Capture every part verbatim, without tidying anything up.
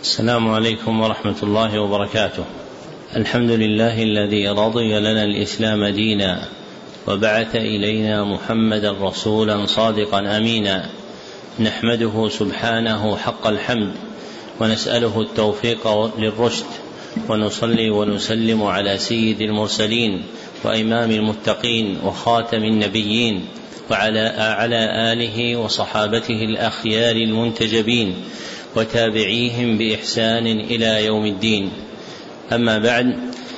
السلام عليكم ورحمة الله وبركاته. الحمد لله الذي رضي لنا الإسلام دينا وبعث إلينا محمدا رسولا صادقا أمينا، نحمده سبحانه حق الحمد ونسأله التوفيق للرشد، ونصلي ونسلم على سيد المرسلين وإمام المتقين وخاتم النبيين وعلى على آله وصحابته الأخيار المنتجبين وتابعيهم بإحسان إلى يوم الدين. أما بعد،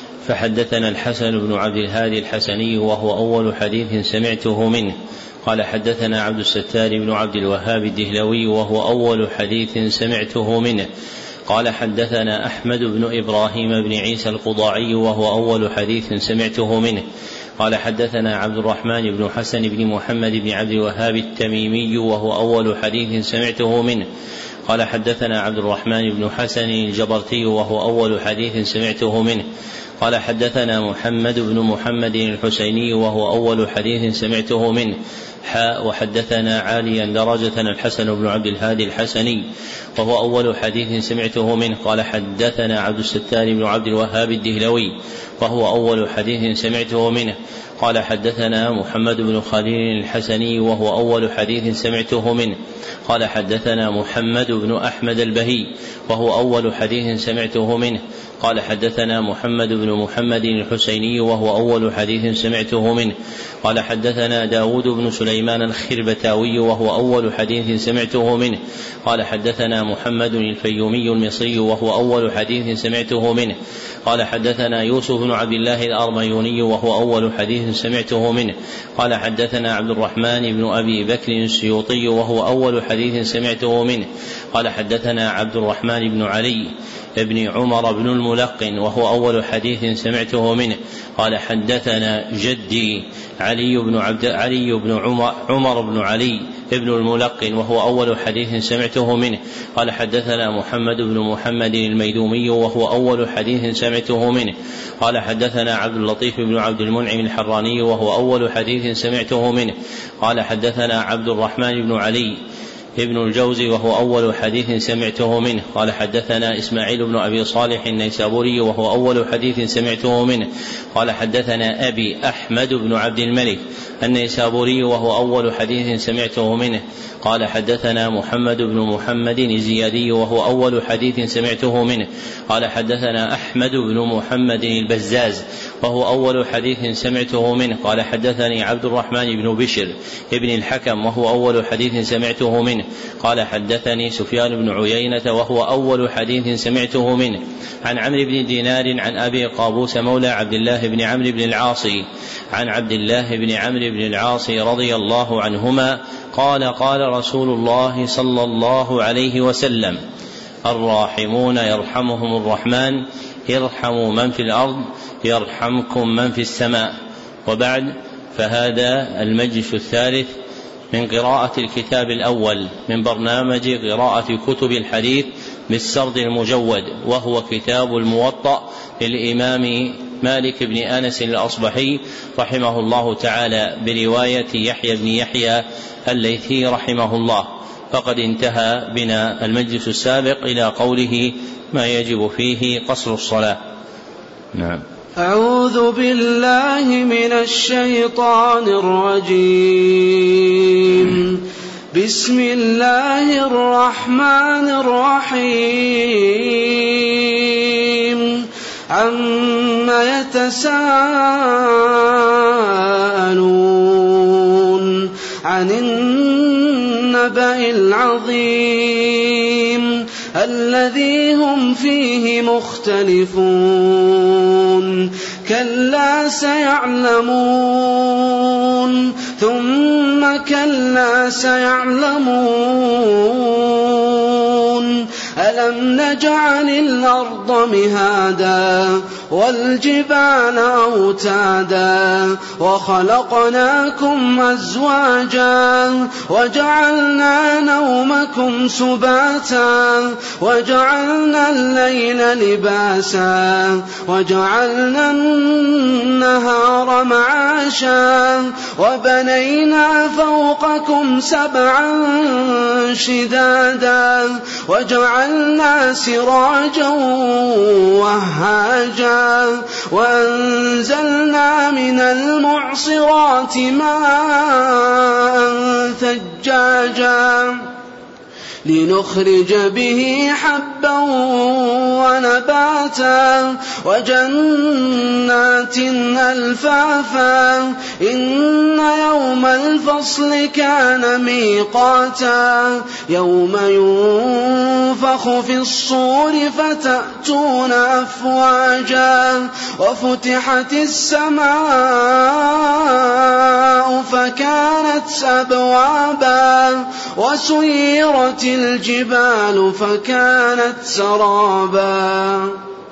فحدثنا الحسن بن عبد الهادي الحسني وهو أول حديث سمعته منه قال حدثنا عبد الستار بن عبد الوهاب الدهلوي وهو أول حديث سمعته منه قال حدثنا أحمد بن إبراهيم بن عيسى القضاعي وهو أول حديث سمعته منه قال حدثنا عبد الرحمن بن حسن بن محمد بن عبد الوهاب التميمي وهو أول حديث سمعته منه قال حدثنا عبد الرحمن بن حسن الجبرتي وهو أول حديث سمعته منه قال حدثنا محمد بن محمد الحسيني وهو أول حديث سمعته منه حاء وحدثنا عاليا درجة الحسن بن عبد الهادي الحسني وهو أول حديث سمعته منه قال حدثنا عبد الستار بن عبد الوهاب الدهلوي وهو أول حديث سمعته منه قال حدثنا محمد بن خليل الحسني وهو أول حديث سمعته منه قال حدثنا محمد بن أحمد البهي وهو أول حديث سمعته منه قال حدثنا محمد بن محمد الحسيني وهو أول حديث سمعته منه قال حدثنا داود بن سليمان الخربتاوي وهو أول حديث سمعته منه قال حدثنا محمد الفيومي المصري وهو أول حديث سمعته منه قال حدثنا يوسف بن عبد الله الأرميوني وهو أول حديث سمعته منه قال حدثنا عبد الرحمن بن أبي بكر السيوطي وهو أول حديث سمعته منه قال حدثنا عبد الرحمن بن علي ابن عمر بن الملقن وهو أول حديث سمعته منه قال حدثنا جدي علي بن عبد علي بن عمر, عمر بن علي ابن الملقن وهو أول حديث سمعته منه قال حدثنا محمد بن محمد الميدومي وهو أول حديث سمعته منه قال حدثنا عبد اللطيف بن عبد المنعم الحراني وهو أول حديث سمعته منه قال حدثنا عبد الرحمن بن علي ابن الجوزي وهو أول حديث سمعته منه قال حدثنا إسماعيل بن أبي صالح النيسابوري وهو أول حديث سمعته منه قال حدثنا أبي أحمد بن عبد الملك النيسابوري وهو أول حديث سمعته منه قال حدثنا محمد بن محمد الزيادي وهو أول حديث سمعته منه قال حدثنا أحمد بن محمد البزاز وهو أول حديث سمعته منه قال حدثني عبد الرحمن بن بشر ابن الحكم وهو أول حديث سمعته منه قال حدثني سفيان بن عيينة وهو أول حديث سمعته منه عن عمرو بن دينار عن أبي قابوس مولى عبد الله بن عمرو بن العاص عن عبد الله بن عمرو بن العاص رضي الله عنهما قال قال رسول الله صلى الله عليه وسلم الراحمون يرحمهم الرحمن ارحموا من في الأرض يرحمكم من في السماء. وبعد، فهذا المجلس الثالث من قراءة الكتاب الأول من برنامج قراءة كتب الحديث بالسرد المجود، وهو كتاب الموطأ للإمام مالك بن أنس الأصبحي رحمه الله تعالى برواية يحيى بن يحيى الليثي رحمه الله. فقد انتهى بنا المجلس السابق إلى قوله ما يجب فيه قصر الصلاة. نعم. أعوذ بالله من الشيطان الرجيم. بسم الله الرحمن الرحيم. عما يتساءلون عن النبأ العظيم الذي هم فيه مختلفون. كلا سيعلمون ثم كلا سيعلمون. ألم نجعل الأرض مهادا والجبال أوتادا وخلقناكم أزواجا وجعلنا نومكم سباتا وجعلنا الليل لباسا وجعلنا النهار معاشا وبنينا فوقكم سبعا شدادا وجعلنا سراجا وهاجا وأنزلنا من المعصرات ماء ثجاجا لنخرج به حبا ونباتا وجنات ألفافا إن يوم الفصل كان ميقاتا يوم ينفخ في الصور فتأتون أفواجا وفتحت السماء فكانت أبوابا وسيرت الجبال فكانت سرابا.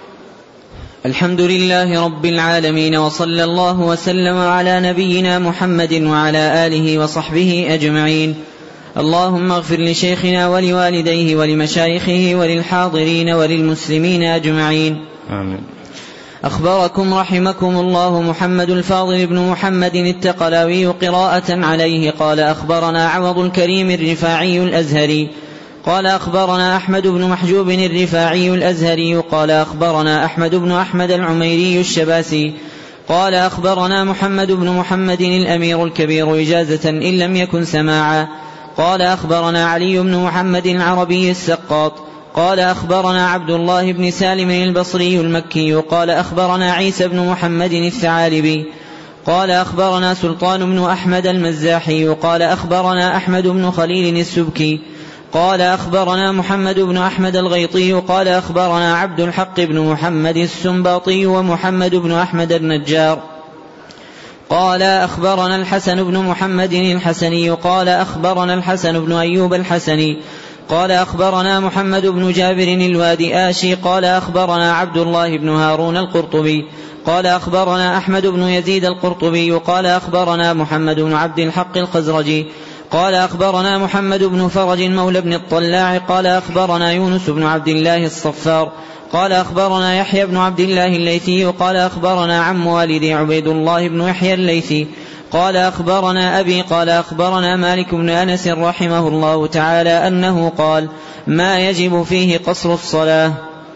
الحمد لله رب العالمين، وصلى الله وسلم على نبينا محمد وعلى آله وصحبه أجمعين. اللهم اغفر لشيخنا ولوالديه ولمشايخه وللحاضرين وللمسلمين أجمعين. آمين. أخبركم رحمكم الله محمد الفاضل بن محمد التقلاوي قراءة عليه قال: أخبرنا عوض الكريم الرفاعي الأزهري قال: أخبرنا أحمد بن محجوب الرفاعي الأزهري قال: أخبرنا أحمد بن أحمد العميري الشباسي قال: أخبرنا محمد بن محمد الأمير الكبير إجازة إن لم يكن سماعا قال: أخبرنا علي بن محمد العربي السقاط قال: أخبرنا عبد الله بن سالم البصري المكي قال: أخبرنا عيسى بن محمد الثعالبي قال: أخبرنا سلطان بن أحمد المزاحي قال: أخبرنا أحمد بن خليل السبكي قال: أخبرنا محمد بن أحمد الغيطي قال: أخبرنا عبد الحق بن محمد السنباطي ومحمد بن أحمد النجار قال: أخبرنا الحسن بن محمد الحسني قال: أخبرنا الحسن بن أيوب الحسني قال: أخبرنا محمد بن جابر الوادي آشي قال: أخبرنا عبد الله بن هارون القرطبي قال: أخبرنا أحمد بن يزيد القرطبي قال: أخبرنا محمد بن عبد الحق الخزرجي قال: أخبرنا محمد بن فرج مولى بن الطلاع قال: أخبرنا يونس بن عبد الله الصفار قال: أخبرنا يحيى بن عبد الله الليثي قال: أخبرنا عم والدي عبيد الله بن يحيى الليثي قال: أخبرنا أبي قال: أخبرنا مالك بن أنس رحمه الله تعالى أنه قال: ما يجب فيه قصر الصلاة.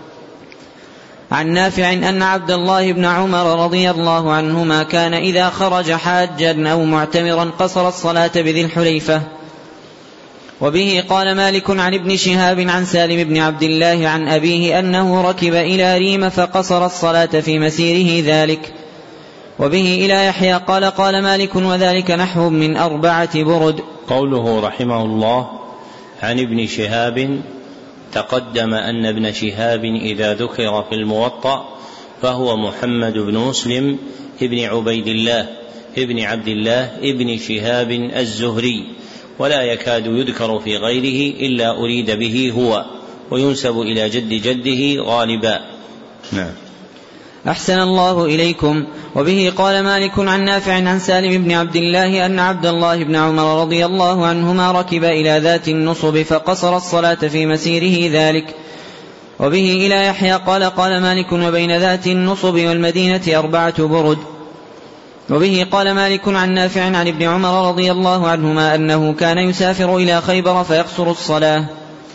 عن نافع أن عبد الله بن عمر رضي الله عنهما كان إذا خرج حاجا أو معتمرا قصر الصلاة بذي الحليفة. وبه قال مالك عن ابن شهاب عن سالم بن عبد الله عن أبيه أنه ركب إلى ريم فقصر الصلاة في مسيره ذلك. وبه إلى يحيى قال: قال مالك: وذلك نحو من أربعة برد. قوله رحمه الله عن ابن شهاب، تقدم أن ابن شهاب إذا ذكر في الموطأ فهو محمد بن مسلم ابن عبيد الله ابن عبد الله ابن شهاب الزهري، ولا يكاد يذكر في غيره إلا أريد به هو، وينسب إلى جد جده غالبا. نعم. أحسن الله إليكم. وبه قال مالك عن نافع عن سالم بن عبد الله أن عبد الله بن عمر رضي الله عنهما ركب إلى ذات النصب فقصر الصلاة في مسيره ذلك. وبه إلى يحيى قال: قال مالك: وبين ذات النصب والمدينة أربعة برد. وبه قال مالك عن نافع عن ابن عمر رضي الله عنهما أنه كان يسافر إلى خيبر فيقصر الصلاة.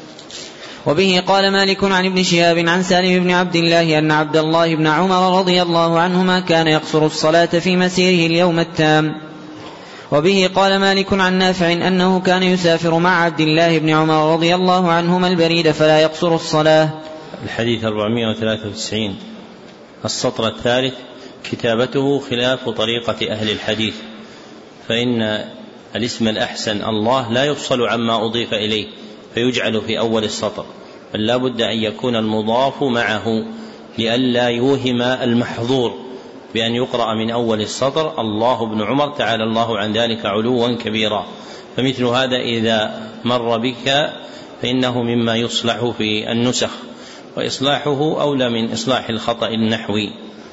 وبه قال مالك عن ابن شهاب عن سالم بن عبد الله أن عبد الله بن عمر رضي الله عنهما كان يقصر الصلاة في مسيره اليوم التام. وبه قال مالك عن نافع أنه كان يسافر مع عبد الله بن عمر رضي الله عنهما البريد فلا يقصر الصلاة. الحديث أربعمائة وثلاثة وتسعين. السطر الثالث: كتابته خلاف طريقة أهل الحديث، فإن الاسم الأحسن الله لا يفصل عما أضيف إليه فيجعل في أول السطر، بل لا بد أن يكون المضاف معه لئلا يوهم المحظور بأن يقرأ من أول السطر الله بن عمر تعالى الله عن ذلك علوا كبيرا. فمثل هذا إذا مر بك فإنه مما يصلح في النسخ، وإصلاحه أولى من إصلاح الخطأ النحوي.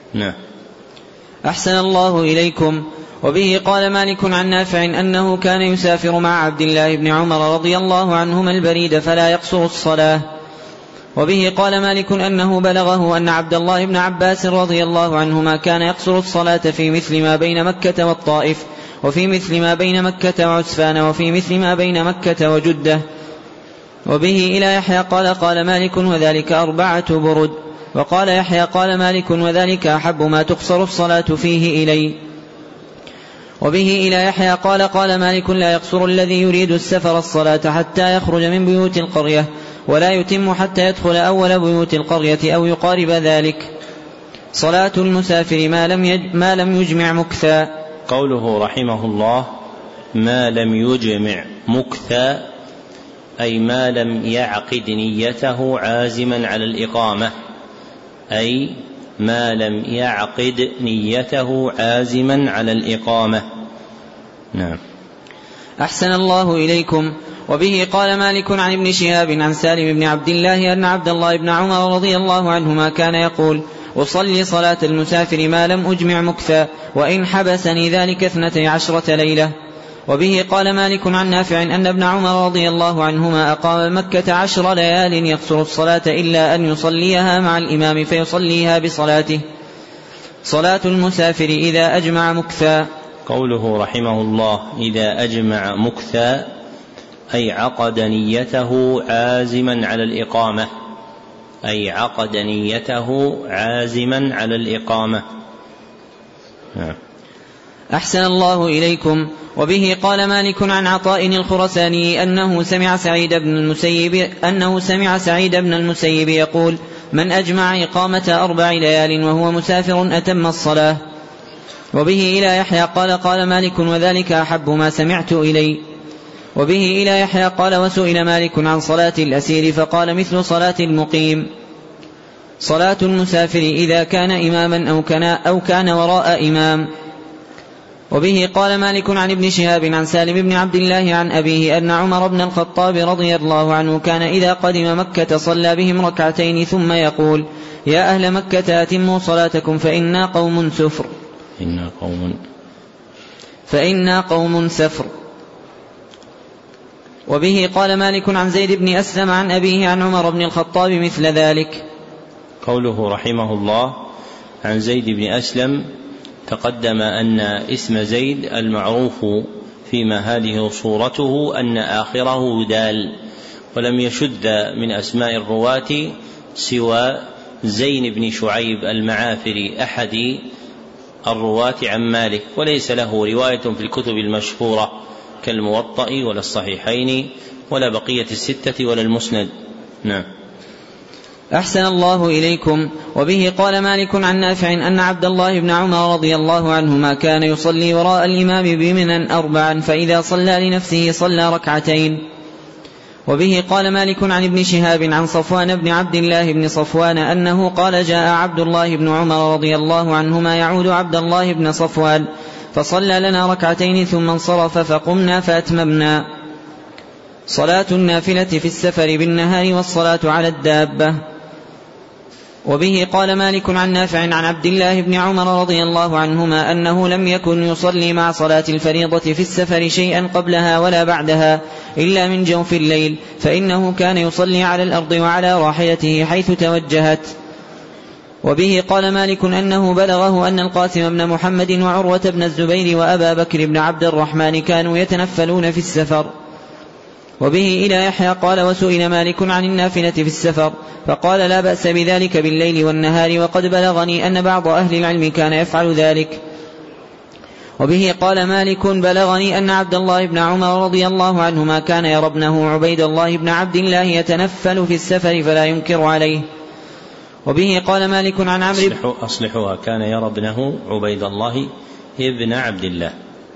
نعم. أحسن الله إليكم. وبه قال مالك عن نافع أنه كان يسافر مع عبد الله بن عمر رضي الله عنهما البريد فلا يقصر الصلاة. وبه قال مالك أنه بلغه أن عبد الله بن عباس رضي الله عنهما كان يقصر الصلاة في مثل ما بين مكة والطائف، وفي مثل ما بين مكة وعسفان، وفي مثل ما بين مكة وجدة. وبه إلى يحيى قال قال مالك وذلك أربعة برد. وقال يحيى قال مالك وذلك أحب ما تقصر الصلاة فيه إلي. وبه إلى يحيى قال قال مالك لا يقصر الذي يريد السفر الصلاة حتى يخرج من بيوت القرية، ولا يتم حتى يدخل أول بيوت القرية أو يقارب ذلك. صلاة المسافر ما لم, يج ما لم يجمع مكثا. قوله رحمه الله ما لم يجمع مكثا أي ما لم يعقد نيته عازما على الإقامة، أي ما لم يعقد نيته عازما على الإقامة. نعم. أحسن الله إليكم. وبه قال مالك عن ابن شهاب عن سالم بن عبد الله أن عبد الله بن عمر رضي الله عنهما كان يقول أصلي صلاة المسافر ما لم أجمع مكثا، وإن حبسني ذلك اثنتي عشرة ليلة. وبه قال مالك عن نافع أن ابن عمر رضي الله عنهما أقام مكة عشر ليال يقصر الصلاة إلا أن يصليها مع الإمام فيصليها بصلاته. صلاة المسافر إذا أجمع مكثا. قوله رحمه الله إذا أجمع مكثا أي عقد نيته عازما على الإقامة، أي عقد نيته عازما على الإقامة. نعم. أحسن الله إليكم. وبه قال مالك عن عطاء الخرساني أنه سمع سعيد بن المسيب أنه سمع سعيد بن المسيب يقول من أجمع إقامة أربع ليال وهو مسافر أتم الصلاة. وبه إلى يحيى قال قال مالك وذلك أحب ما سمعت إلي. وبه إلى يحيى قال وسئل مالك عن صلاة الأسير فقال مثل صلاة المقيم. صلاة المسافر إذا كان إماما أو كان, أو كان وراء إمام. وبه قال مالك عن ابن شهاب عن سالم بن عبد الله عن أبيه أن عمر بن الخطاب رضي الله عنه كان إذا قدم مكة صلى بهم ركعتين ثم يقول يا أهل مكة أتموا صلاتكم فإنا قوم سفر إنا قوم فإنا قوم سفر. وبه قال مالك عن زيد بن أسلم عن أبيه عن عمر بن الخطاب مثل ذلك. قوله رحمه الله عن زيد بن أسلم تقدم أن اسم زيد المعروف فيما هذه صورته أن آخره دال، ولم يشد من أسماء الرواة سوى زين بن شعيب المعافري أحد الرواة عن مالك، وليس له رواية في الكتب المشهورة كالموطأ ولا الصحيحين ولا بقية الستة ولا المسند. نعم. أحسن الله إليكم. وبه قال مالك عن نافع أن عبد الله بن عمر رضي الله عنهما كان يصلي وراء الإمام بمنى أربعا فإذا صلى لنفسه صلى ركعتين. وبه قال مالك عن ابن شهاب عن صفوان بن عبد الله بن صفوان أنه قال جاء عبد الله بن عمر رضي الله عنهما يعود عبد الله بن صفوان فصلى لنا ركعتين ثم انصرف فقمنا فأتممنا. صلاة النافلة في السفر بالنهار والصلاة على الدابة. وبه قال مالك عن نافع عن عبد الله بن عمر رضي الله عنهما أنه لم يكن يصلي مع صلاة الفريضة في السفر شيئا قبلها ولا بعدها إلا من جوف الليل، فإنه كان يصلي على الأرض وعلى راحلته حيث توجهت. وبه قال مالك أنه بلغه أن القاسم بن محمد وعروة بن الزبير وأبا بكر بن عبد الرحمن كانوا يتنفلون في السفر. وبه إلى يحيى قال وسئل مالك عن النافلة في السفر فقال لا بأس بذلك بالليل والنهار، وقد بلغني أن بعض أهل العلم كان يفعل ذلك. وبه قال مالك بلغني أن عبد الله بن عمر رضي الله عنهما كان يرى ابنه عبيد الله بن عبد الله يتنفل في السفر فلا ينكر عليه. وبه قال مالك عن عمرو أصلحوها كان يرى ابنه عبيد الله ابن عبد الله.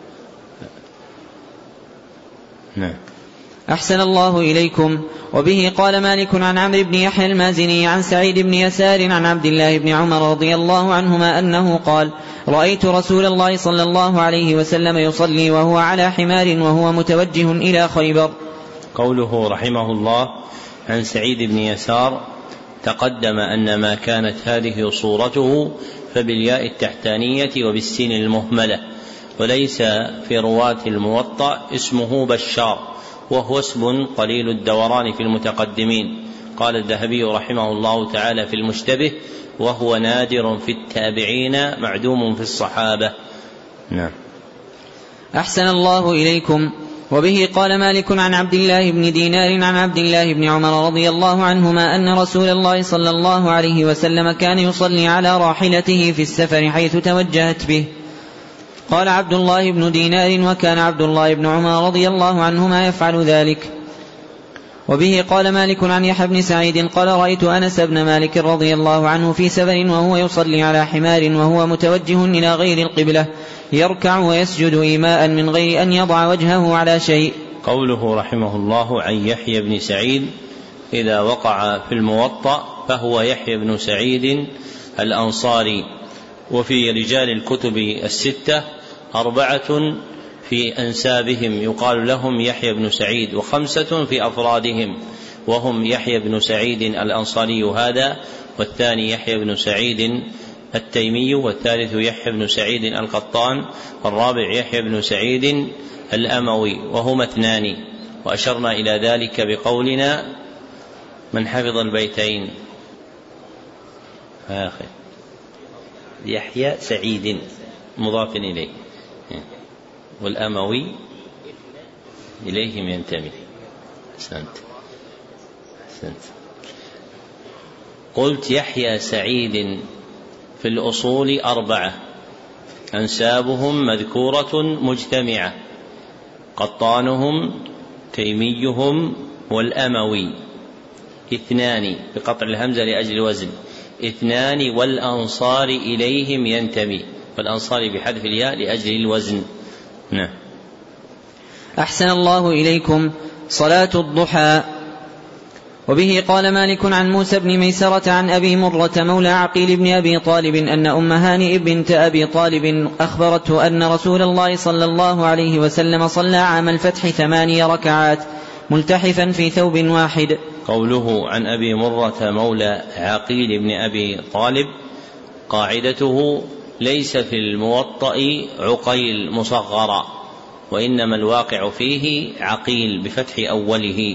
نعم. أحسن الله إليكم. وبه قال مالك عن عمرو بن يحيى المازني عن سعيد بن يسار عن عبد الله بن عمر رضي الله عنهما أنه قال رأيت رسول الله صلى الله عليه وسلم يصلي وهو على حمار وهو متوجه إلى خيبر. قوله رحمه الله عن سعيد بن يسار تقدم أن ما كانت هذه صورته فبالياء التحتانية وبالسين المهملة. وليس في رواة الموطأ اسمه بشار، وهو اسم قليل الدوران في المتقدمين. قال الذهبي رحمه الله تعالى في المشتبه: وهو نادر في التابعين معدوم في الصحابة. نعم. أحسن الله إليكم. وبه قال مالك عن عبد الله بن دينار عن عبد الله بن عمر رضي الله عنهما أن رسول الله صلى الله عليه وسلم كان يصلي على راحلته في السفر حيث توجهت به. قال عبد الله بن دينار: وكان عبد الله بن عمر رضي الله عنهما يفعل ذلك. وبه قال مالك عن يحيى بن سعيد قال: رأيت أنس بن مالك رضي الله عنه في سفر وهو يصلي على حمار وهو متوجه إلى غير القبلة يركع ويسجد إيماء من غير أن يضع وجهه على شيء. قوله رحمه الله عن يحيى بن سعيد إذا وقع في الموطأ فهو يحيى بن سعيد الأنصاري. وفي رجال الكتب الستة أربعة في أنسابهم يقال لهم يحيى بن سعيد، وخمسة في أفرادهم، وهم يحيى بن سعيد الأنصاري هذا، والثاني يحيى بن سعيد التيمي، والثالث يحيى بن سعيد القطان، والرابع يحيى بن سعيد الأموي، وهما اثنان. وأشرنا إلى ذلك بقولنا: من حفظ البيتين آخر يحيى سعيد مضاف إليه، والأموي إليهم ينتمي. أحسنت أحسنت. قلت يحيى سعيد في الأصول أربعة أنسابهم مذكورة مجتمعة: قطانهم، تيميهم، والأموي. اثنان بقطع الهمزة لأجل الوزن، اثنان والأنصار إليهم ينتمي، والأنصار بحذف الياء لأجل الوزن. نعم. أحسن الله إليكم. صلاة الضحى. وبه قال مالك عن موسى بن ميسرة عن أبي مرة مولى عقيل بن أبي طالب أن أم هانئ بنت أبي طالب أخبرته أن رسول الله صلى الله عليه وسلم صلى عام الفتح ثماني ركعات ملتحفا في ثوب واحد. قوله عن أبي مرة مولى عقيل بن أبي طالب قاعدته: ليس في الموطأ عقيل مصغرا، وإنما الواقع فيه عقيل بفتح أوله.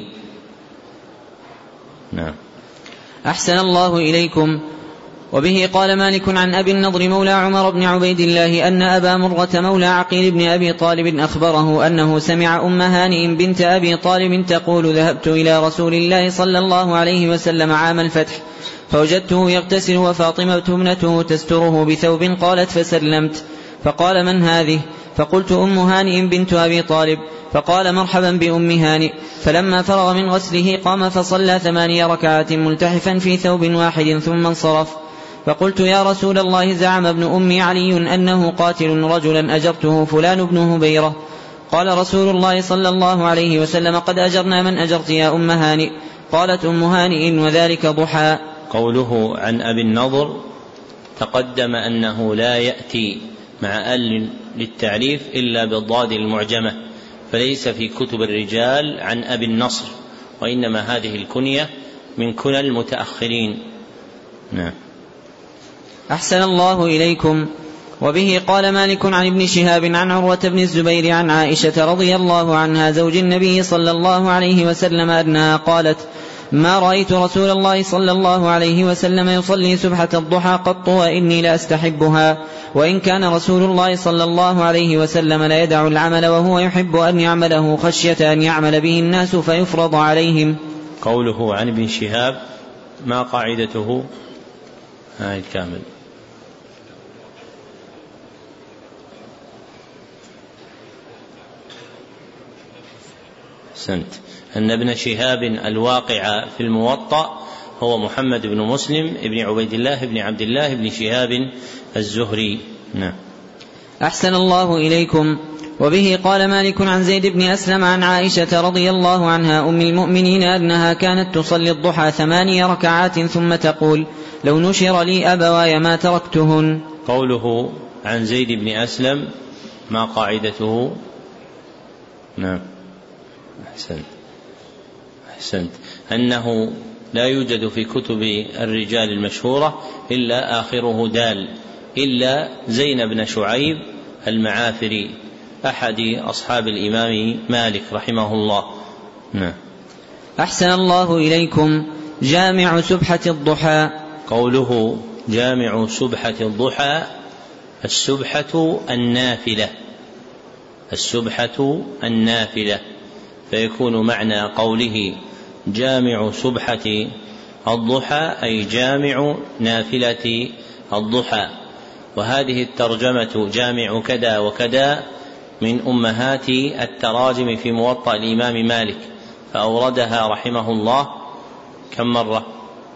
نعم. أحسن الله إليكم. وبه قال مالك عن أبي النضر مولى عمر بن عبيد الله أن أبا مرة مولى عقيل بن أبي طالب أخبره أنه سمع أم هانئ بنت أبي طالب تقول: ذهبت إلى رسول الله صلى الله عليه وسلم عام الفتح فوجدته يغتسل وفاطمة ابنته تستره بثوب. قالت: فسلمت، فقال: من هذه؟ فقلت: أم هانئ بنت أبي طالب. فقال: مرحبا بأم هانئ. فلما فرغ من غسله قام فصلى ثماني ركعات ملتحفا في ثوب واحد ثم انصرف. فقلت: يا رسول الله، زعم ابن أم علي أنه قاتل رجلا أجرته فلان ابن هبيرة. قال رسول الله صلى الله عليه وسلم: قد أجرنا من أجرت يا أم هانئ. قالت أم هانئ: وذلك ضحى. قوله عن أبي النضر تقدم أنه لا يأتي مع أل للتعريف إلا بالضاد المعجمة، فليس في كتب الرجال عن أبي النصر، وإنما هذه الكنية من كنى المتأخرين. نعم. أحسن الله إليكم. وبه قال مالك عن ابن شهاب عن عروة بن الزبير عن عائشة رضي الله عنها زوج النبي صلى الله عليه وسلم أنها قالت: ما رأيت رسول الله صلى الله عليه وسلم يصلي سبحة الضحى قط وإني لأستحبها، وإن كان رسول الله صلى الله عليه وسلم لا يدع العمل وهو يحب أن يعمله خشية أن يعمل به الناس فيفرض عليهم. قوله عن ابن شهاب ما قاعدته؟ هاي الكامل. سنت أن ابن شهاب الواقع في الموطأ هو محمد بن مسلم ابن عبيد الله بن عبد الله بن شهاب الزهري. نعم. أحسن الله إليكم. وبه قال مالك عن زيد بن أسلم عن عائشة رضي الله عنها أم المؤمنين أنها كانت تصلي الضحى ثماني ركعات ثم تقول: لو نشر لي أبواي ما تركتهن. قوله عن زيد بن أسلم ما قاعدته؟ نعم. أحسنت أحسنت أنه لا يوجد في كتب الرجال المشهورة إلا آخره دال، إلا زين بن شعيب المعافري أحد أصحاب الإمام مالك رحمه الله. نعم. أحسن الله إليكم. جامع سبحة الضحى. قوله جامع سبحة الضحى، السبحة النافلة، السبحة النافلة، فيكون معنى قوله جامع سبحة الضحى أي جامع نافلة الضحى. وهذه الترجمة جامع كذا وكذا من أمهات التراجم في موطأ الإمام مالك، فأوردها رحمه الله كم مرة؟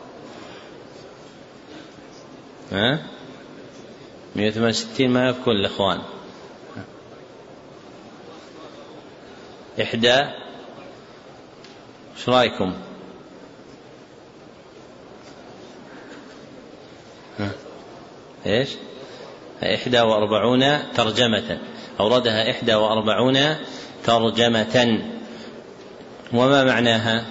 ها؟ مئة وثمانية وستين ما يكون الإخوان إحدى، ايش رايكم؟ ايش؟ إحدى وأربعون ترجمة، أوردها إحدى وأربعون ترجمة. وما معناها؟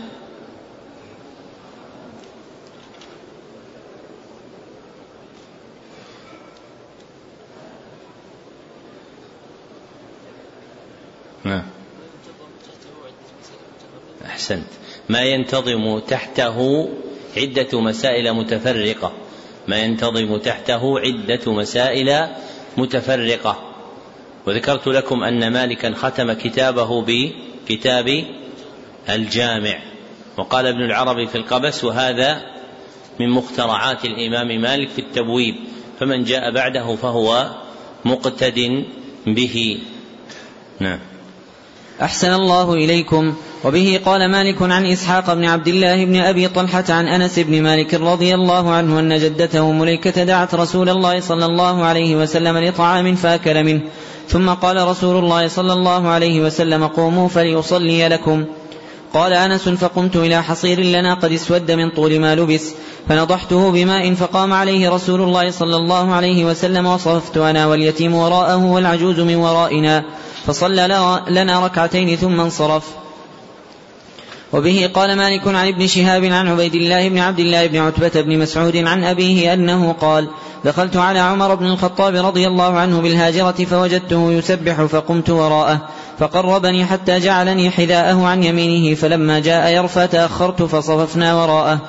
أحسنت. ما ينتظم تحته عدة مسائل متفرقة، ما ينتظم تحته عدة مسائل متفرقة. وذكرت لكم أن مالكا ختم كتابه بكتاب الجامع، وقال ابن العربي في القبس وهذا من مخترعات الإمام مالك في التبويب، فمن جاء بعده فهو مقتد به. نعم. أحسن الله إليكم. وبه قال مالك عن إسحاق بن عبد الله بن أبي طلحة عن أنس بن مالك رضي الله عنه أن جدته مليكة دعت رسول الله صلى الله عليه وسلم لطعام فأكل منه، ثم قال رسول الله صلى الله عليه وسلم قوموا فليصلي لكم. قال أنس فقمت إلى حصير لنا قد اسود من طول ما لبس فنضحته بماء، فقام عليه رسول الله صلى الله عليه وسلم وصففت أنا واليتيم وراءه والعجوز من ورائنا، فصلى لنا ركعتين ثم انصرف. وبه قال مالك عن ابن شهاب عن عبيد الله بن عبد الله بن عتبة بن مسعود عن أبيه أنه قال دخلت على عمر بن الخطاب رضي الله عنه بالهاجرة فوجدته يسبح فقمت وراءه فقربني حتى جعلني حذاءه عن يمينه، فلما جاء يرفع تأخرت فصففنا وراءه.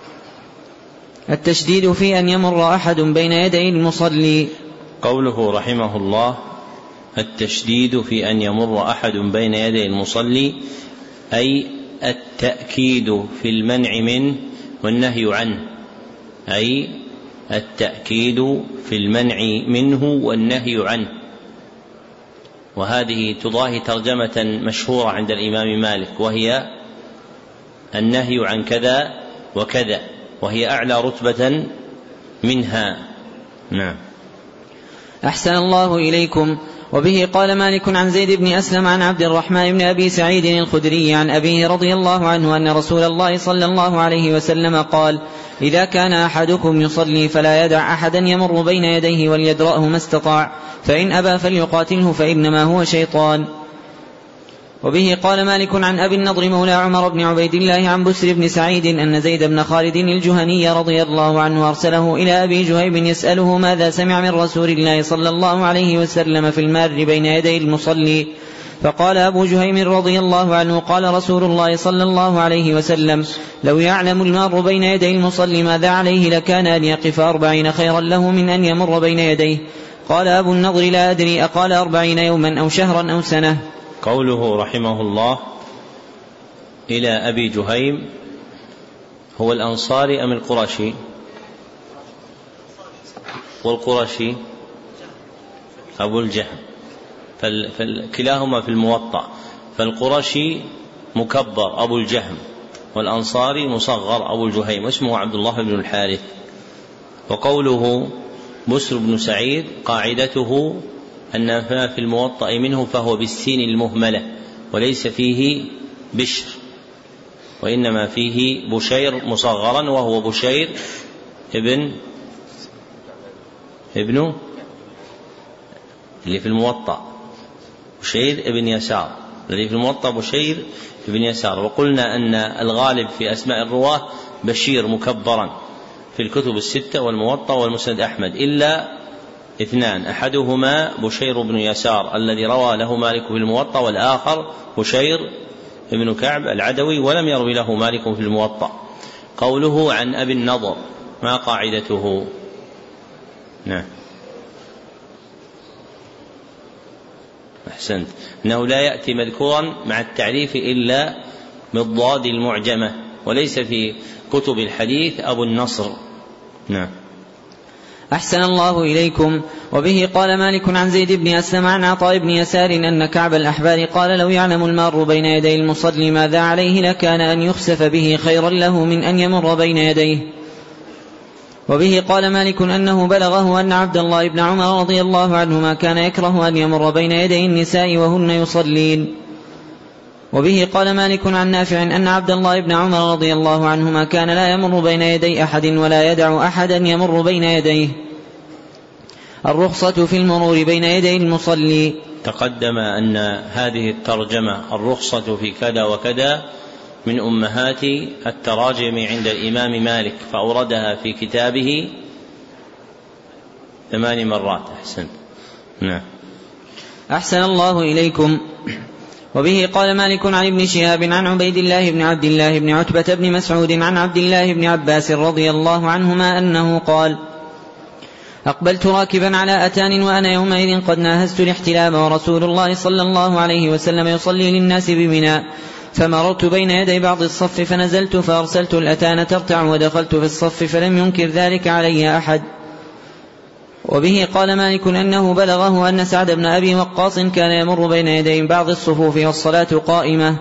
التشديد في أن يمر أحد بين يدي المصلي. قوله رحمه الله التشديد في أن يمر أحد بين يدي المصلي أي التأكيد في المنع منه والنهي عنه، أي التأكيد في المنع منه والنهي عنه. وهذه تضاهي ترجمة مشهورة عند الإمام مالك وهي النهي عن كذا وكذا، وهي أعلى رتبة منها. نعم. أحسن الله إليكم. وبه قال مالك عن زيد بن أسلم عن عبد الرحمن بن أبي سعيد الخدري عن أبيه رضي الله عنه أن رسول الله صلى الله عليه وسلم قال إذا كان أحدكم يصلي فلا يدع أحدا يمر بين يديه وليدرأه ما استطاع، فإن أبى فليقاتله فإنما هو شيطان. وبه قال مالك عن أبي النضر مولى عمر بن عبيد الله عن بسر بن سعيد أن زيد بن خالد الجهني رضي الله عنه أرسله إلى أبي جهيب يسأله ماذا سمع من رسول الله صلى الله عليه وسلم في المار بين يدي المصلي، فقال أبو جهيم رضي الله عنه قال رسول الله صلى الله عليه وسلم لو يعلم المار بين يدي المصلي ماذا عليه لكان أن يقف أربعين خيرا له من أن يمر بين يديه. قال أبو النضر لا أدري أقال أربعين يوما أو شهرا أو سنة. قوله رحمه الله إلى أبي جهيم هو الأنصاري أم القرشي؟ والقرشي أبو الجهم، فكلاهما في الموطأ، فالقرشي مكبر أبو الجهم والأنصاري مصغر أبو الجهيم اسمه عبد الله بن الحارث. وقوله بسر بن سعيد قاعدته أن ما في الموطأ منه فهو بالسين المهملة وليس فيه بشر، وإنما فيه بشير مصغرا وهو بشير ابن ابن اللي في الموطأ بشير ابن يسار، الذي في الموطأ بشير ابن يسار. وقلنا أن الغالب في أسماء الرواة بشير مكبرا في الكتب الستة والموطأ والمسند أحمد إلا اثنان، أحدهما بشير بن يسار الذي روى له مالك في الموطأ، والآخر بشير بن كعب العدوي ولم يروي له مالك في الموطأ. قوله عن أبي النضر ما قاعدته؟ نعم أحسنت، أنه لا يأتي مذكورا مع التعريف إلا بالضاد المعجمة، وليس في كتب الحديث أبو النصر. نعم. أحسن الله إليكم. وبه قال مالك عن زيد بن أسلم عن عطاء بن يسار أن كعب الأحبار قال لو يعلم المار بين يدي المصلي ماذا عليه لكان أن يخسف به خيرا له من أن يمر بين يديه. وبه قال مالك أنه بلغه أن عبد الله بن عمر رضي الله عنهما كان يكره أن يمر بين يدي النساء وهن يصلين. وبه قال مالك عن نافع أن عبد الله بن عمر رضي الله عنهما كان لا يمر بين يدي أحد ولا يدع أحدا يمر بين يديه. الرخصة في المرور بين يدي المصلي. تقدم أن هذه الترجمة الرخصة في كذا وكذا من أمهات التراجم عند الإمام مالك، فأوردها في كتابه ثمان مرات. أحسن. نعم. أحسن الله إليكم. وبه قال مالك عن ابن شهاب عن عبيد الله بن عبد الله بن عتبة بن مسعود عن عبد الله بن عباس رضي الله عنهما أنه قال أقبلت راكبا على أتان وأنا يومئذ قد ناهزت الاحتلام ورسول الله صلى الله عليه وسلم يصلي للناس بمنى، فمررت بين يدي بعض الصف فنزلت فأرسلت الأتان ترتع ودخلت في الصف فلم ينكر ذلك علي أحد. وبه قال مالك أنه بلغه أن سعد بن أبي وقاص كان يمر بين يدي بعض الصفوف والصلاة قائمة.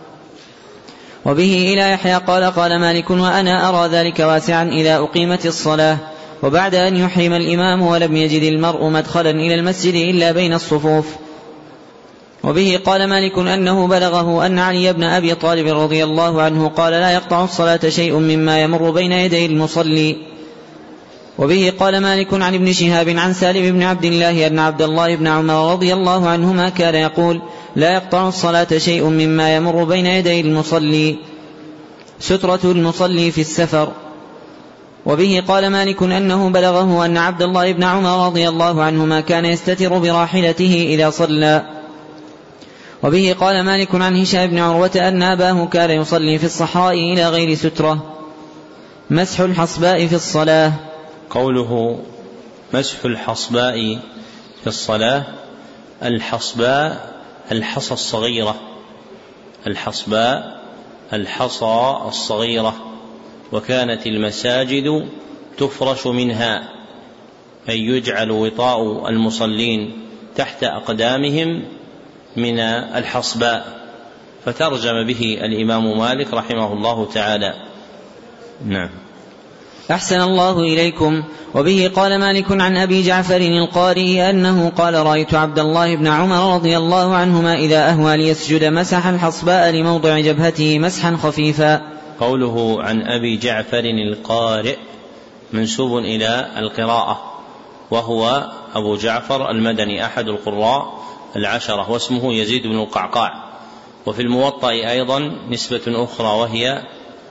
وبه إلى يحيى قال قال مالك وأنا أرى ذلك واسعا إذا أقيمت الصلاة وبعد أن يحرم الإمام ولم يجد المرء مدخلا إلى المسجد إلا بين الصفوف. وبه قال مالك أنه بلغه أن علي بن أبي طالب رضي الله عنه قال لا يقطع الصلاة شيء مما يمر بين يدي المصلي. وبه قال مالك عن ابن شهاب عن سالم بن عبد الله أن عبد الله بن عمر رضي الله عنهما كان يقول لا يقطع الصلاة شيء مما يمر بين يدي المصلي. سترة المصلي في السفر. وبه قال مالك أنه بلغه أن عبد الله بن عمر رضي الله عنهما كان يستتر براحلته إذا صلى. وبه قال مالك عن هشام بن عروة أن أباه كان يصلي في الصحراء إلى غير سترة. مسح الحصباء في الصلاة. قوله مسح الحصباء في الصلاة، الحصباء الحصى الصغيرة، الحصباء الحصى الصغيرة، وكانت المساجد تفرش منها، أي يجعل وطاء المصلين تحت أقدامهم من الحصباء، فترجم به الإمام مالك رحمه الله تعالى. نعم. أحسن الله إليكم. وبه قال مالك عن أبي جعفر القاري أنه قال رأيت عبد الله بن عمر رضي الله عنهما إذا أهوى ليسجد مسح الحصباء لموضع جبهته مسحا خفيفا. قوله عن أبي جعفر القارئ منسوب إلى القراءة، وهو أبو جعفر المدني أحد القراء العشرة، واسمه يزيد بن القعقاع. وفي الموطأ أيضا نسبة أخرى وهي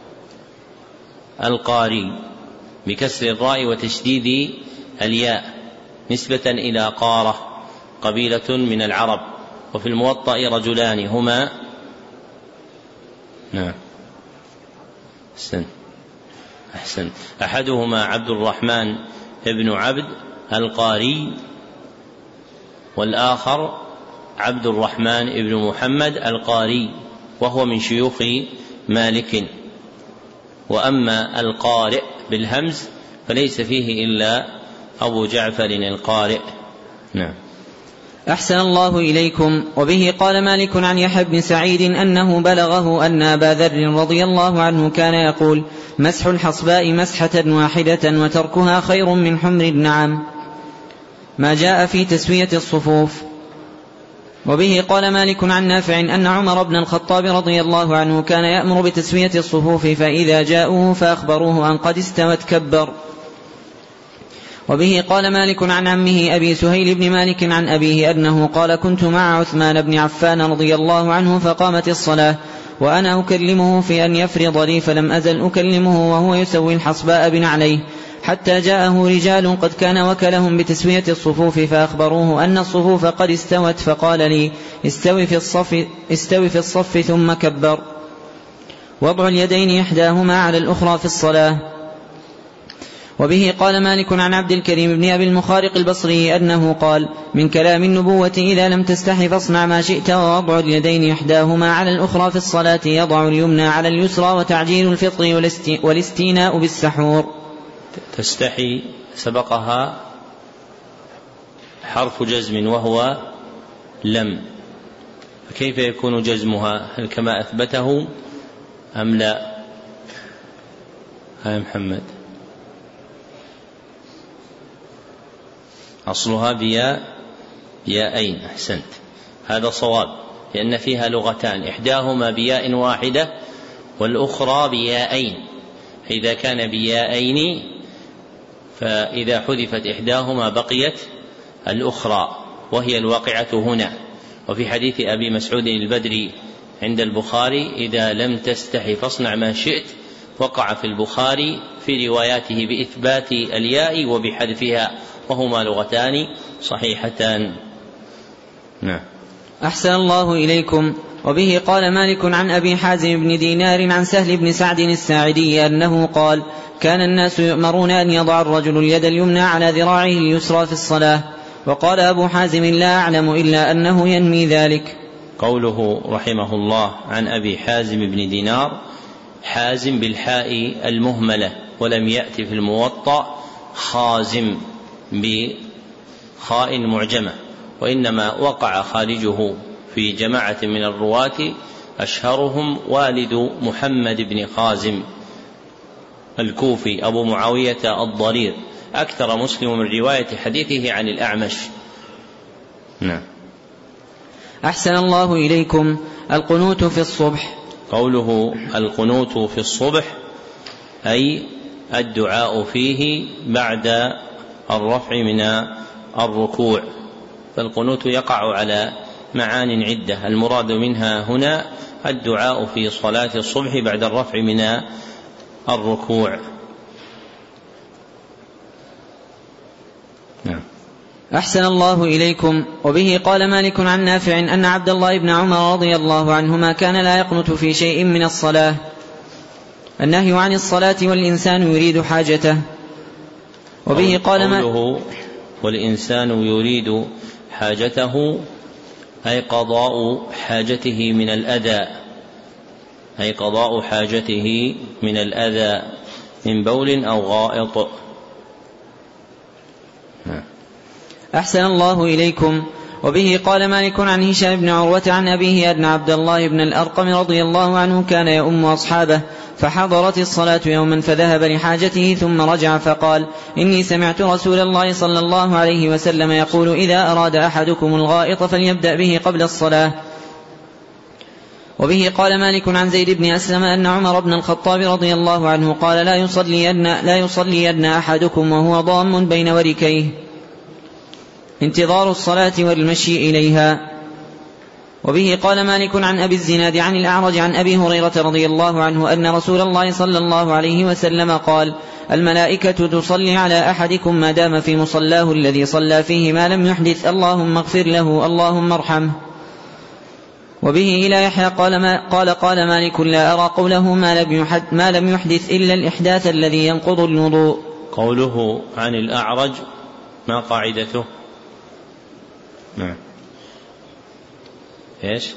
القاري بكسر الراء وتشديد الياء، نسبة إلى قارة قبيلة من العرب. وفي الموطأ رجلان هما نعم أحسن أحسن أحدهما عبد الرحمن ابن عبد القاري، والآخر عبد الرحمن ابن محمد القاري، وهو من شيوخ مالك. وأما القارئ بالهمز فليس فيه إلا أبو جعفر القارئ. نعم. أحسن الله إليكم. وبه قال مالك عن يحيى بن سعيد أنه بلغه أن أبا ذر رضي الله عنه كان يقول مسح الحصباء مسحة واحدة وتركها خير من حمر النعم، ما جاء في تسوية الصفوف. وبه قال مالك عن نافع أن عمر بن الخطاب رضي الله عنه كان يأمر بتسوية الصفوف، فإذا جاءوه فأخبروه أن قد استوت كبر. وبه قال مالك عن عمه أبي سهيل بن مالك عن أبيه أنه قال كنت مع عثمان بن عفان رضي الله عنه فقامت الصلاة وأنا أكلمه في أن يفرض لي، فلم أزل أكلمه وهو يسوي الحصباء بنعليه حتى جاءه رجال قد كان وكلهم بتسوية الصفوف فأخبروه أن الصفوف قد استوت فقال لي استوي في الصف, استوي في الصف ثم كبر. وضع اليدين إحداهما على الأخرى في الصلاة. وبه قال مالك عن عبد الكريم بن أبي المخارق البصري أنه قال من كلام النبوة إذا لم تستحي فاصنع ما شئت. ووضع اليدين إحداهما على الأخرى في الصلاة يضع اليمنى على اليسرى وتعجيل الفطر والاستيناء بالسحور. تستحي سبقها حرف جزم وهو لم، فكيف يكون جزمها؟ هل كما أثبته أم لا؟ ها محمد. أصلها بياء ياءين. أحسنت، هذا صواب، لأن فيها لغتان إحداهما بياء واحدة والأخرى بياءين. إذا كان بياءين فإذا حذفت إحداهما بقيت الأخرى وهي الواقعة هنا. وفي حديث أبي مسعود البدري عند البخاري إذا لم تستحي فاصنع ما شئت وقع في البخاري في رواياته بإثبات الياء وبحذفها، وهما لغتان صحيحتان. نعم. أحسن الله إليكم. وبه قال مالك عن أبي حازم بن دينار عن سهل بن سعد الساعدي أنه قال كان الناس يؤمرون أن يضع الرجل اليد اليمنى على ذراعه اليسرى في الصلاة. وقال أبو حازم لا أعلم إلا أنه ينمي ذلك. قوله رحمه الله عن أبي حازم بن دينار، حازم بالحاء المهملة، ولم يأتي في الموطأ خازم بخاء معجمة، وإنما وقع خارجه في جماعة من الرواة أشهرهم والد محمد بن خازم الكوفي أبو معاوية الضرير، أكثر مسلم من رواية حديثه عن الأعمش. نعم. أحسن الله إليكم. القنوت في الصبح. قوله القنوت في الصبح أي الدعاء فيه بعد الرفع من الركوع، فالقنوت يقع على معان عدة، المراد منها هنا الدعاء في صلاة الصبح بعد الرفع من الركوع. نعم. أحسن الله إليكم. وبه قال مالك عن نافع أن عبد الله بن عمر رضي الله عنهما كان لا يقنت في شيء من الصلاة. النهي عن الصلاة والإنسان يريد حاجته. وبه قال قوله والإنسان يريد حاجته أي قضاء حاجته من الأذى، أي قضاء حاجته من الأذى من بول أو غائط. أحسن الله إليكم. وبه قال مالك عن هشام بن عروة عن أبيه أن عبد الله بن الأرقم رضي الله عنه كان يؤم أصحابه، فحضرت الصلاة يوما فذهب لحاجته ثم رجع فقال إني سمعت رسول الله صلى الله عليه وسلم يقول إذا أراد أحدكم الغائط فليبدأ به قبل الصلاة. وبه قال مالك عن زيد بن أسلم أن عمر بن الخطاب رضي الله عنه قال لا يصلين, لا يصلين أحدكم وهو ضام بين وركيه، انتظار الصلاة والمشي إليها. وبه قال مالك عن أبي الزناد عن الأعرج عن أبي هريرة رضي الله عنه أن رسول الله صلى الله عليه وسلم قال الملائكة تصلي على أحدكم ما دام في مصلاه الذي صلى فيه ما لم يحدث اللهم اغفر له اللهم ارحمه. وبه إلى يحيى قال, ما قال قال مالك لا أرى قوله ما لم يحدث, ما لم يحدث إلا الإحداث الذي ينقض الوضوء. قوله عن الأعرج ما قاعدته؟ نعم. إيش؟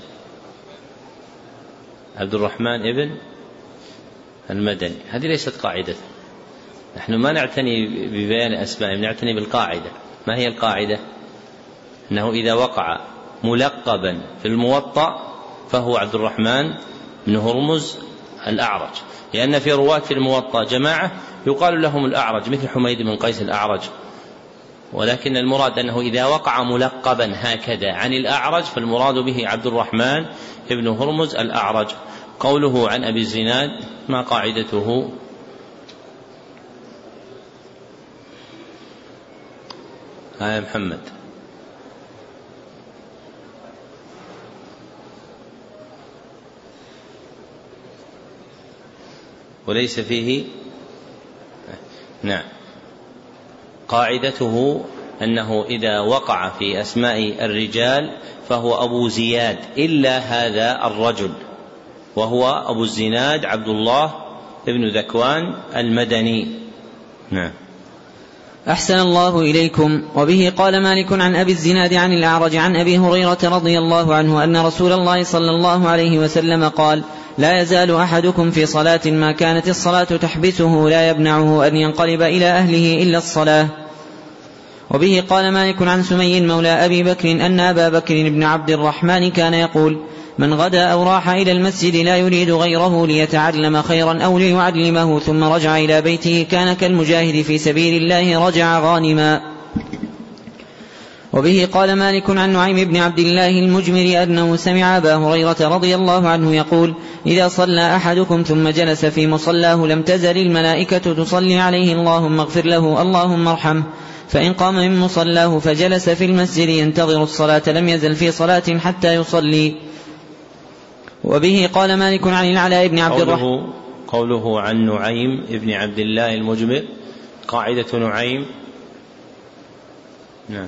عبد الرحمن ابن المدني، هذه ليست قاعدة. نحن ما نعتني ببيان أسماء، نعتني بالقاعدة. ما هي القاعدة؟ أنه إذا وقع ملقبا في الموطأ فهو عبد الرحمن بن هرمز الأعرج، لأن في رواة الموطأ جماعة يقال لهم الأعرج مثل حميد بن قيس الأعرج، ولكن المراد أنه إذا وقع ملقبا هكذا عن الأعرج فالمراد به عبد الرحمن بن هرمز الأعرج. قوله عن أبي الزناد ما قاعدته؟ ها يا محمد. وليس فيه. نعم. قاعدته أنه إذا وقع في أسماء الرجال فهو أبو زياد إلا هذا الرجل، وهو أبو الزناد عبد الله بن ذكوان المدني. نعم. أحسن الله إليكم. وبه قال مالك عن أبي الزناد عن الأعرج عن أبي هريرة رضي الله عنه أن رسول الله صلى الله عليه وسلم قال: لا يزال أحدكم في صلاة ما كانت الصلاة تحبسه لا يمنعه أن ينقلب إلى أهله إلا الصلاة. وبه قال مالك عن سمي مولى أبي بكر أن أبا بكر بن عبد الرحمن كان يقول: من غدا أو راح إلى المسجد لا يريد غيره ليتعلم خيرا أو ليعلمه ثم رجع إلى بيته كان كالمجاهد في سبيل الله رجع غانما. وبه قال مالك عن نعيم بن عبد الله المجمر أنه سمع أبا هريرة رضي الله عنه يقول: إذا صلى أحدكم ثم جلس في مصلاه لم تزل الملائكة تصلي عليه اللهم اغفر له اللهم ارحمه، فإن قام من مصلاه فجلس في المسجد ينتظر الصلاة لم يزل في صلاة حتى يصلي. وبه قال مالك عن العلاء بن عبد الرحمن قوله عن نعيم بن عبد الله المجمر، قاعدة نعيم نعم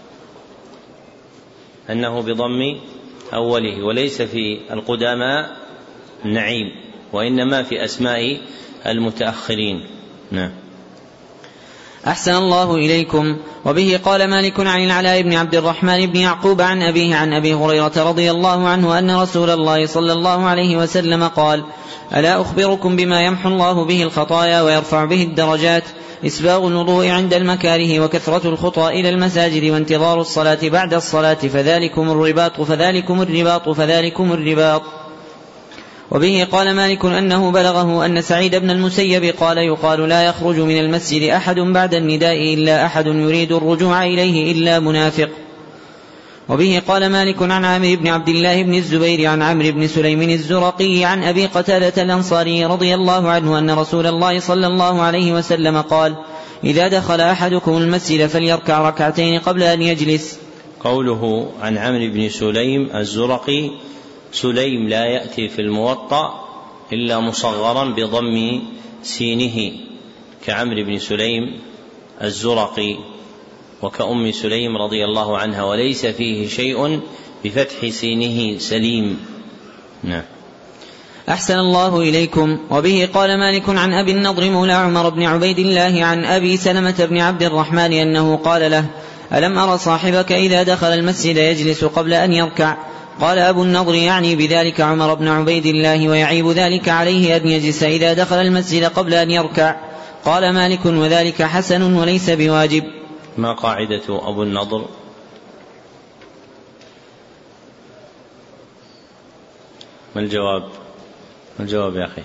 أنه بضم أوله، وليس في القدماء نعيم وإنما في أسماء المتأخرين. نعم. أحسن الله إليكم. وبه قال مالك عن العلاء بن عبد الرحمن بن يعقوب عن أبيه عن أبي هريرة رضي الله عنه أن رسول الله صلى الله عليه وسلم قال: ألا أخبركم بما يمحو الله به الخطايا ويرفع به الدرجات؟ إسباغ الوضوء عند المكاره وكثرة الخطى إلى المساجد وانتظار الصلاة بعد الصلاة فذلكم الرباط فذلكم الرباط فذلكم الرباط. وبه قال مالك أنه بلغه أن سعيد بن المسيب قال: يقال لا يخرج من المسجد أحد بعد النداء إلا أحد يريد الرجوع إليه إلا منافق. وبه قال مالك عن عامر بن عبد الله بن الزبير عن عمرو بن سليم الزرقي عن أبي قتادة الأنصاري رضي الله عنه أن رسول الله صلى الله عليه وسلم قال: إذا دخل أحدكم المسجد فليركع ركعتين قبل أن يجلس. قوله عن عمرو بن سليم الزرقي، سليم لا يأتي في الموطأ إلا مصغرا بضم سينه كعمرو بن سليم الزرقي وكأم سليم رضي الله عنها، وليس فيه شيء بفتح سينه سليم. نعم. أحسن الله إليكم. وبه قال مالك عن أبي النضر مولى عمر بن عبيد الله عن أبي سلمة بن عبد الرحمن أنه قال له: ألم أرى صاحبك إذا دخل المسجد يجلس قبل أن يركع؟ قال أبو النضر يعني بذلك عمر بن عبيد الله، ويعيب ذلك عليه أن يجلس إذا دخل المسجد قبل أن يركع. قال مالك: وذلك حسن وليس بواجب. ما قاعدة أبو النضر؟ ما الجواب؟ ما الجواب يا أخي؟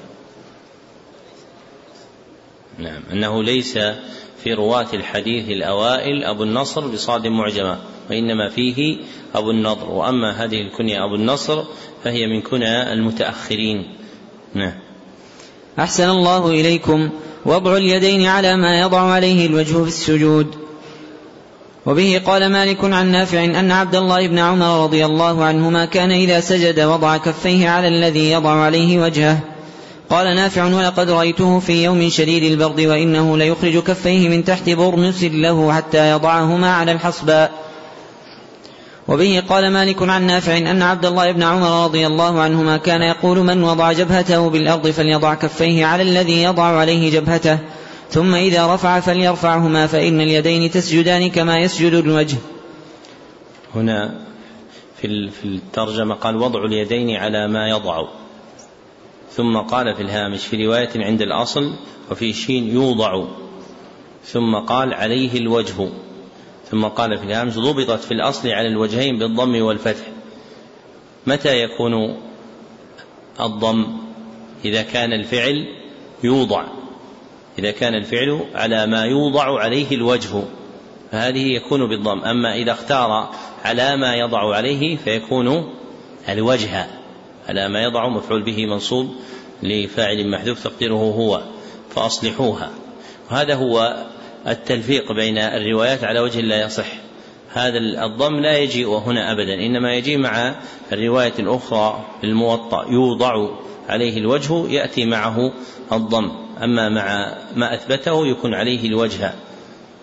نعم، أنه ليس في رواة الحديث الأوائل أبو النصر بصاد معجمة، وإنما فيه أبو النضر، وأما هذه الكنية أبو النصر فهي من كنى المتأخرين. نعم. أحسن الله إليكم. وضع اليدين على ما يضع عليه الوجه في السجود. وبه قال مالك عن نافع أن عبد الله بن عمر رضي الله عنهما كان إذا سجد وضع كفيه على الذي يضع عليه وجهه. قال نافع: ولقد رأيته في يوم شديد البرد وإنه ليخرج كفيه من تحت برنس له حتى يضعهما على الحصباء. وبه قال مالك عن نافع أن عبد الله بن عمر رضي الله عنهما كان يقول: من وضع جبهته بالأرض فليضع كفيه على الذي يضع عليه جبهته، ثم إذا رفع فليرفعهما فإن اليدين تسجدان كما يسجد الوجه. هنا في الترجمة قال: وضع اليدين على ما يضع، ثم قال في الهامش في رواية عند الأصل وفي شين يوضع، ثم قال عليه الوجه، ثم قال في الهامش ضبطت في الأصل على الوجهين بالضم والفتح. متى يكون الضم؟ إذا كان الفعل يوضع، إذا كان الفعل على ما يوضع عليه الوجه فهذه يكون بالضم. أما إذا اختار على ما يضع عليه فيكون الوجه، على ما يضع مفعول به منصوب لفاعل محذوف تقديره هو، فأصلحوها. وهذا هو التلفيق بين الروايات على وجه لا يصح. هذا الضم لا يجيء هنا أبدا، إنما يجيء مع الرواية الأخرى الموطأ يوضع عليه الوجه يأتي معه الضم، أما مع ما أثبته يكون عليه الوجه.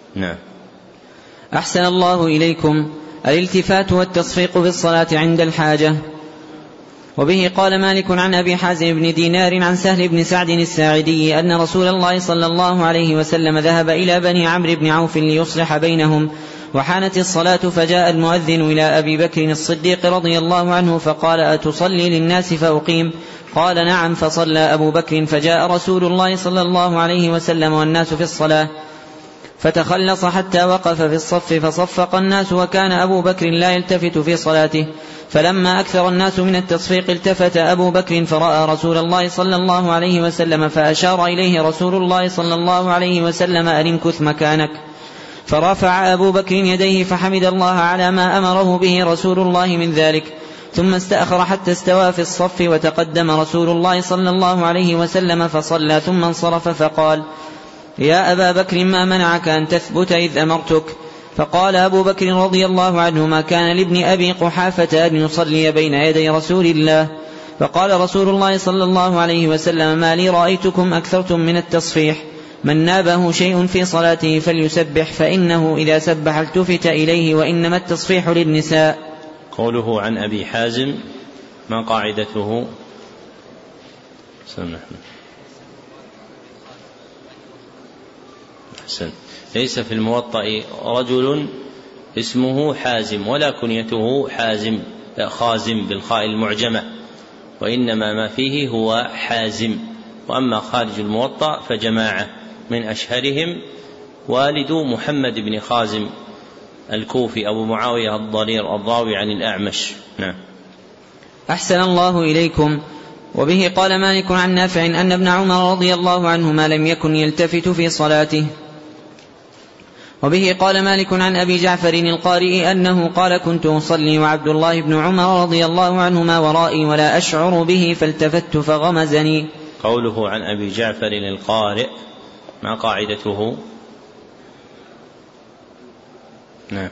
نعم. أحسن الله إليكم. الالتفات والتصفيق في الصلاة عند الحاجة. وبه قال مالك عن أبي حازم بن دينار عن سهل بن سعد الساعدي أن رسول الله صلى الله عليه وسلم ذهب إلى بني عمرو بن عوف ليصلح بينهم، وحانت الصلاة فجاء المؤذن إلى أبي بكر الصديق رضي الله عنه فقال: أتصلي للناس فأقيم؟ قال: نعم. فصلى أبو بكر، فجاء رسول الله صلى الله عليه وسلم والناس في الصلاة فتخلص حتى وقف في الصف فصفق الناس، وكان أبو بكر لا يلتفت في صلاته، فلما أكثر الناس من التصفيق التفت أبو بكر فرأى رسول الله صلى الله عليه وسلم فأشار إليه رسول الله صلى الله عليه وسلم: أن امكث مكانك. فرفع أبو بكر يديه فحمد الله على ما أمره به رسول الله من ذلك، ثم استأخر حتى استوى في الصف، وتقدم رسول الله صلى الله عليه وسلم فصلى ثم انصرف فقال: يا أبا بكر ما منعك أن تثبت إذ أمرتك؟ فقال أبو بكر رضي الله عنه: ما كان لابن أبي قحافة أن يصلي بين يدي رسول الله. فقال رسول الله صلى الله عليه وسلم: ما لي رأيتكم أكثرتم من التصفيح، من نابه شيء في صلاته فليسبح، فإنه إذا سبح التفت إليه، وإنما التصفيح للنساء. قوله عن أبي حازم ما قاعدته؟ أحسن. ليس في الموطأ رجل اسمه حازم ولا كنيته حازم خازم بالخاء المعجمة، وإنما ما فيه هو حازم. وأما خارج الموطأ فجماعة، من أشهرهم والد محمد بن خازم الكوفي أبو معاوية الضرير الراوي عن الأعمش. نعم. أحسن الله إليكم. وبه قال مالك عن نافع أن ابن عمر رضي الله عنهما لم يكن يلتفت في صلاته. وبه قال مالك عن أبي جعفر القارئ أنه قال: كنت أصلي وعبد الله بن عمر رضي الله عنهما ورائي ولا أشعر به فالتفت فغمزني. قوله عن أبي جعفر القارئ ما قاعدته؟ نعم.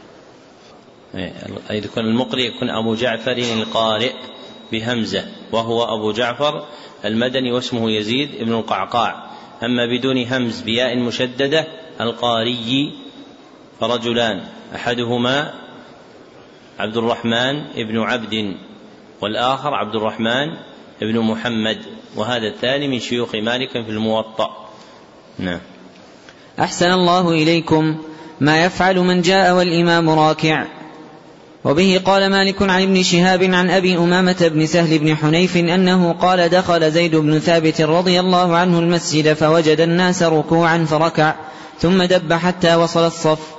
إذا كان المقرئ يكون أبو جعفر القارئ بهمزة، وهو أبو جعفر المدني واسمه يزيد ابن القعقاع. أما بدون همز بياء مشددة القاري فرجلان، أحدهما عبد الرحمن ابن عبد، والآخر عبد الرحمن ابن محمد، وهذا الثاني من شيوخ مالك في الموطأ. نعم. أحسن الله إليكم. ما يفعل من جاء والإمام راكع. وبه قال مالك عن ابن شهاب عن أبي أمامة بن سهل بن حنيف أنه قال: دخل زيد بن ثابت رضي الله عنه المسجد فوجد الناس ركوعا فركع ثم دب حتى وصل الصف.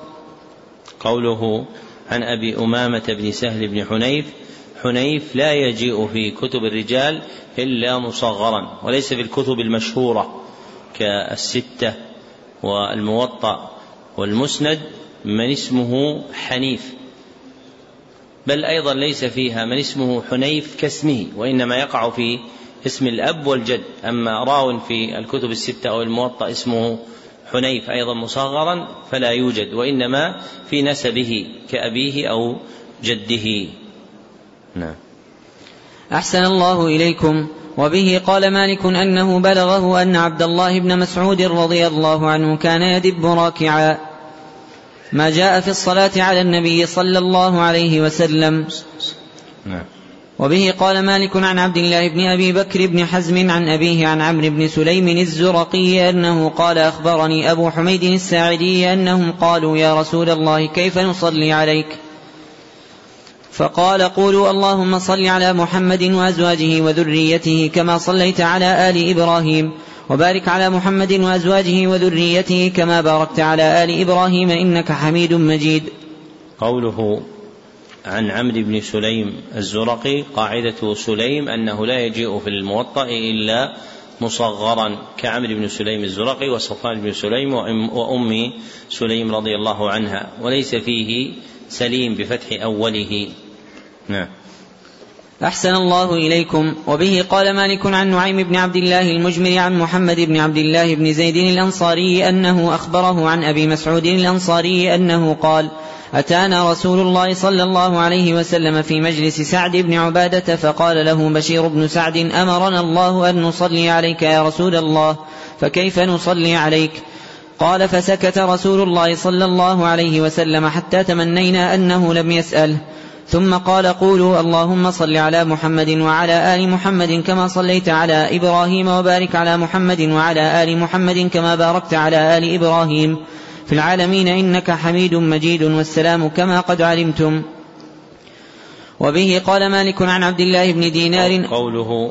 قوله عن أبي أمامة بن سهل بن حنيف، حنيف لا يجيء في كتب الرجال إلا مصغرا، وليس في الكتب المشهورة كالستة والموطأ والمسند من اسمه حنيف، بل أيضا ليس فيها من اسمه حنيف كاسمه، وإنما يقع في اسم الأب والجد. أما راو في الكتب الستة أو الموطأ اسمه حنيف أيضا مصغرا فلا يوجد، وإنما في نسبه كأبيه أو جده. نعم. أحسن الله إليكم. وبه قال مالك أنه بلغه أن عبد الله بن مسعود رضي الله عنه كان يدب راكعا. ما جاء في الصلاة على النبي صلى الله عليه وسلم. نعم. وبه قال مالك عن عبد الله بن أبي بكر بن حزم عن أبيه عن عمرو بن سليم الزرقي أنه قال: أخبرني أبو حميد الساعدي أنهم قالوا: يا رسول الله كيف نصلي عليك؟ فقال: قولوا اللهم صل على محمد وأزواجه وذريته كما صليت على آل إبراهيم، وبارك على محمد وأزواجه وذريته كما باركت على آل إبراهيم إنك حميد مجيد. قوله عن عمرو بن سليم الزرقي، قاعدة سليم أنه لا يجيء في الموطأ إلا مصغرا كعمرو بن سليم الزرقي وصفوان بن سليم وأم سليم رضي الله عنها، وليس فيه سليم بفتح أوله. نعم. أحسن الله إليكم. وبه قال مالك عن نعيم بن عبد الله المجمر عن محمد بن عبد الله بن زيد الأنصاري أنه أخبره عن أبي مسعود الأنصاري أنه قال: أتانا رسول الله صلى الله عليه وسلم في مجلس سعد بن عبادة فقال له بشير بن سعد: أمرنا الله أن نصلي عليك يا رسول الله، فكيف نصلي عليك؟ قال فسكت رسول الله صلى الله عليه وسلم حتى تمنينا أنه لم يسأل، ثم قال قولوا اللهم صل على محمد وعلى آل محمد كما صليت على إبراهيم وبارك على محمد وعلى آل محمد كما باركت على آل إبراهيم في العالمين إنك حميد مجيد، والسلام كما قد علمتم. وبه قال مالك عن عبد الله بن دينار. قوله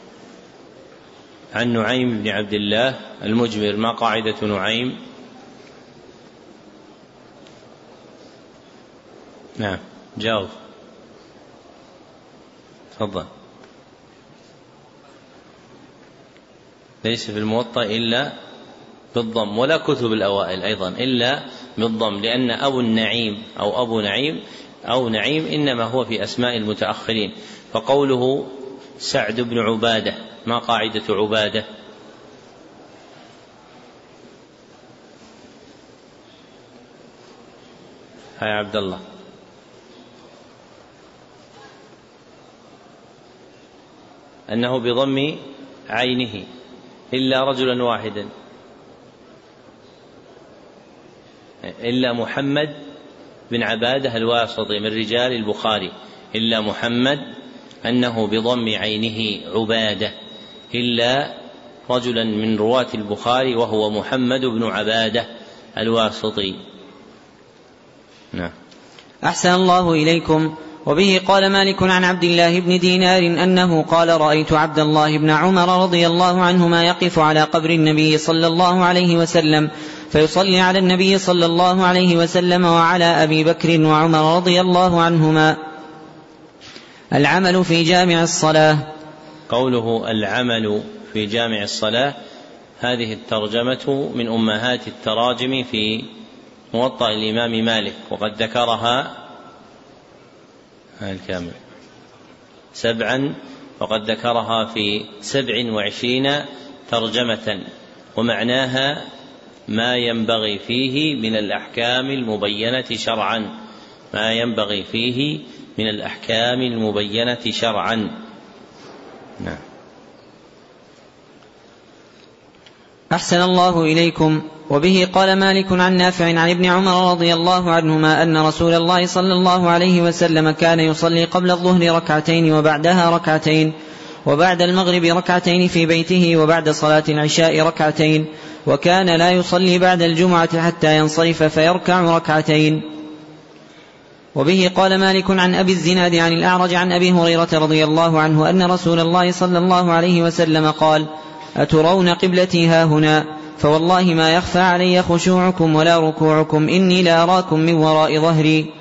عن نعيم بن عبد الله المجمر، ما قاعدة نعيم؟ نعم جاوب تفضل. ليس في الموطأ إلا بالضم، ولا كتب الأوائل أيضا إلا بالضم، لأن أبو النعيم أو أبو نعيم أو نعيم إنما هو في أسماء المتأخرين. فقوله سعد بن عبادة، ما قاعدة عبادة؟ هاي عبد الله. أنه بضم عينه إلا رجلا واحدا، إلا محمد بن عبادة الواسطي من رجال البخاري، إلا محمد أنه بضم عينه عبادة، إلا رجلا من رواة البخاري وهو محمد بن عبادة الواسطي. نعم. أحسن الله إليكم. وبه قال مالك عن عبد الله بن دينار أنه قال رأيت عبد الله بن عمر رضي الله عنهما يقف على قبر النبي صلى الله عليه وسلم فيصلي على النبي صلى الله عليه وسلم وعلى أبي بكر وعمر رضي الله عنهما. العمل في جامع الصلاة. قوله العمل في جامع الصلاة، هذه الترجمة من أمهات التراجم في موطأ الإمام مالك، وقد ذكرها الكامل سبعا، وقد ذكرها في سبع وعشرين ترجمة، ومعناها ما ينبغي فيه من الأحكام المبينة شرعا، ما ينبغي فيه من الأحكام المبينة شرعا. نعم. أحسن الله إليكم. وبه قال مالك عن نافع عن ابن عمر رضي الله عنهما أن رسول الله صلى الله عليه وسلم كان يصلي قبل الظهر ركعتين وبعدها ركعتين، وبعد المغرب ركعتين في بيته، وبعد صلاة العشاء ركعتين، وكان لا يصلي بعد الجمعة حتى ينصرف فيركع ركعتين. وبه قال مالك عن أبي الزناد عن الأعرج عن أبي هريرة رضي الله عنه أن رسول الله صلى الله عليه وسلم قال أترون قبلتي هاهنا؟ فوالله ما يخفى علي خشوعكم ولا ركوعكم، إني لا أراكم من وراء ظهري.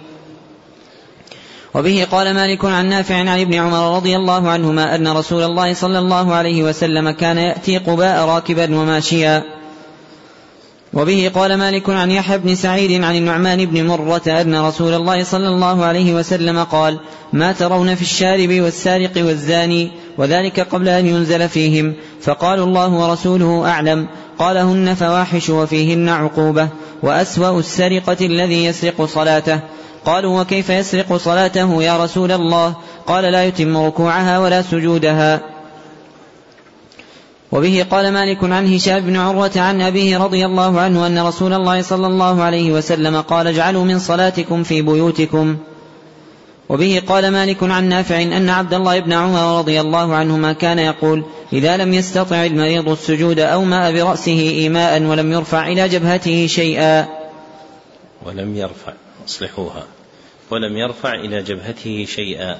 وبه قال مالك عن نافع عن ابن عمر رضي الله عنهما أن رسول الله صلى الله عليه وسلم كان يأتي قباء راكبا وماشيا. وبه قال مالك عن يحيى بن سعيد عن النعمان بن مرة أن رسول الله صلى الله عليه وسلم قال ما ترون في الشارب والسارق والزاني؟ وذلك قبل أن ينزل فيهم، فقالوا الله ورسوله أعلم. قال هن فواحش وفيهن عقوبة، وأسوأ السرقة الذي يسرق صلاته. قالوا وكيف يسرق صلاته يا رسول الله؟ قال لا يتم ركوعها ولا سجودها. وبه قال مالك عن هشام بن عروة عن أبيه رضي الله عنه أن رسول الله صلى الله عليه وسلم قال اجعلوا من صلاتكم في بيوتكم. وبه قال مالك عن نافع أن عبد الله بن عمر رضي الله عنهما كان يقول إذا لم يستطع المريض السجود أومأ برأسه إيماء ولم يرفع إلى جبهته شيئا. ولم يرفع اصلحوها ولم يرفع إلى جبهته شيئا.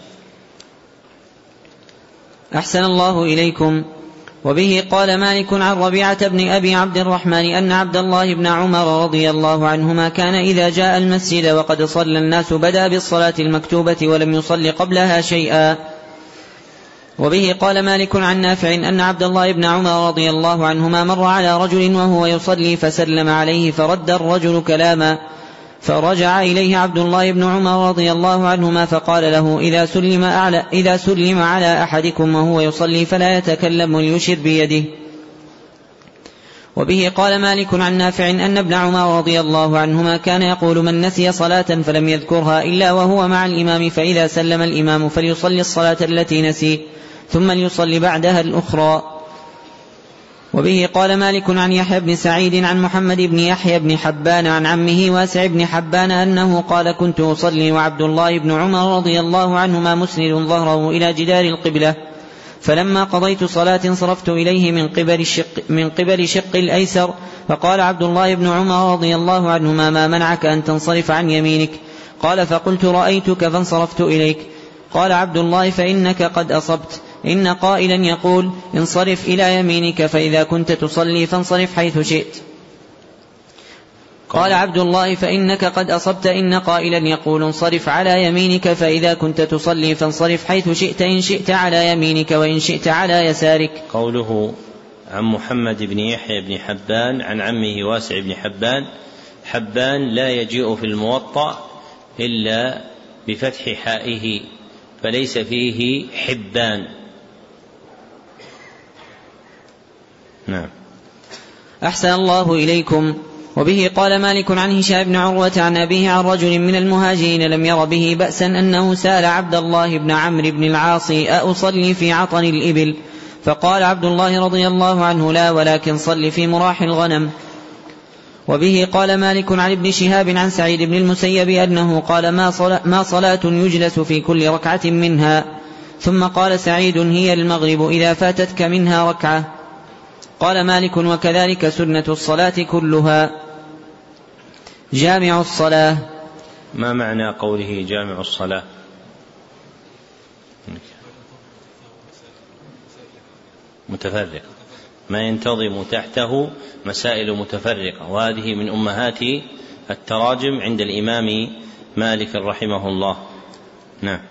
أحسن الله إليكم. وبه قال مالك عن ربيعة بن أبي عبد الرحمن أن عبد الله بن عمر رضي الله عنهما كان إذا جاء المسجد وقد صلى الناس بدأ بالصلاة المكتوبة ولم يصل قبلها شيئا. وبه قال مالك عن نافع أن عبد الله بن عمر رضي الله عنهما مر على رجل وهو يصلي فسلم عليه فرد الرجل كلاما، فرجع إليه عبد الله بن عمر رضي الله عنهما فقال له إذا سلم, أعلى إذا سلم على أحدكم وهو يصلي فلا يتكلم وليشر بيده. وبه قال مالك عن نافع أن ابن عمر رضي الله عنهما كان يقول من نسي صلاة فلم يذكرها إلا وهو مع الإمام فإذا سلم الإمام فليصلي الصلاة التي نسي ثم ليصلي بعدها الأخرى. وبه قال مالك عن يحيى بن سعيد عن محمد بن يحيى بن حبان عن عمه واسع بن حبان أنه قال كنت أصلي وعبد الله بن عمر رضي الله عنهما مسند ظهره إلى جدار القبلة، فلما قضيت صلاة انصرفت إليه من قبل الشق, من قبل شق الأيسر، فقال عبد الله بن عمر رضي الله عنهما ما منعك أن تنصرف عن يمينك؟ قال فقلت رأيتك فانصرفت إليك. قال عبد الله فإنك قد أصبت، إن قائلا يقول انصرف إلى يمينك فإذا كنت تصلي فانصرف حيث شئت. قال عبد الله فإنك قد أصبت، إن قائلا يقول انصرف على يمينك فإذا كنت تصلي فانصرف حيث شئت، إن شئت على يمينك وإن شئت على يسارك. قوله عن محمد بن يحيى بن حبان عن عمه واسع بن حبان، حبان لا يجيء في الموطأ إلا بفتح حائه فليس فيه حبان. نعم. أحسن الله إليكم. وبه قال مالك عن هشام بن عروة عن أبيه عن رجل من المهاجرين لم ير به بأسا أنه سأل عبد الله بن عمرو بن العاص أأصلي في عطن الإبل؟ فقال عبد الله رضي الله عنه لا، ولكن صل في مراح الغنم. وبه قال مالك عن ابن شهاب عن سعيد بن المسيب أنه قال ما صلاة, ما صلاة يجلس في كل ركعة منها؟ ثم قال سعيد هي المغرب إذا فاتتك منها ركعة. قال مالك وكذلك سنة الصلاة كلها. جامع الصلاة. ما معنى قوله جامع الصلاة؟ متفرق، ما ينتظم تحته مسائل متفرقة، وهذه من أمهات التراجم عند الإمام مالك رحمه الله. نعم.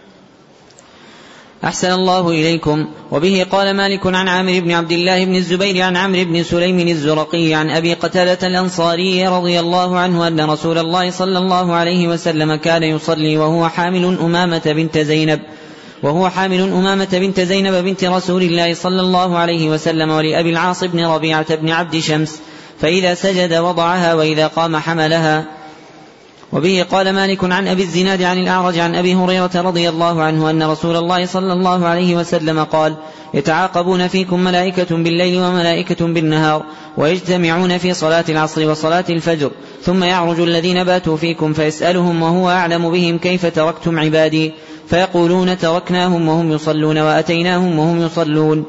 أحسن الله إليكم. وبه قال مالك عن عامر بن عبد الله بن الزبير عن عمرو بن سليم الزرقي عن أبي قتادة الأنصاري رضي الله عنه أن رسول الله صلى الله عليه وسلم كان يصلي وهو حامل أمامة بنت زينب وهو حامل أمامة بنت زينب بنت رسول الله صلى الله عليه وسلم ولأبي العاص بن ربيعة بن عبد شمس، فإذا سجد وضعها وإذا قام حملها. وبه قال مالك عن أبي الزناد عن الأعرج عن أبي هريرة رضي الله عنه أن رسول الله صلى الله عليه وسلم قال يتعاقبون فيكم ملائكة بالليل وملائكة بالنهار، ويجتمعون في صلاة العصر وصلاة الفجر، ثم يعرج الذين باتوا فيكم فيسألهم وهو أعلم بهم كيف تركتم عبادي، فيقولون تركناهم وهم يصلون وأتيناهم وهم يصلون.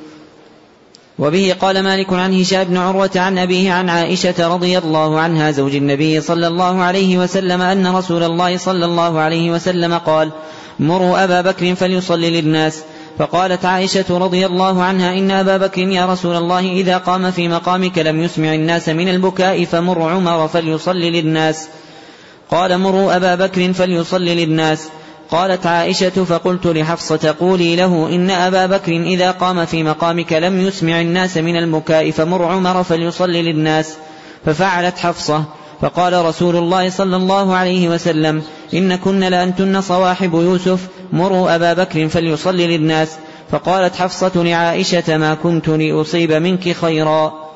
وبه قال مالك عن هشام بن عروة عن أبيه عن عائشة رضي الله عنها زوج النبي صلى الله عليه وسلم أن رسول الله صلى الله عليه وسلم قال مروا أبا بكر فليصلي للناس. فقالت عائشة رضي الله عنها إن أبا بكر يا رسول الله إذا قام في مقامك لم يسمع الناس من البكاء فمر عمر فليصلي للناس. قال مروا أبا بكر فليصلي للناس. قالت عائشة فقلت لحفصة قولي له إن أبا بكر إذا قام في مقامك لم يسمع الناس من البكاء فمر عمر فليصلي للناس. ففعلت حفصة. فقال رسول الله صلى الله عليه وسلم إن كن لأنتن صواحب يوسف مروا أبا بكر فليصلي للناس. فقالت حفصة لعائشة ما كنت لأصيب منك خيرا.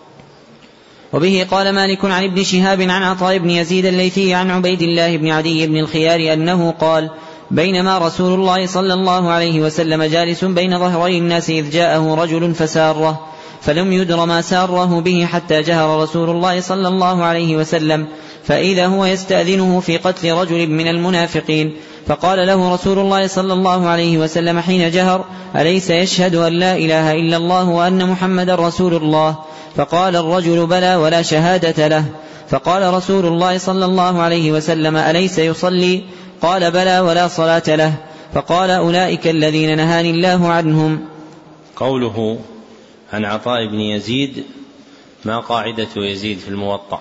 وبه قال مالك عن ابن شهاب عن عطاء بن يزيد الليثي عن عبيد الله بن عدي بن الخيار أنه قال بينما رسول الله صلى الله عليه وسلم جالس بين ظهري الناس إذ جاءه رجل فساره، فلم يدر ما ساره به حتى جهر رسول الله صلى الله عليه وسلم، فإذا هو يستأذنه في قتل رجل من المنافقين. فقال له رسول الله صلى الله عليه وسلم حين جهر أليس يشهد أن لا إله إلا الله وأن محمد رسول الله؟ فقال الرجل بلى ولا شهادة له. فقال رسول الله صلى الله عليه وسلم أليس يصلي؟ قال بلى ولا صلاة له. فقال أولئك الذين نهاني الله عنهم. قوله عن عطاء بن يزيد ما قاعدة يزيد في الموطأ؟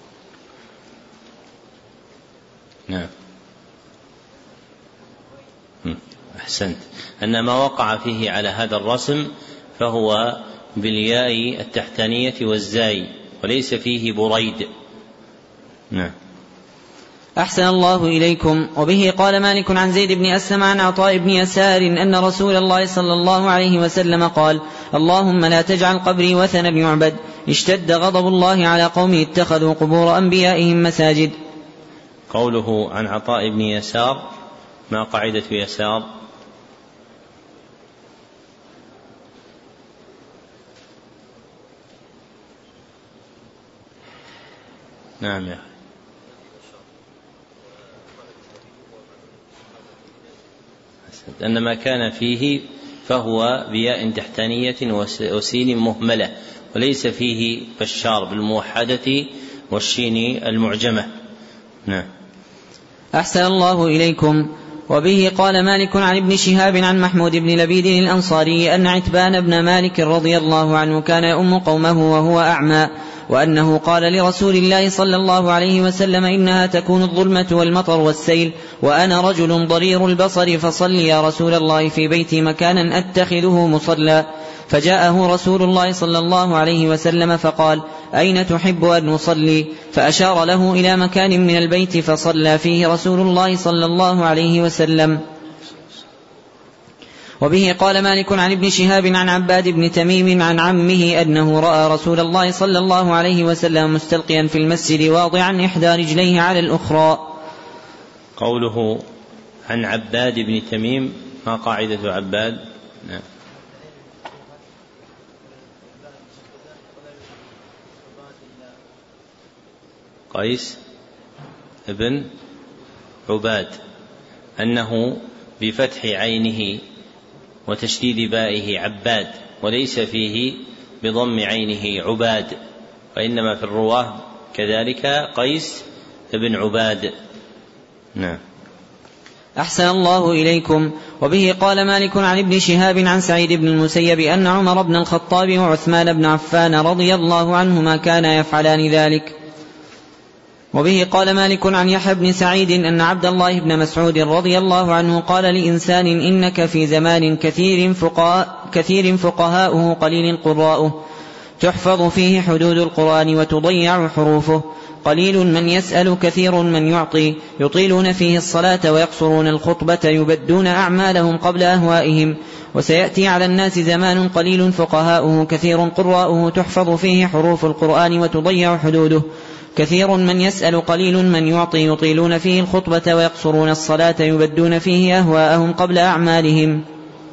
نعم أحسنت، أن ما وقع فيه على هذا الرسم فهو بالياء التحتانية والزاي وليس فيه بريد. نعم. أحسن الله إليكم. وبه قال مالك عن زيد بن أسلم عن عطاء بن يسار أن رسول الله صلى الله عليه وسلم قال اللهم لا تجعل قبري وثنا يعبد، اشتد غضب الله على قوم اتخذوا قبور أنبيائهم مساجد. قوله عن عطاء بن يسار ما قاعدة يسار؟ نعم يا أخي. أن ما كان فيه فهو بياء تحتانية وسين مهملة، وليس فيه بشار بالموحدة والشين المعجمة. نعم. أحسن الله إليكم. وبه قال مالك عن ابن شهاب عن محمود بن لبيد الأنصاري أن عتبان بن مالك رضي الله عنه كان يؤم قومه وهو أعمى، وأنه قال لرسول الله صلى الله عليه وسلم إنها تكون الظلمة والمطر والسيل وأنا رجل ضرير البصر، فصل يا رسول الله في بيتي مكانا أتخذه مصلى. فجاءه رسول الله صلى الله عليه وسلم فقال أين تحب أن نصلي؟ فأشار له إلى مكان من البيت فصلى فيه رسول الله صلى الله عليه وسلم. وبه قال مالك عن ابن شهاب عن عباد بن تميم عن عمه أنه رأى رسول الله صلى الله عليه وسلم مستلقيا في المسجد واضعا إحدى رجليه على الأخرى. قوله عن عباد بن تميم، ما قاعدة عباد؟ نعم. قيس ابن عباد، أنه بفتح عينه وتشديد بائه عباد، وليس فيه بضم عينه عباد، وإنما في الرواه كذلك قيس ابن عباد. نعم. أحسن الله إليكم. وبه قال مالك عن ابن شهاب عن سعيد بن المسيب أن عمر بن الخطاب وعثمان بن عفان رضي الله عنهما كانا يفعلان ذلك. وبه قال مالك عن يحيى بن سعيد أن عبد الله بن مسعود رضي الله عنه قال لإنسان إنك في زمان كثير فقهاء كثير فقهاؤه قليل قراؤه، تحفظ فيه حدود القرآن وتضيع حروفه، قليل من يسأل كثير من يعطي، يطيلون فيه الصلاة ويقصرون الخطبة، يبدون أعمالهم قبل أهوائهم. وسيأتي على الناس زمان قليل فقهاؤه كثير قراؤه، تحفظ فيه حروف القرآن وتضيع حدوده، كثير من يسأل قليل من يعطي، يطيلون فيه الخطبة ويقصرون الصلاة، يبدون فيه أهواءهم قبل أعمالهم.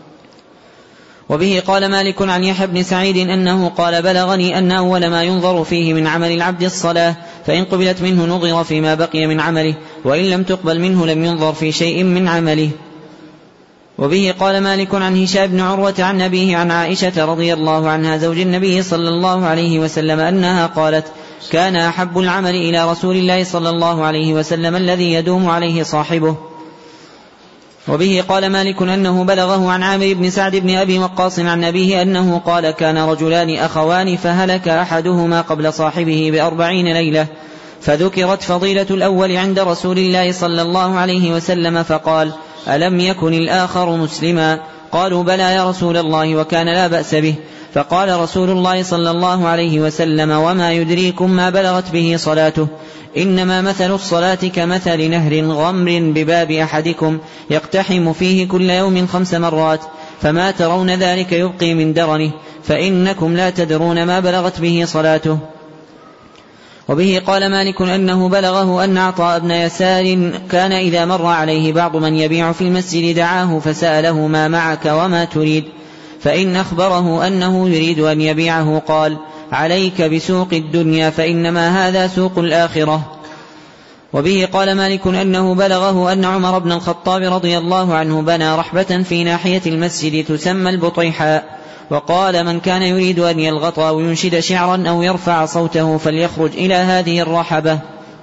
وبه قال مالك عن يحيى بن سعيد أنه قال بلغني أن أول ما ينظر فيه من عمل العبد الصلاة، فإن قبلت منه نظر فيما بقي من عمله، وإن لم تقبل منه لم ينظر في شيء من عمله. وبه قال مالك عن هشام بن عروة عن أبيه عن عائشة رضي الله عنها زوج النبي صلى الله عليه وسلم أنها قالت كان أحب العمل إلى رسول الله صلى الله عليه وسلم الذي يدوم عليه صاحبه. وبه قال مالك أنه بلغه عن عامر بن سعد بن أبي وقاص عن أبيه أنه قال كان رجلان أخوان فهلك أحدهما قبل صاحبه بأربعين ليلة، فذكرت فضيلة الأول عند رسول الله صلى الله عليه وسلم فقال ألم يكن الآخر مسلما؟ قالوا بلى يا رسول الله وكان لا بأس به. فقال رسول الله صلى الله عليه وسلم وما يدريكم ما بلغت به صلاته؟ إنما مثل الصلاة كمثل نهر غمر بباب أحدكم يقتحم فيه كل يوم خمس مرات، فما ترون ذلك يبقي من درنه، فإنكم لا تدرون ما بلغت به صلاته. وبه قال مالك أنه بلغه أن عطاء بن يسار كان إذا مر عليه بعض من يبيع في المسجد دعاه فسأله ما معك وما تريد، فإن أخبره أنه يريد أن يبيعه قال عليك بسوق الدنيا فإنما هذا سوق الآخرة. وبه قال مالك أنه بلغه أن عمر بن الخطاب رضي الله عنه بنى رحبة في ناحية المسجد تسمى البطيحاء، وقال من كان يريد أن يلغط أو ينشد شعرا أو يرفع صوته فليخرج إلى هذه الرحبة.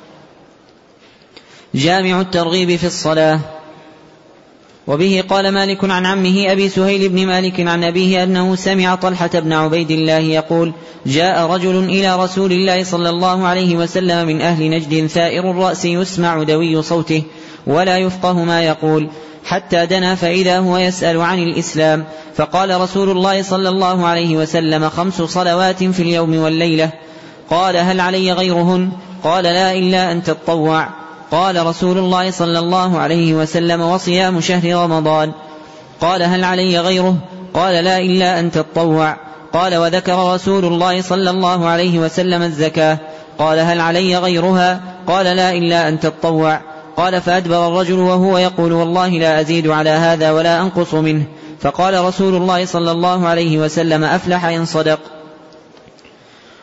جامع الترغيب في الصلاة. وبه قال مالك عن عمه أبي سهيل بن مالك عن أبيه أنه سمع طلحة بن عبيد الله يقول جاء رجل إلى رسول الله صلى الله عليه وسلم من أهل نجد ثائر الرأس يسمع دوي صوته ولا يفقه ما يقول، حتى دنا فإذا هو يسأل عن الإسلام، فقال رسول الله صلى الله عليه وسلم خمس صلوات في اليوم والليلة. قال هل علي غيرهن؟ قال لا إلا أن تطوع. قال رسول الله صلى الله عليه وسلم وصيام شهر رمضان. قال هل علي غيره؟ قال لا إلا أن تطوع. قال وذكر رسول الله صلى الله عليه وسلم الزكاة. قال هل علي غيرها؟ قال لا إلا أن تطوع. قال فأدبر الرجل وهو يقول والله لا أزيد على هذا ولا أنقص منه، فقال رسول الله صلى الله عليه وسلم أفلح إن صدق. وبه قال مالك أنه بلغه أن عبد الله بن عمر رضي الله عنهما كان يؤم قومه وهو أعمى، وأنه قال بلغني أن أول ما ينظر فيه من عمل العبد الصلاة، فإن قبلت منه نظر في ما بقي من عمله، وإن لم تقبل منه لم ينظر في شيء من عمله.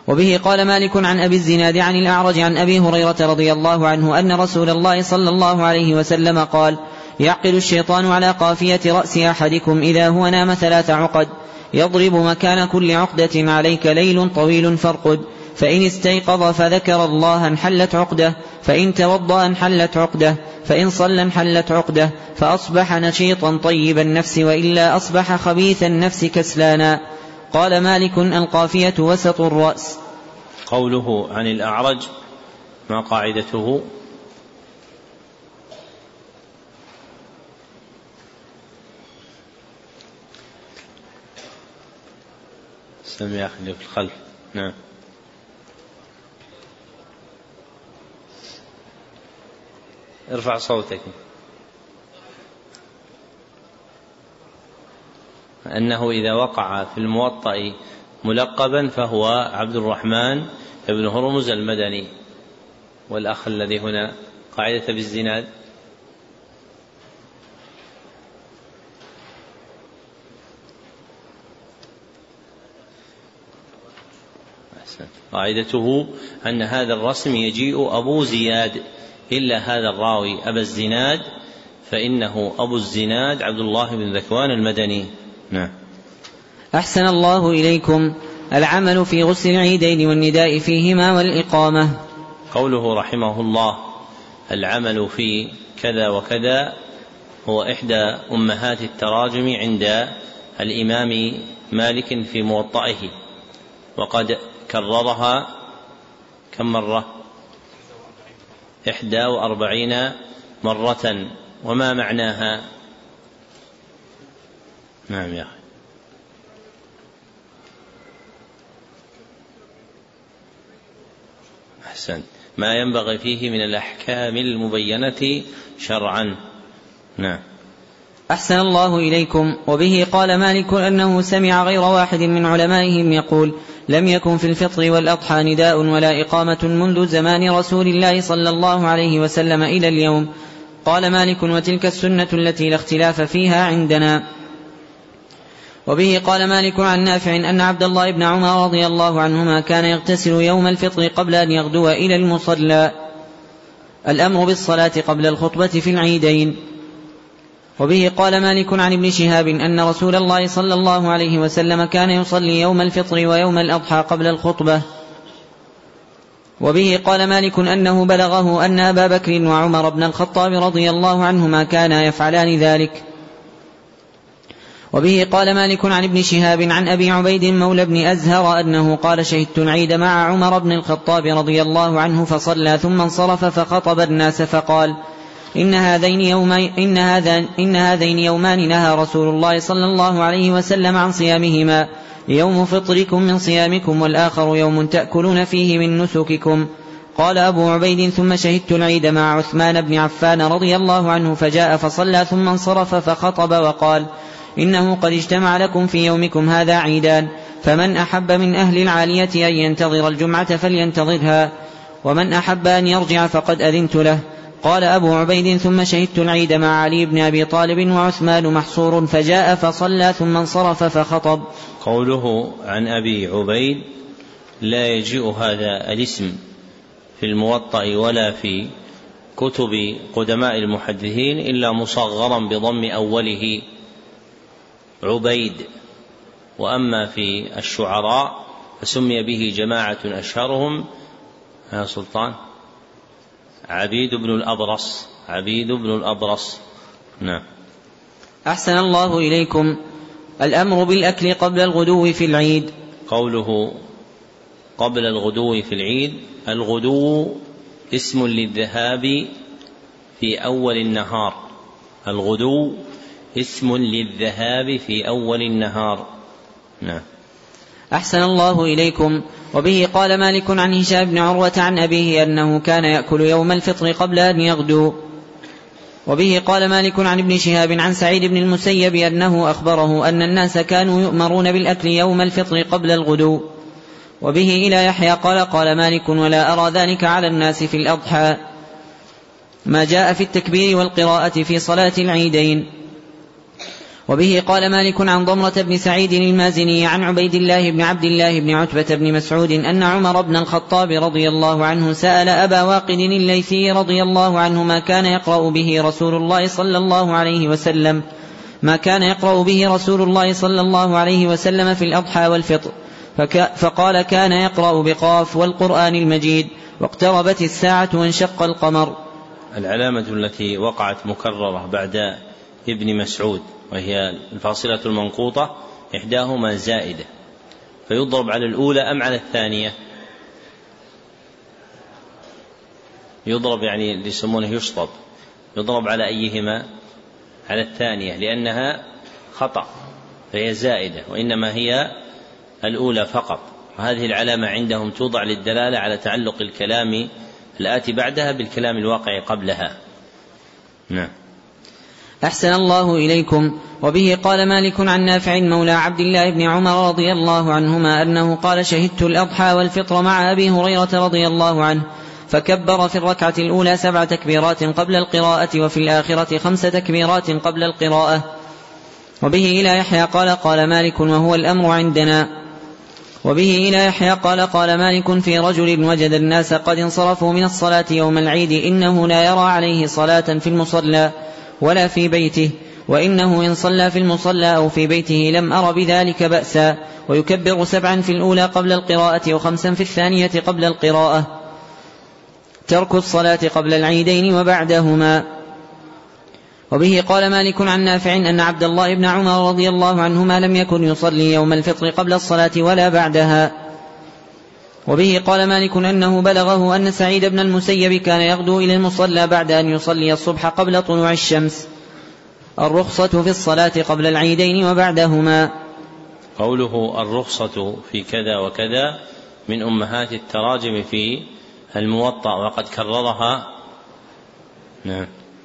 وبه قال مالك عن أبي الزناد عن الأعرج عن أبي هريرة رضي الله عنه أن رسول الله صلى الله عليه وسلم قال: يعقد الشيطان على قافية رأس أحدكم إذا هو نام ثلاث عقد، يضرب مكان كل عقدة عليك ليل طويل فارقد، فإن استيقظ فذكر الله انحلت عقده، فإن توضأ انحلت عقده، فإن صلى انحلت عقده، فأصبح نشيطا طيب النفس، وإلا أصبح خبيث النفس كسلانا. قال مالك: القافية وسط الرأس. قوله عن الأعرج ما قاعدته؟ سمع يا أخي في الخلف. نعم. ارفع صوتك. أنه إذا وقع في الموطأ ملقبا فهو عبد الرحمن بن هرمز المدني. والأخ الذي هنا قاعدة بالزناد؟ قاعدته أن هذا الرسم يجيء أبو زياد، إلا هذا الراوي أبا الزناد فإنه أبو الزناد عبد الله بن ذكوان المدني. نعم. أحسن الله إليكم. العمل في غسل العيدين والنداء فيهما والإقامة. قوله رحمه الله العمل في كذا وكذا هو إحدى أمهات التراجم عند الإمام مالك في موطئه، وقد كررها كم مرة؟ إحدى وأربعين مرة. وما معناها؟ نعم يا أخي. أحسن. ما ينبغي فيه من الأحكام المبينة شرعا. نعم. أحسن الله إليكم. وبه قال مالك أنه سمع غير واحد من علمائهم يقول: لم يكن في الفطر والأضحى نداء ولا إقامة منذ زمان رسول الله صلى الله عليه وسلم إلى اليوم. قال مالك: وتلك السنة التي لا اختلاف فيها عندنا. وبه قال مالك عن نافع أن عبد الله بن عمر رضي الله عنهما كان يغتسل يوم الفطر قبل أن يغدو إلى المصلى. الأمر بالصلاة قبل الخطبة في العيدين. وبه قال مالك عن ابن شهاب أن رسول الله صلى الله عليه وسلم كان يصلي يوم الفطر ويوم الأضحى قبل الخطبة. وبه قال مالك أنه بلغه أن أبا بكر وعمر بن الخطاب رضي الله عنهما كانا يفعلان ذلك. وبه قال مالك عن ابن شهاب عن أبي عبيد مولى بن أزهر أنه قال: شهدت العيد مع عمر بن الخطاب رضي الله عنه فصلى ثم انصرف فخطب الناس فقال: إن هذين يومين, إن هذا إن هذين يومان نهى رسول الله صلى الله عليه وسلم عن صيامهما، يوم فطركم من صيامكم، والآخر يوم تأكلون فيه من نسككم. قال أبو عبيد: ثم شهدت العيد مع عثمان بن عفان رضي الله عنه فجاء فصلى ثم انصرف فخطب وقال: إنه قد اجتمع لكم في يومكم هذا عيدان، فمن أحب من أهل العالية أن ينتظر الجمعة فلينتظرها، ومن أحب أن يرجع فقد أذنت له. قال أبو عبيد: ثم شهدت العيد مع علي بن أبي طالب وعثمان محصور فجاء فصلى ثم انصرف فخطب. قوله عن أبي عبيد لا يجيء هذا الاسم في الموطأ ولا في كتب قدماء المحدثين إلا مصغرا بضم أوله عبيد، وأما في الشعراء فسمي به جماعة أشهرهم يا سلطان عبيد بن الأبرص عبيد بن الأبرص. نعم. أحسن الله إليكم. الأمر بالأكل قبل الغدو في العيد. قوله قبل الغدو في العيد، الغدو اسم للذهاب في أول النهار. الغدو اسم للذهاب في أول النهار. نعم. أحسن الله إليكم. وبه قال مالك عن هشام بن عروة عن أبيه أنه كان يأكل يوم الفطر قبل أن يغدو. وبه قال مالك عن ابن شهاب عن سعيد بن المسيب أنه أخبره أن الناس كانوا يؤمرون بالأكل يوم الفطر قبل الغدو. وبه إلى يحيى قال قال مالك: ولا أرى ذلك على الناس في الأضحى، ما جاء في التكبير والقراءة في صلاة العيدين. وبه قال مالك عن ضمرة بن سعيد المازني عن عبيد الله بن عبد الله بن عتبة بن مسعود أن عمر بن الخطاب رضي الله عنه سأل أبا واقد الليثي رضي الله عنه ما كان يقرأ به رسول الله صلى الله عليه وسلم ما كان يقرأ به رسول الله صلى الله عليه وسلم في الأضحى والفطر، فقال كان يقرأ بقاف والقرآن المجيد واقتربت الساعة وانشق القمر. العلامة التي وقعت مكررة بعد ابن مسعود وهي الفاصلة المنقوطة إحداهما زائدة، فيضرب على الأولى أم على الثانية؟ يضرب يعني اللي يسمونه يشطب، يضرب على أيهما؟ على الثانية لأنها خطأ فهي زائدة، وإنما هي الأولى فقط. وهذه العلامة عندهم توضع للدلالة على تعلق الكلام الآتي بعدها بالكلام الواقع قبلها. نعم. أحسن الله إليكم. وبه قال مالك عن نافع مولى عبد الله بن عمر رضي الله عنهما أنه قال شهدت الأضحى والفطر مع أبي هريرة رضي الله عنه فكبر في الركعة الأولى سبع تكبيرات قبل القراءة وفي الآخرة خمس تكبيرات قبل القراءة. وبه إلى يحيى قال قال مالك وهو الأمر عندنا. وبه إلى يحيى قال قال مالك في رجل وجد الناس قد انصرفوا من الصلاة يوم العيد إنه لا يرى عليه صلاة في المصلى ولا في بيته، وإنه إن صلى في المصلى أو في بيته لم أر بذلك بأسا، ويكبر سبعا في الأولى قبل القراءة وخمسا في الثانية قبل القراءة. ترك الصلاة قبل العيدين وبعدهما. وبه قال مالك عن نافع أن عبد الله بن عمر رضي الله عنهما لم يكن يصلي يوم الفطر قبل الصلاة ولا بعدها. وبه قال مالك أنه بلغه أن سعيد بن المسيب كان يغدو إلى المصلى بعد أن يصلي الصبح قبل طلوع الشمس. الرخصة في الصلاة قبل العيدين وبعدهما. قوله الرخصة في كذا وكذا من أمهات التراجم في الموطأ، وقد كررها نعم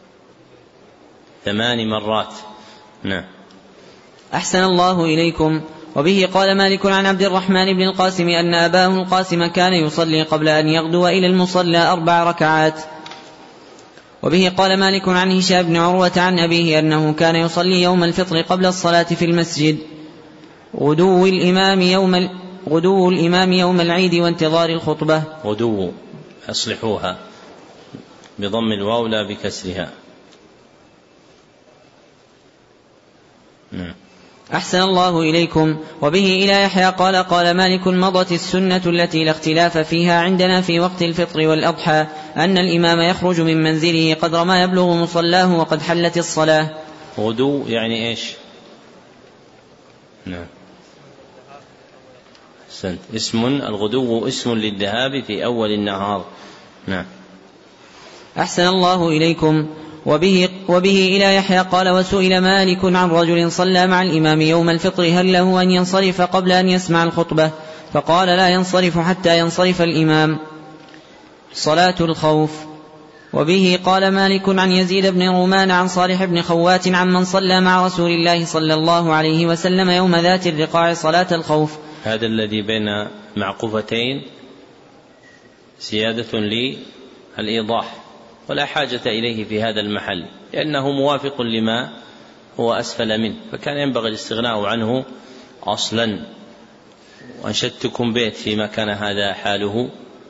ثمان مرات. نعم. أحسن الله إليكم. وبه قال مالك عن عبد الرحمن بن القاسم أن أباه القاسم كان يصلي قبل أن يغدو إلى المصلى أربع ركعات. وبه قال مالك عن هشام بن عروة عن أبيه أنه كان يصلي يوم الفطر قبل الصلاة في المسجد غدو الإمام يوم غدو الإمام يوم العيد وانتظار الخطبة. غدو أصلحوها بضم الواو لا بكسرها. نعم. أحسن الله إليكم. وبه إلى يحيى قال قال مالك مضت السنة التي لا اختلاف فيها عندنا في وقت الفطر والأضحى أن الإمام يخرج من منزله قدر ما يبلغ مصلاه وقد حلت الصلاة. غدو يعني إيش؟ نعم. أحسنت. اسم الغدو اسم للذهاب في أول النهار. نعم. أحسن الله إليكم. وبه, وبه إلى يحيى قال وسئل مالك عن رجل صلى مع الإمام يوم الفطر هل له أن ينصرف قبل أن يسمع الخطبة؟ فقال لا ينصرف حتى ينصرف الإمام. صلاة الخوف. وبه قال مالك عن يزيد بن رومان عن صالح بن خوات عمن صلى مع رسول الله صلى الله عليه وسلم يوم ذات الرقاع صلاة الخوف. هذا الذي بين معقوفتين سيادة للإيضاح ولا حاجة إليه في هذا المحل لأنه موافق لما هو أسفل منه، فكان ينبغي الاستغناء عنه أصلا. وأنشدتكم بيت فيما كان هذا حاله.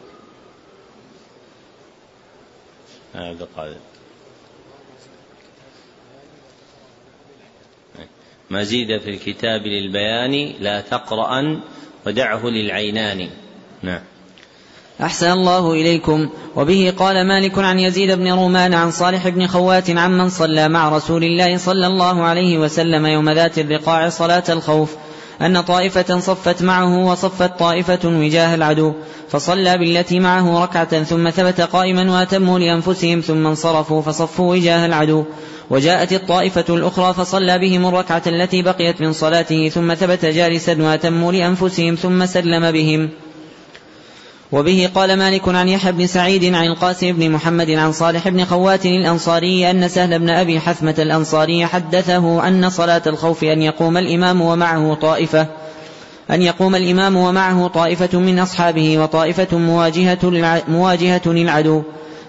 ما زيد في الكتاب للبيان لا تقرأن ودعه للعينان. نعم. أحسن الله إليكم. وبه قال مالك عن يزيد بن رومان عن صالح بن خوات عمن صلى مع رسول الله صلى الله عليه وسلم يوم ذات الرقاع صلاة الخوف أن طائفة صفت معه وصفت طائفة وجاه العدو فصلى بالتي معه ركعة ثم ثبت قائما وأتموا لأنفسهم ثم انصرفوا فصفوا وجاه العدو، وجاءت الطائفة الأخرى فصلى بهم الركعة التي بقيت من صلاته ثم ثبت جالسا وأتموا لأنفسهم ثم سلم بهم. وبه قال مالك عن يحيى بن سعيد عن القاسم بن محمد عن صالح بن خوات الأنصاري أن سهل بن أبي حثمة الأنصاري حدثه أن صلاة الخوف أن يقوم الإمام ومعه طائفة أن يقوم الإمام ومعه طائفة من أصحابه وطائفة مواجهة مواجهة للعدو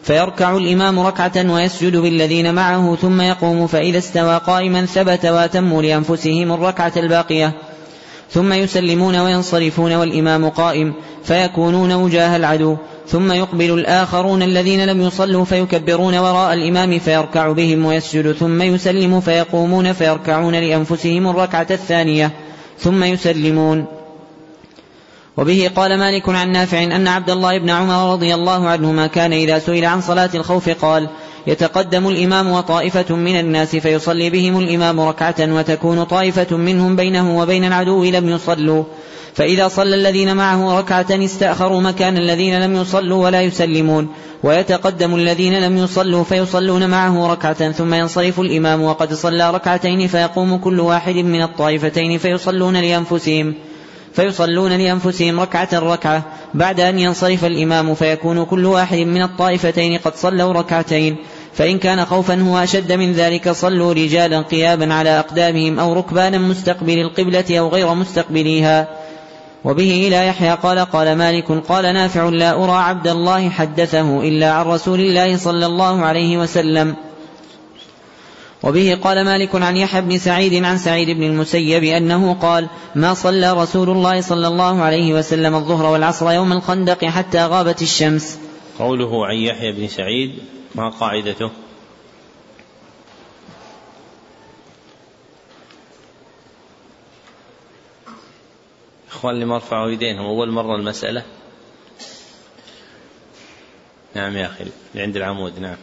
فيركع الإمام ركعة ويسجد بالذين معه ثم يقوم، فإذا استوى قائما ثبت وأتموا لأنفسهم الركعة الباقية، ثم يسلمون وينصرفون والإمام قائم، فيكونون وجاه العدو، ثم يقبل الآخرون الذين لم يصلوا فيكبرون وراء الإمام فيركع بهم ويسجد، ثم يسلم فيقومون فيركعون لأنفسهم الركعة الثانية ثم يسلمون. وبه قال مالك عن نافع أن عبد الله بن عمر رضي الله عنهما كان إذا سئل عن صلاة الخوف قال: يتقدم الإمام وطائفة من الناس فيصلي بهم الإمام ركعة وتكون طائفة منهم بينه وبين العدو لم يصلوا، فإذا صلى الذين معه ركعة استأخروا مكان الذين لم يصلوا ولا يسلمون، ويتقدم الذين لم يصلوا فيصلون معه ركعة ثم ينصرف الإمام وقد صلى ركعتين، فيقوم كل واحد من الطائفتين فيصلون لأنفسهم فيصلون لأنفسهم ركعة ركعة بعد أن ينصرف الإمام، فيكون كل واحد من الطائفتين قد صلوا ركعتين. فإن كان خوفا هو أشد من ذلك صلوا رجالا قياما على أقدامهم أو ركبانا مستقبل القبلة أو غير مستقبليها. وبه إلى يحيى قال قال مالك قال نافع: لا أرى عبد الله حدثه إلا عن رسول الله صلى الله عليه وسلم. وبه قال مالك عن يحيى بن سعيد عن سعيد بن المسيب أنه قال: ما صلى رسول الله صلى الله عليه وسلم الظهر والعصر يوم الخندق حتى غابت الشمس. قوله عن يحيى بن سعيد ما قاعدته؟ إخوان اللي ما رفعوا يدينهم أول مرة المسألة. نعم يا أخي اللي عند العمود. نعم.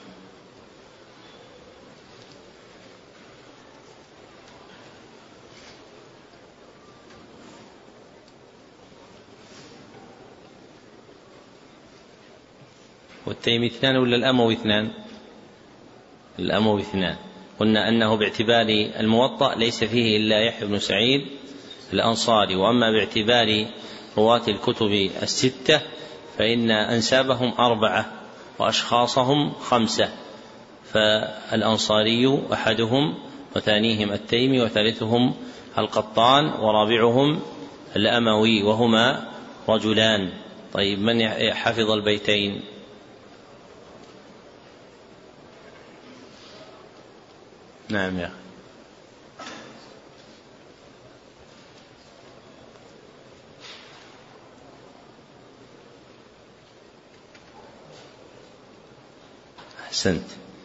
والتيمي اثنان ولا الأموي اثنان؟ الأموي اثنان. قلنا أنه باعتبار الموطأ ليس فيه إلا يحيى بن سعيد الأنصاري، وأما باعتبار رواة الكتب الستة فإن أنسابهم أربعة وأشخاصهم خمسة، فالأنصاري أحدهم وثانيهم التيمي وثالثهم القطان ورابعهم الأموي وهما رجلان. طيب من حفظ البيتين؟ نعم يا أخي. أحسنت.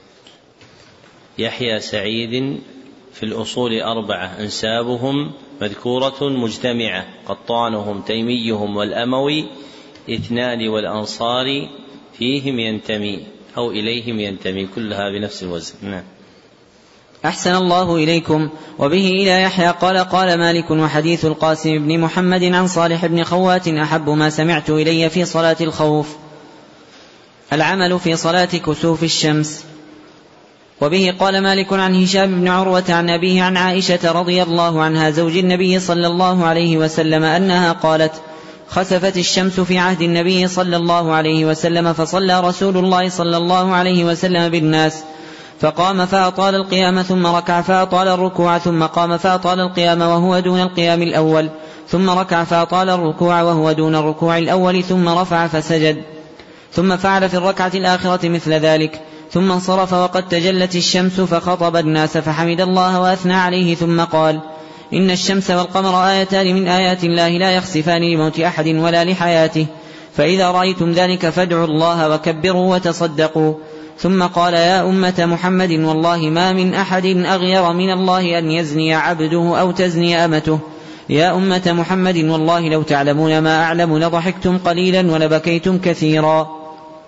يحيى سعيد في الأصول أربعة أنسابهم مذكورة مجتمعة، قطانهم تيميهم والأموي اثنان، والأنصاري فيهم ينتمي أو إليهم ينتمي، كلها بنفس الوزن. نعم. أحسن الله إليكم. وبه إلى يحيى قال قال مالك: وحديث القاسم بن محمد عن صالح بن خوات أحب ما سمعت إلي في صلاة الخوف العمل في صلاة كسوف الشمس. وبه قال مالك عن هشام بن عروة عن أبيه عن عائشة رضي الله عنها زوج النبي صلى الله عليه وسلم أنها قالت: خسفت الشمس في عهد النبي صلى الله عليه وسلم فصلى رسول الله صلى الله عليه وسلم بالناس، فقام فأطال القيام ثم ركع فأطال الركوع ثم قام فأطال القيام وهو دون القيام الأول ثم ركع فأطال الركوع وهو دون الركوع الأول ثم رفع فسجد، ثم فعل في الركعة الآخرة مثل ذلك، ثم انصرف وقد تجلت الشمس فخطب الناس فحمد الله وأثنى عليه ثم قال: إن الشمس والقمر آيتان من آيات الله لا يخسفان لموت أحد ولا لحياته، فإذا رأيتم ذلك فادعوا الله وكبروا وتصدقوا. ثم قال: يا أمة محمد والله ما من أحد أغير من الله أن يزني عبده أو تزني أمته. يا أمة محمد والله لو تعلمون ما أعلم لضحكتم قليلا ولبكيتم كثيرا.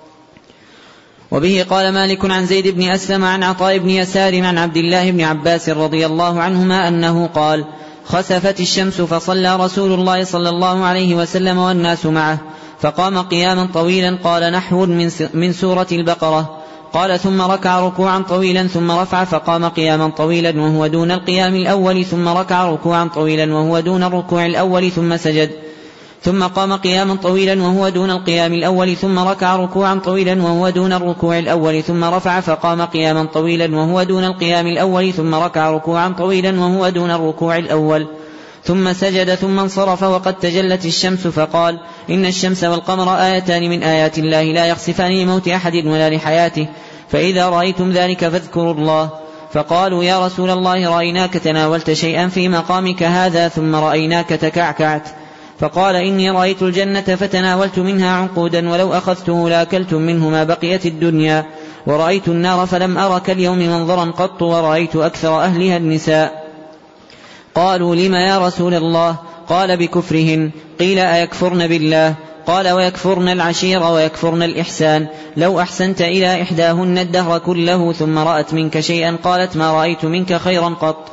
وبه قال مالك عن زيد بن أسلم عن عطاء بن يسار عن عبد الله بن عباس رضي الله عنهما أنه قال: خسفت الشمس فصلى رسول الله صلى الله عليه وسلم والناس معه، فقام قياما طويلا قال نحو من سورة البقرة، قال ثم ركع ركوعا طويلا ثم رفع فقام قياما طويلا وهو دون القيام الأول ثم ركع ركوعا طويلا وهو دون الركوع الأول ثم سجد، ثم قام قياما طويلا وهو دون القيام الأول ثم ركع ركوعا طويلا وهو دون الركوع الأول ثم رفع فقام قياما طويلا وهو دون القيام الأول ثم ركع ركوعا طويلا وهو دون الركوع الأول ثم سجد ثم انصرف وقد تجلت الشمس فقال: إن الشمس والقمر آيتان من آيات الله لا يخسفان لموت أحد ولا لحياته، فإذا رأيتم ذلك فاذكروا الله. فقالوا: يا رسول الله، رأيناك تناولت شيئا في مقامك هذا ثم رأيناك تكعكعت. فقال: إني رأيت الجنة فتناولت منها عنقودا، ولو أخذته لأكلتم منه ما بقيت الدنيا، ورأيت النار فلم أر كاليوم منظرا قط، ورأيت أكثر أهلها النساء. قالوا: لم يا رسول الله؟ قال: بكفرهن. قيل: أيكفرن بالله؟ قال: ويكفرن العشير ويكفرن الإحسان. لو أحسنت إلى إحداهن الدهر كله ثم رأت منك شيئا قالت: ما رأيت منك خيرا قط.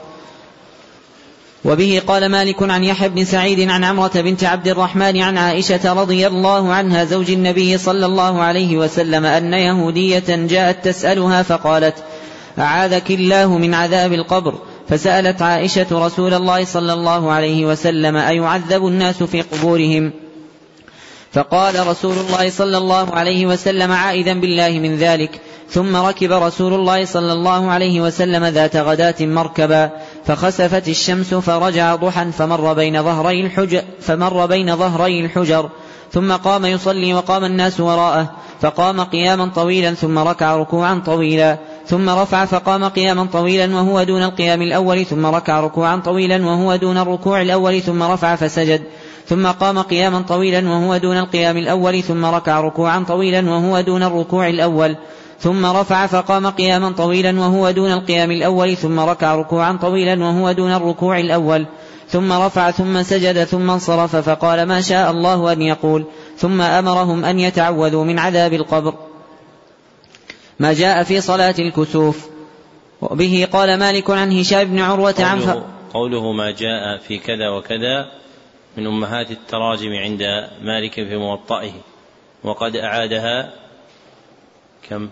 وبه قال مالك عن يحيى بن سعيد عن عمرة بنت عبد الرحمن عن عائشة رضي الله عنها زوج النبي صلى الله عليه وسلم أن يهودية جاءت تسألها فقالت: أعاذك الله من عذاب القبر. فسألت عائشة رسول الله صلى الله عليه وسلم: أيعذب الناس في قبورهم؟ فقال رسول الله صلى الله عليه وسلم عائذا بالله من ذلك. ثم ركب رسول الله صلى الله عليه وسلم ذات غداة مركبا، فخسفت الشمس فرجع ضحى فمر بين ظهري الحجر, فمر بين ظهري الحجر ثم قام يصلي وقام الناس وراءه، فقام قياما طويلا ثم ركع ركوعا طويلا، ثم رفع فقام قياما طويلا وهو دون القيام الأول، ثم ركع ركوعا طويلا وهو دون الركوع الأول، ثم رفع فسجد، ثم قام قياما طويلا وهو دون القيام الأول، ثم ركع ركوعا طويلا وهو دون الركوع الأول، ثم رفع فقام قياما طويلا وهو دون القيام الأول، ثم ركع ركوعا طويلا وهو دون الركوع الأول، ثم رفع ثم سجد ثم انصرف فقال: ما شاء الله أن يقول. ثم أمرهم أن يتعوذوا من عذاب القبر. ما جاء في صلاة الكسوف. وبه قال مالك عن هشام بن عروة عن قوله, قوله ما جاء في كذا وكذا من أمهات التراجم عند مالك في موطئه، وقد أعادها كم؟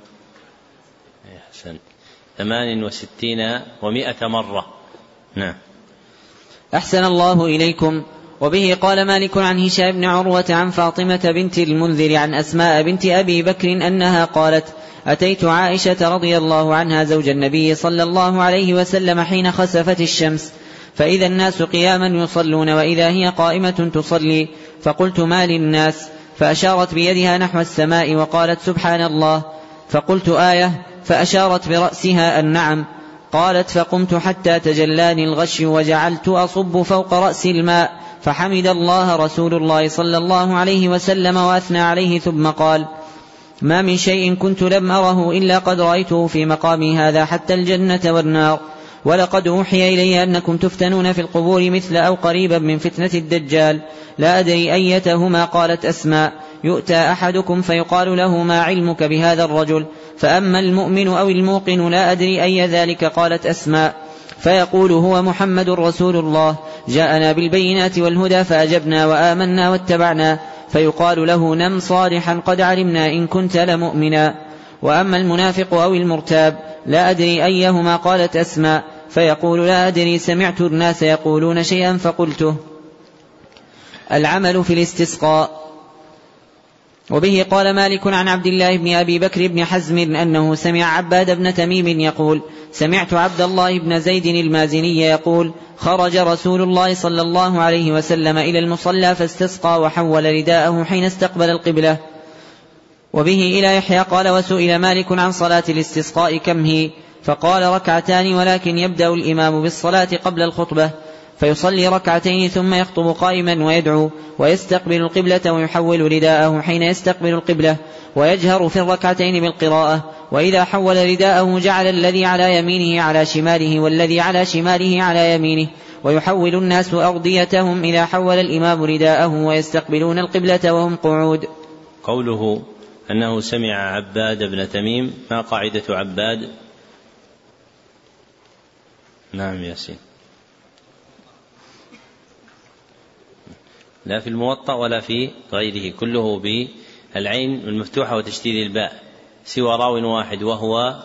أحسن ثمان وستين ومائة مرة. نعم. أحسن الله إليكم. وبه قال مالك عن هشام بن عروة عن فاطمة بنت المنذر عن أسماء بنت أبي بكر أنها قالت: أتيت عائشة رضي الله عنها زوج النبي صلى الله عليه وسلم حين خسفت الشمس، فإذا الناس قياما يصلون وإذا هي قائمة تصلي، فقلت: ما للناس؟ فأشارت بيدها نحو السماء وقالت: سبحان الله. فقلت: آية؟ فأشارت برأسها النعم. قالت: فقمت حتى تجلاني الغشي وجعلت أصب فوق رأس الماء، فحمد الله رسول الله صلى الله عليه وسلم وأثنى عليه، ثم قال: ما من شيء كنت لم أره إلا قد رأيته في مقامي هذا حتى الجنة والنار، ولقد أوحي إلي أنكم تفتنون في القبور مثل أو قريبا من فتنة الدجال، لا أدري أيتهما. قالت أسماء: يؤتى أحدكم فيقال له: ما علمك بهذا الرجل؟ فأما المؤمن أو الموقن لا أدري أي ذلك. قالت أسماء: فيقول: هو محمد رسول الله، جاءنا بالبينات والهدى فأجبنا وآمنا واتبعنا. فيقال له: نم صالحا قد علمنا إن كنت لمؤمنا. وأما المنافق أو المرتاب لا أدري أيهما. قالت أسماء: فيقول: لا أدري، سمعت الناس يقولون شيئا فقلته. العمل في الاستسقاء. وبه قال مالك عن عبد الله بن أبي بكر بن حزم أنه سمع عباد بن تميم يقول: سمعت عبد الله بن زيد المازني يقول: خرج رسول الله صلى الله عليه وسلم إلى المصلى فاستسقى وحول رداءه حين استقبل القبلة. وبه إلى يحيى قال: وسئل مالك عن صلاة الاستسقاء كم هي؟ فقال: ركعتان، ولكن يبدأ الإمام بالصلاة قبل الخطبة، فيصلي ركعتين ثم يخطب قائما ويدعو ويستقبل القبلة ويحول رداءه حين يستقبل القبلة، ويجهر في الركعتين بالقراءة، وإذا حول رداءه جعل الذي على يمينه على شماله والذي على شماله على يمينه، ويحول الناس أرضيتهم إذا حول الإمام رداءه ويستقبلون القبلة وهم قعود. قوله أنه سمع عباد بن تميم، ما قاعدة عباد؟ نعم ياسين. لا في الموطأ ولا في غيره، كله بالعين المفتوحة وتشديد الباء، سوى راو واحد وهو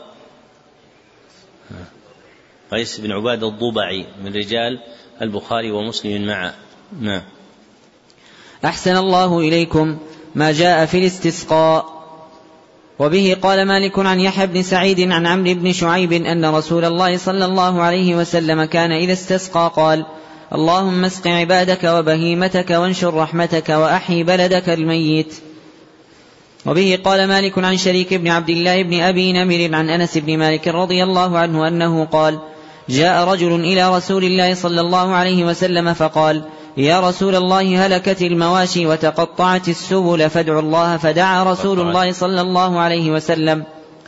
قيس بن عباد الضبعي من رجال البخاري ومسلم معا. نعم. أحسن الله إليكم. ما جاء في الاستسقاء. وبه قال مالك عن يحيى بن سعيد عن عمرو بن شعيب أن رسول الله صلى الله عليه وسلم كان إذا استسقى قال: اللهم اسق عبادك وبهيمتك وانشر رحمتك وأحي بلدك الميت. وبه قال مالك عن شريك بن عبد الله بن أبي نمر عن أنس بن مالك رضي الله عنه أنه قال: جاء رجل إلى رسول الله صلى الله عليه وسلم فقال: يا رسول الله هلكت المواشي وتقطعت السبل فادعوا الله. فدعا رسول الله صلى الله عليه وسلم.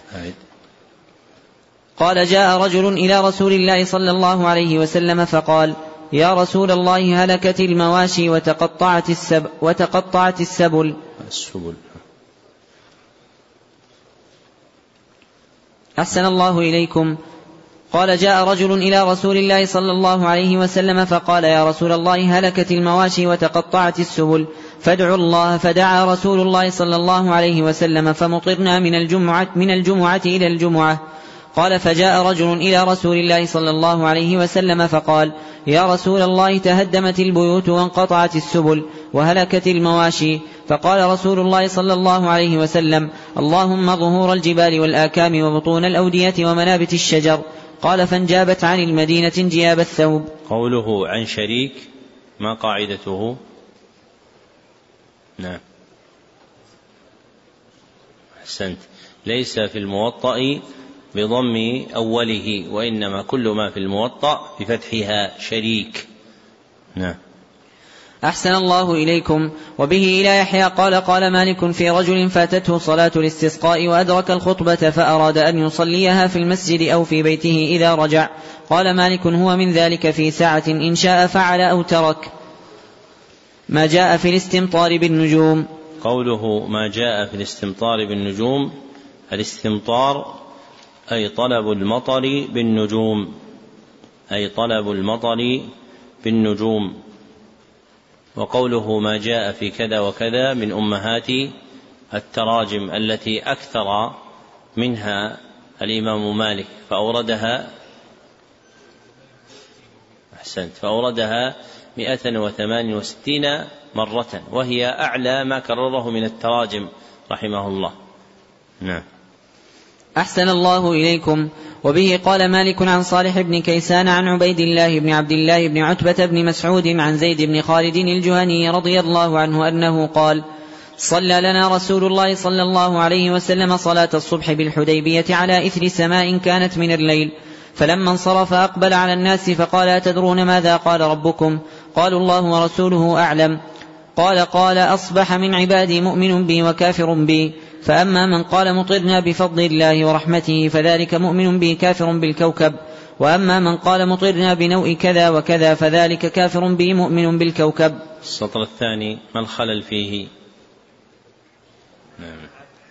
قال: جاء رجل إلى رسول الله صلى الله عليه وسلم فقال: يا رسول الله هلكت المواشي وتقطعت السبل, وتقطعت السبل. السبل. أحسن الله إليكم. قال: جاء رجل إلى رسول الله صلى الله عليه وسلم فقال: يا رسول الله هلكت المواشي وتقطعت السبل فادعوا الله. فدعا رسول الله صلى الله عليه وسلم فمطرنا من الجمعة, من الجمعة إلى الجمعة. قال: فجاء رجل إلى رسول الله صلى الله عليه وسلم فقال: يا رسول الله تهدمت البيوت وانقطعت السبل وهلكت المواشي. فقال رسول الله صلى الله عليه وسلم: اللهم ظهور الجبال والآكام وبطون الأودية ومنابت الشجر. قال: فانجابت عن المدينة انجياب الثوب. قوله عن شريك ما قاعدته؟ نعم أحسنت. ليس في الموطأ بضم أوله، وإنما كل ما في الموطأ بفتحها شريك. نعم. أحسن الله إليكم. وبه إلى يحيى قال: قال مالك في رجل فاتته صلاة الاستسقاء وأدرك الخطبة فأراد أن يصليها في المسجد أو في بيته إذا رجع. قال مالك: هو من ذلك في ساعة إن شاء فعل أو ترك. ما جاء في الاستمطار بالنجوم. قوله ما جاء في الاستمطار بالنجوم، الاستمطار أي طلب المطر بالنجوم، أي طلب المطر بالنجوم. وقوله ما جاء في كذا وكذا من أمهات التراجم التي أكثر منها الإمام مالك، فأوردها أحسنت فأوردها مئة وثمان وستين مرة، وهي أعلى ما كرره من التراجم رحمه الله. نعم. أحسن الله إليكم. وبه قال مالك عن صالح بن كيسان عن عبيد الله بن عبد الله بن عتبة بن مسعود عن زيد بن خالد الجهني رضي الله عنه أنه قال: صلى لنا رسول الله صلى الله عليه وسلم صلاة الصبح بالحديبية على إثر سماء كانت من الليل، فلما انصرف أقبل على الناس فقال: أتدرون ماذا قال ربكم؟ قالوا: الله ورسوله أعلم. قال: قال: أصبح من عبادي مؤمن بي وكافر بي، فأما من قال مطرنا بفضل الله ورحمته فذلك مؤمن بي كافر بالكوكب، وأما من قال مطرنا بنوء كذا وكذا فذلك كافر بي مؤمن بالكوكب. السطر الثاني ما الخلل فيه؟ نعم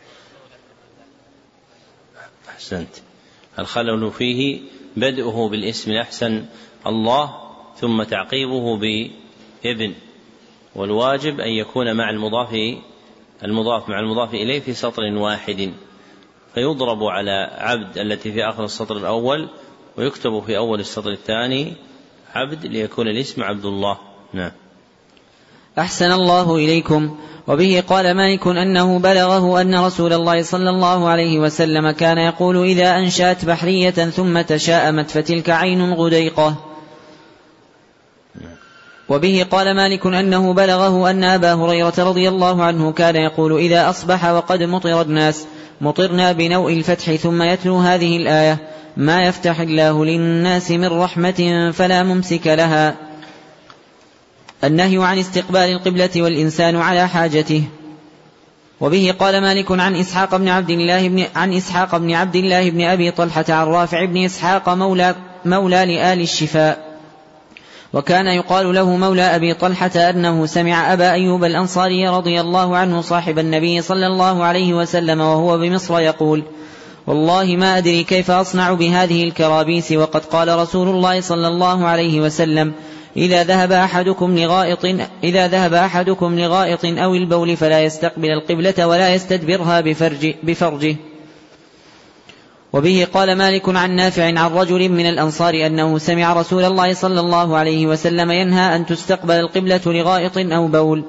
أحسنت. الخلل فيه بدءه بالاسم الأحسن الله ثم تعقيبه بابن، والواجب أن يكون مع المضاف المضاف مع المضاف إليه في سطر واحد، فيضرب على عبد التي في آخر السطر الأول ويكتب في أول السطر الثاني عبد ليكون الاسم عبد الله. نعم. أحسن الله إليكم. وبه قال مالك أنه بلغه أن رسول الله صلى الله عليه وسلم كان يقول: إذا أنشأت بحرية ثم تشاءمت فتلك عين غديقة. وبه قال مالك أنه بلغه أن أبا هريرة رضي الله عنه كان يقول: إذا أصبح وقد مطر الناس مطرنا بنوء الفتح، ثم يتلو هذه الآية: ما يفتح الله للناس من رحمة فلا ممسك لها. النهي عن استقبال القبلة والإنسان على حاجته. وبه قال مالك عن إسحاق بن عبد الله بن عن إسحاق بن عبد الله بن أبي طلحة عن رافع بن إسحاق مولى مولى لآل الشفاء، وكان يقال له مولى أبي طلحة، أنه سمع أبا أيوب الأنصاري رضي الله عنه صاحب النبي صلى الله عليه وسلم وهو بمصر يقول: والله ما أدري كيف أصنع بهذه الكرابيس، وقد قال رسول الله صلى الله عليه وسلم: إذا ذهب أحدكم لغائط إذا ذهب أحدكم لغائط أو البول فلا يستقبل القبلة ولا يستدبرها بفرج بفرجه. وبه قال مالك عن نافع عن رجل من الأنصار أنه سمع رسول الله صلى الله عليه وسلم ينهى أن تستقبل القبلة لغائط أو بول.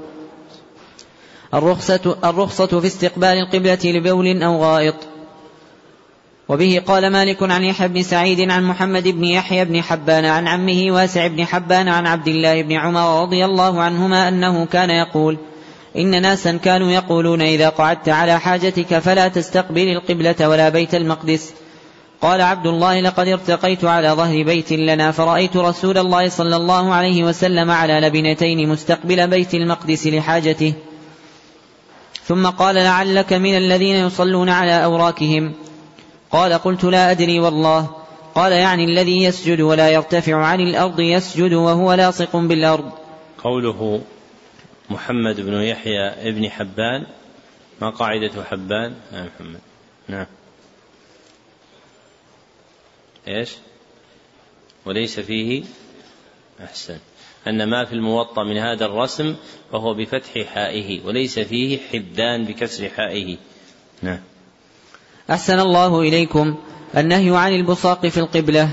الرخصة, الرخصة في استقبال القبلة لبول أو غائط. وبه قال مالك عن يحيى بن سعيد عن محمد بن يحيى بن حبان عن عمه واسع بن حبان عن عبد الله بن عمر رضي الله عنهما أنه كان يقول: إن ناسا كانوا يقولون إذا قعدت على حاجتك فلا تستقبل القبلة ولا بيت المقدس. قال عبد الله: لقد ارتقيت على ظهر بيت لنا فرأيت رسول الله صلى الله عليه وسلم على لبنتين مستقبل بيت المقدس لحاجته، ثم قال: لعلك من الذين يصلون على أوراكهم. قال: قلت: لا أدري والله. قال: يعني الذي يسجد ولا يرتفع عن الأرض يسجد وهو لاصق بالأرض. قوله محمد بن يحيى ابن حبان، ما قاعدة حبان؟ نعم محمد. نعم. إيش؟ وليس فيه، أحسن، أن ما في الموطأ من هذا الرسم فهو بفتح حائه، وليس فيه حبان بكسر حائه. نعم. أحسن الله إليكم. النهي عن البصاق في القبلة.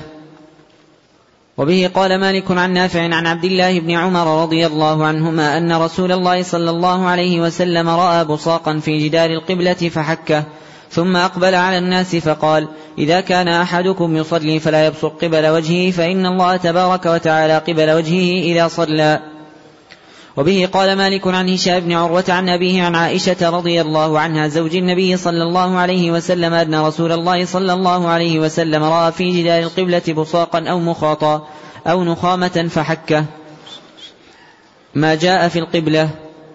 وبه قال مالك عن نافع عن عبد الله بن عمر رضي الله عنهما أن رسول الله صلى الله عليه وسلم رأى بصاقا في جدار القبلة فحكه، ثم أقبل على الناس فقال: إذا كان أحدكم يصلي فلا يبصق قبل وجهه، فإن الله تبارك وتعالى قبل وجهه إذا صلى. وبه قال مالك عن هشام بن عروة عن أبيه عن عائشة رضي الله عنها زوج النبي صلى الله عليه وسلم أن رسول الله صلى الله عليه وسلم رأى في جدار القبلة بصاقا أو مخاطا أو نخامة فحكه. ما جاء في القبلة.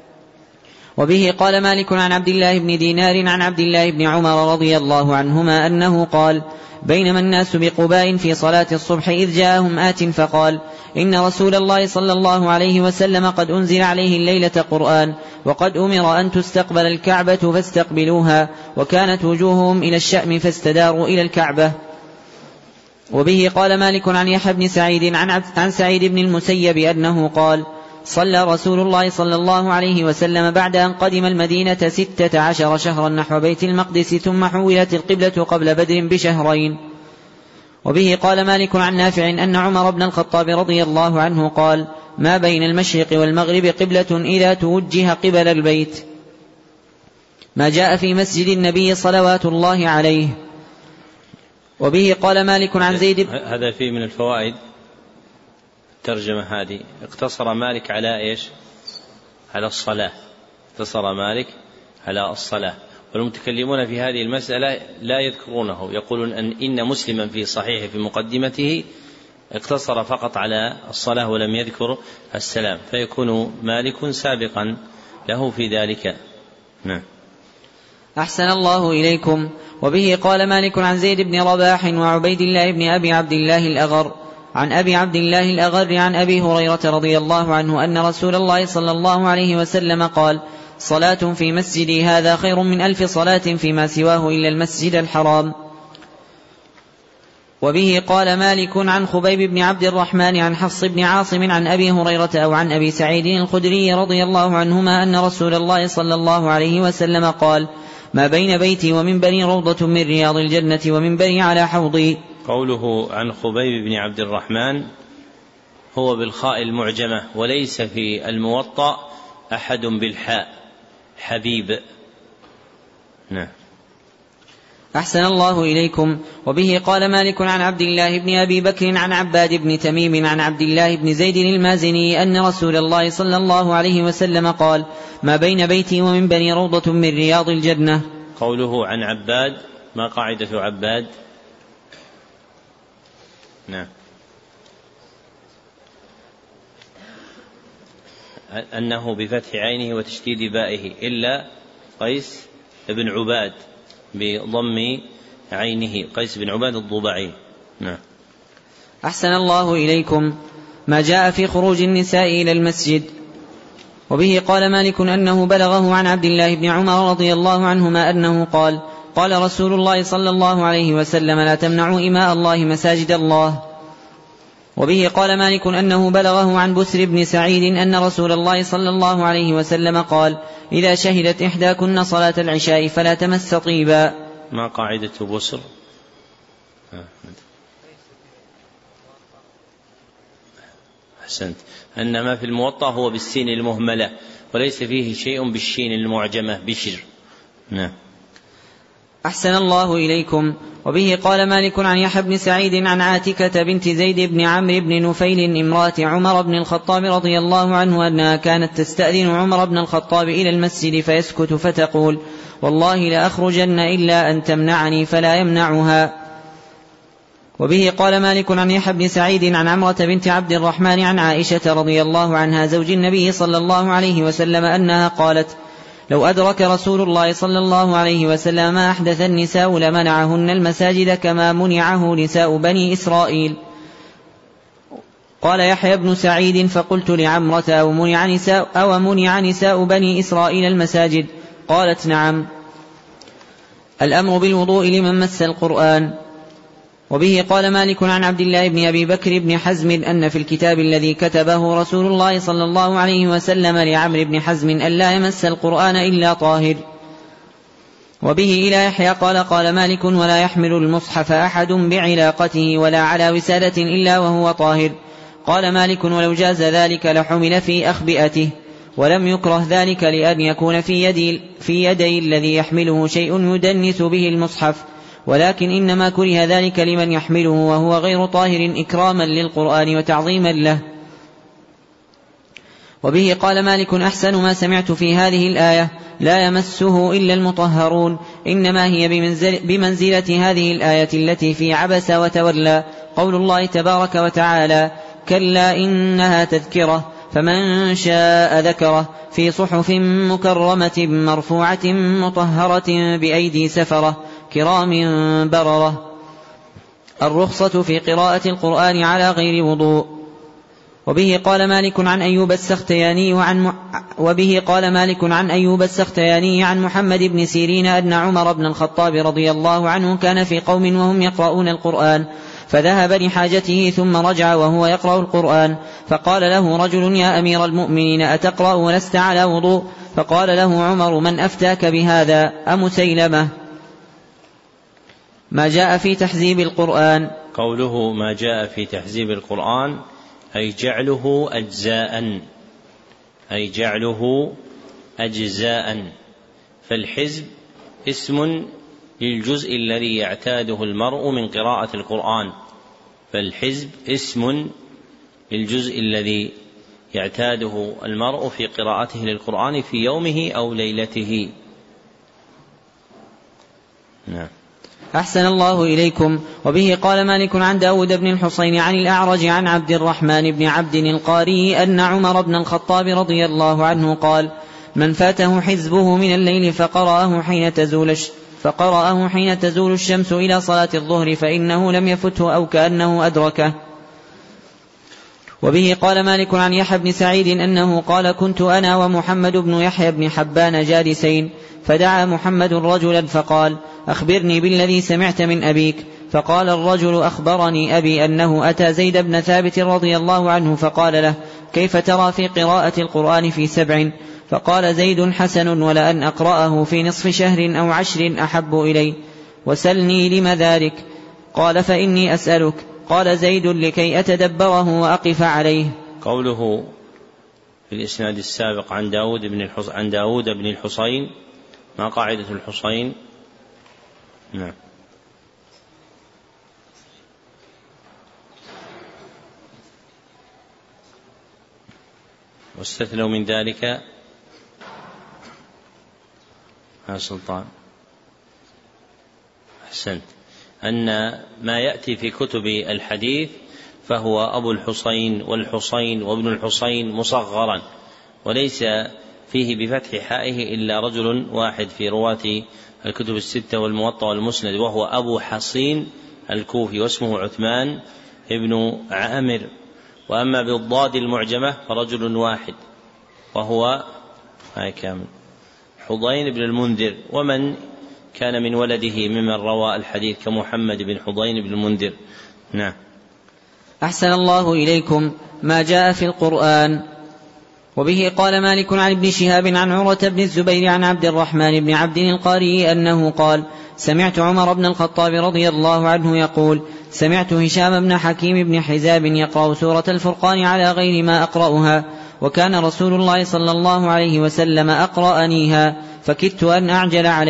وبه قال مالك عن عبد الله بن دينار عن عبد الله بن عمر رضي الله عنهما أنه قال: بينما الناس بقباء في صلاة الصبح إذ جاءهم آت فقال: إن رسول الله صلى الله عليه وسلم قد أنزل عليه الليلة قرآن، وقد أمر أن تستقبل الكعبة فاستقبلوها، وكانت وجوههم إلى الشأم فاستداروا إلى الكعبة. وبه قال مالك عن يحيى بن سعيد عن, عن سعيد بن المسيب أنه قال: صلى رسول الله صلى الله عليه وسلم بعد أن قدم المدينة ستة عشر شهرا نحو بيت المقدس، ثم حولت القبلة قبل بدر بشهرين. وبه قال مالك عن نافع أن عمر بن الخطاب رضي الله عنه قال: ما بين المشرق والمغرب قبلة إذا توجه قبل البيت. ما جاء في مسجد النبي صلوات الله عليه. وبه قال مالك عن زيد بن هذا فيه من الفوائد الترجمة هذه. اقتصر مالك على إيش؟ على الصلاة. اقتصر مالك على الصلاة. والمتكلمون في هذه المسألة لا يذكرونه، يقولون أن إن مسلما في صحيح في مقدمته اقتصر فقط على الصلاة ولم يذكر السلام، فيكون مالك سابقا له في ذلك. نعم. أحسن الله إليكم. وبه قال مالك عن زيد بن رباح وعبيد الله بن أبي عبد الله الأغر عن أبي عبد الله الأغر عن أبي هريرة رضي الله عنه أن رسول الله صلى الله عليه وسلم قال: صلاة في مسجدي هذا خير من ألف صلاة فيما سواه إلا المسجد الحرام. وبه قال مالك عن خبيب بن عبد الرحمن عن حفص بن عاصم عن أبي هريرة أو عن أبي سعيد الخدري رضي الله عنهما أن رسول الله صلى الله عليه وسلم قال: ما بين بيتي ومنبري روضة من رياض الجنة ومنبري على حوضي. قوله عن خبيب بن عبد الرحمن هو بالخاء المعجمة، وليس في الموطأ أحد بالحاء، حبيب. نعم. أحسن الله إليكم. وبه قال مالك عن عبد الله بن أبي بكر عن عباد بن تميم عن عبد الله بن زيد المازني أن رسول الله صلى الله عليه وسلم قال: ما بين بيتي ومنبري روضة من رياض الجنة. قوله عن عباد، ما قاعدة عباد؟ نعم. أنه بفتح عينه وتشديد بائه، إلا قيس بن عباد بضم عينه، قيس بن عباد الضبعي. نعم. أحسن الله إليكم. ما جاء في خروج النساء إلى المسجد. وبه قال مالك أنه بلغه عن عبد الله بن عمر رضي الله عنهما أنه قال: قال رسول الله صلى الله عليه وسلم: لا تمنعوا إماء الله مساجد الله. وبه قال مالك أنه بلغه عن بسر بن سعيد أن رسول الله صلى الله عليه وسلم قال: إذا شهدت إحداكن صلاة العشاء فلا تمس طيبا. ما قاعدة بسر؟ أحسنت. أن ما في الموطأ هو بالسين المهملة، وليس فيه شيء بالشين المعجمة بشر. نعم. أحسن الله إليكم. وبه قال مالك عن يحيى بن سعيد عن عاتكة بنت زيد بن عمرو بن نفيل امرأة عمر بن الخطاب رضي الله عنه أنها كانت تستأذن عمر بن الخطاب إلى المسجد فيسكت فتقول: والله لأخرجن إلا أن تمنعني، فلا يمنعها. وبه قال مالك عن يحيى بن سعيد عن عمرة بنت عبد الرحمن عن عائشة رضي الله عنها زوج النبي صلى الله عليه وسلم أنها قالت: لو أدرك رسول الله صلى الله عليه وسلم ما أحدث النساء لمنعهن المساجد كما منعه نساء بني إسرائيل. قال يحيى بن سعيد: فقلت لعمرة: أو منع نساء, أو منع نساء بني إسرائيل المساجد؟ قالت: نعم. الأمر بالوضوء لمن مس القرآن. وبه قال مالك عن عبد الله بن أبي بكر بن حزم أن في الكتاب الذي كتبه رسول الله صلى الله عليه وسلم لعمرو بن حزم ألا يمس القرآن إلا طاهر. وبه إلى يحيى قال قال مالك: ولا يحمل المصحف أحد بعلاقته ولا على وسادة إلا وهو طاهر. قال مالك: ولو جاز ذلك لحمل في أخبئته، ولم يكره ذلك لأن يكون في يدي, في يدي الذي يحمله شيء يدنس به المصحف، ولكن إنما كره ذلك لمن يحمله وهو غير طاهر إكراما للقرآن وتعظيما له. وبه قال مالك: أحسن ما سمعت في هذه الآية: لا يمسه إلا المطهرون، إنما هي بمنزل بمنزلة هذه الآية التي في عبس وتولى، قول الله تبارك وتعالى: كلا إنها تذكرة فمن شاء ذكره، في صحف مكرمة مرفوعة مطهرة بأيدي سفرة كرام بررة. الرخصة في قراءة القرآن على غير وضوء. وبه قال مالك عن أيوب السختياني وعن م... وبه قال مالك عن أيوب السختياني عن محمد بن سيرين أن عمر بن الخطاب رضي الله عنه كان في قوم وهم يقرؤون القرآن، فذهب لحاجته ثم رجع وهو يقرأ القرآن، فقال له رجل: يا أمير المؤمنين، أتقرأ ولست على وضوء؟ فقال له عمر: من أفتاك بهذا؟ أمسيلمة؟ ما جاء في تحزيب القرآن. قوله ما جاء في تحزيب القرآن أي جعله أجزاء، أي جعله أجزاء. فالحزب اسم للجزء الذي يعتاده المرء من قراءة القرآن، فالحزب اسم للجزء الذي يعتاده المرء في قراءته للقرآن في يومه أو ليلته. نعم. أحسن الله إليكم. وبه قال مالك عن داود بن الحصين عن الأعرج عن عبد الرحمن بن عبد القاري أن عمر بن الخطاب رضي الله عنه قال: من فاته حزبه من الليل فقرأه حين تزول فقرأه حين تزول الشمس إلى صلاة الظهر فإنه لم يفته أو كأنه أدركه. وبه قال مالك عن يحيى بن سعيد أنه قال: كنت أنا ومحمد بن يحيى بن حبان جالسين، فدعا محمد رجلا فقال: أخبرني بالذي سمعت من أبيك. فقال الرجل: أخبرني أبي أنه أتى زيد بن ثابت رضي الله عنه فقال له: كيف ترى في قراءة القرآن في سبع؟ فقال زيد: حسن، ولأن أقرأه في نصف شهر أو عشر أحب إلي، وسلني لم ذلك؟ قال: فإني أسألك. قال زيد: لكي أتدبره وأقف عليه. قوله في الإسناد السابق عن داود بن الحص... عن داود بن الحصين، ما قاعدة الحصين؟ نعم. واستثنوا من ذلك يا سلطان أحسنت أن ما يأتي في كتب الحديث فهو أبو الحصين والحصين وابن الحصين مصغرا، وليس فيه بفتح حائه إلا رجل واحد في رواة الكتب الستة والموطأ والمسند، وهو أبو حصين الكوفي، واسمه عثمان ابن عامر. وأما بالضاد المعجمة فرجل واحد وهو هاي كامل حضين بن المنذر، ومن كان من ولده ممن روى الحديث كمحمد بن حضين بن المنذر. نعم. أحسن الله إليكم. ما جاء في القرآن. وبه قال مالك عن ابن شهاب عن عروة بن الزبير عن عبد الرحمن بن عبد القاري أنه قال: سمعت عمر بن الخطاب رضي الله عنه يقول: سمعت هشام بن حكيم بن حزام يقرأ سورة الفرقان على غير ما أقرأها، وكان رسول الله صلى الله عليه وسلم أقرأنيها، فكدت أن أعجل عليه،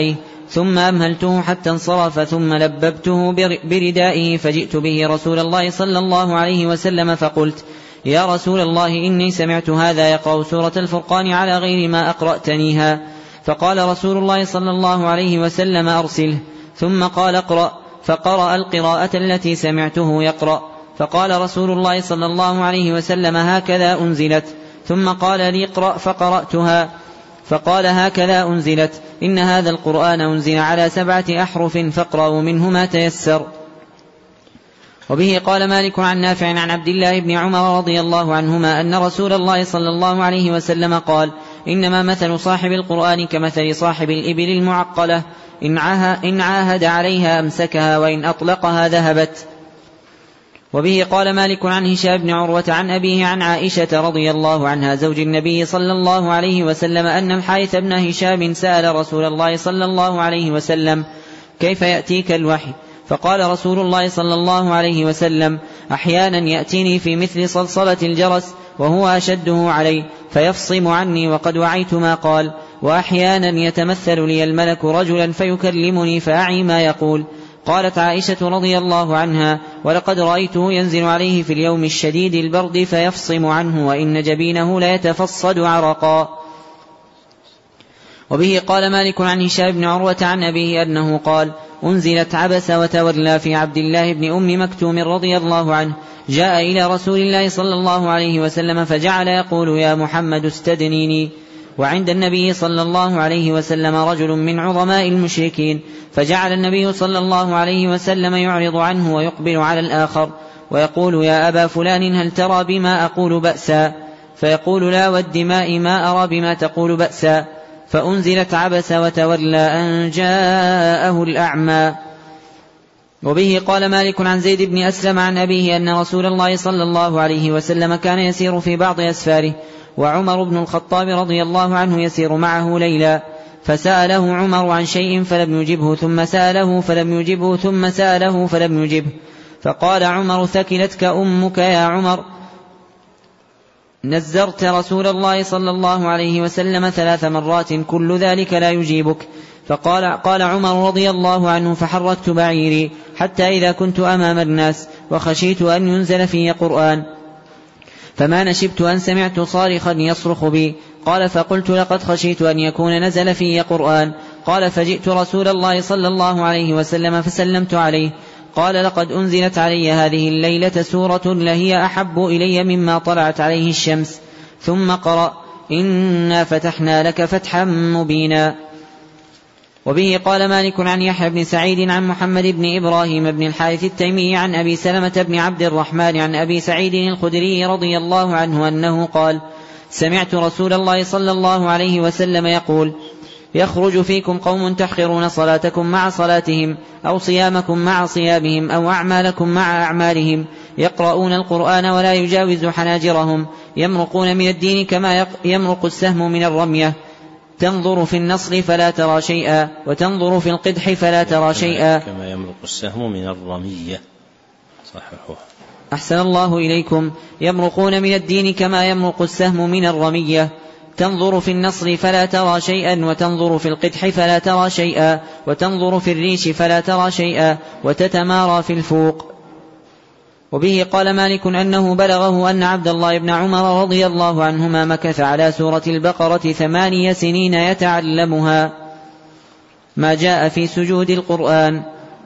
ثم أمهلته حتى انصرف ثم لببته بردائه فجئت به رسول الله صلى الله عليه وسلم فقلت يا رسول الله إني سمعت هذا يقرأ سورة الفرقان على غير ما أقرأتنيها. فقال رسول الله صلى الله عليه وسلم أرسله. ثم قال اقرأ، فقرأ القراءة التي سمعته يقرأ. فقال رسول الله صلى الله عليه وسلم هكذا أنزلت. ثم قال لي اقرأ فقرأتها. فقال هكذا أنزلت، إن هذا القرآن أنزل على سبعة أحرف فاقرأوا منه ما تيسر. وبه قال مالك عن نافع عن عبد الله بن عمر رضي الله عنهما أن رسول الله صلى الله عليه وسلم قال إنما مثل صاحب القرآن كمثل صاحب الإبل المعقلة، إن عاهد عليها أمسكها وإن أطلقها ذهبت. وبه قال مالك عن هشام بن عروة عن أبيه عن عائشة رضي الله عنها زوج النبي صلى الله عليه وسلم أن الحارث بن هشام سأل رسول الله صلى الله عليه وسلم كيف يأتيك الوحي؟ فقال رسول الله صلى الله عليه وسلم أحيانا يأتيني في مثل صلصلة الجرس وهو أشده علي فيفصم عني وقد وعيت ما قال، وأحيانا يتمثل لي الملك رجلا فيكلمني فأعي ما يقول. قالت عائشة رضي الله عنها ولقد رأيته ينزل عليه في اليوم الشديد البرد فيفصم عنه وإن جبينه ليتفصد عرقا. وبه قال مالك عن هشام بن عروة عن أبيه أنه قال أنزلت عبس وتولى في عبد الله بن أم مكتوم رضي الله عنه، جاء إلى رسول الله صلى الله عليه وسلم فجعل يقول يا محمد استدنيني. وعند النبي صلى الله عليه وسلم رجل من عظماء المشركين، فجعل النبي صلى الله عليه وسلم يعرض عنه ويقبل على الآخر ويقول يا أبا فلان هل ترى بما أقول بأسا؟ فيقول لا والدماء ما أرى بما تقول بأسا. فأنزلت عبس وتولى أن جاءه الأعمى. وبه قال مالك عن زيد بن أسلم عن أبيه أن رسول الله صلى الله عليه وسلم كان يسير في بعض أسفاره وعمر بن الخطاب رضي الله عنه يسير معه ليلا، فسأله عمر عن شيء فلم يجبه ثم سأله فلم يجبه ثم سأله فلم يجبه، فقال عمر ثكلتك أمك يا عمر، نزرت رسول الله صلى الله عليه وسلم ثلاث مرات كل ذلك لا يجيبك. فقال قال عمر رضي الله عنه فحركت بعيري حتى إذا كنت أمام الناس وخشيت أن ينزل في قرآن فما نشبت أن سمعت صارخا يصرخ بي. قال فقلت لقد خشيت أن يكون نزل في قرآن. قال فجئت رسول الله صلى الله عليه وسلم فسلمت عليه. قال لقد أنزلت علي هذه الليلة سورة لهي أحب إلي مما طلعت عليه الشمس. ثم قرأ إنا فتحنا لك فتحا مبينا. وبه قال مالك عن يحيى بن سعيد عن محمد بن إبراهيم بن الحارث التيمي عن أبي سلمة بن عبد الرحمن عن أبي سعيد الخدري رضي الله عنه أنه قال سمعت رسول الله صلى الله عليه وسلم يقول يخرج فيكم قوم تحقرون صلاتكم مع صلاتهم أو صيامكم مع صيامهم أو أعمالكم مع أعمالهم، يقرؤون القرآن ولا يجاوز حناجرهم، يمرقون من الدين كما يمرق السهم من الرمية، تنظر في النصر فلا ترى شيئا وتنظر في القدح فلا ترى شيئا كما يمرق السهم من الرمية. صحيح. أحسن الله إليكم. يمرقون من الدين كما يمرق السهم من الرمية، تنظر في النصر فلا ترى شيئا وتنظر في القدح فلا ترى شيئا وتنظر في الريش فلا ترى شيئا وتتمارى في الفوق. وبه قال مالك أنه بلغه أن عبد الله بن عمر رضي الله عنهما مكث على سورة البقرة ثماني سنين يتعلمها ما جاء في سجود القرآن.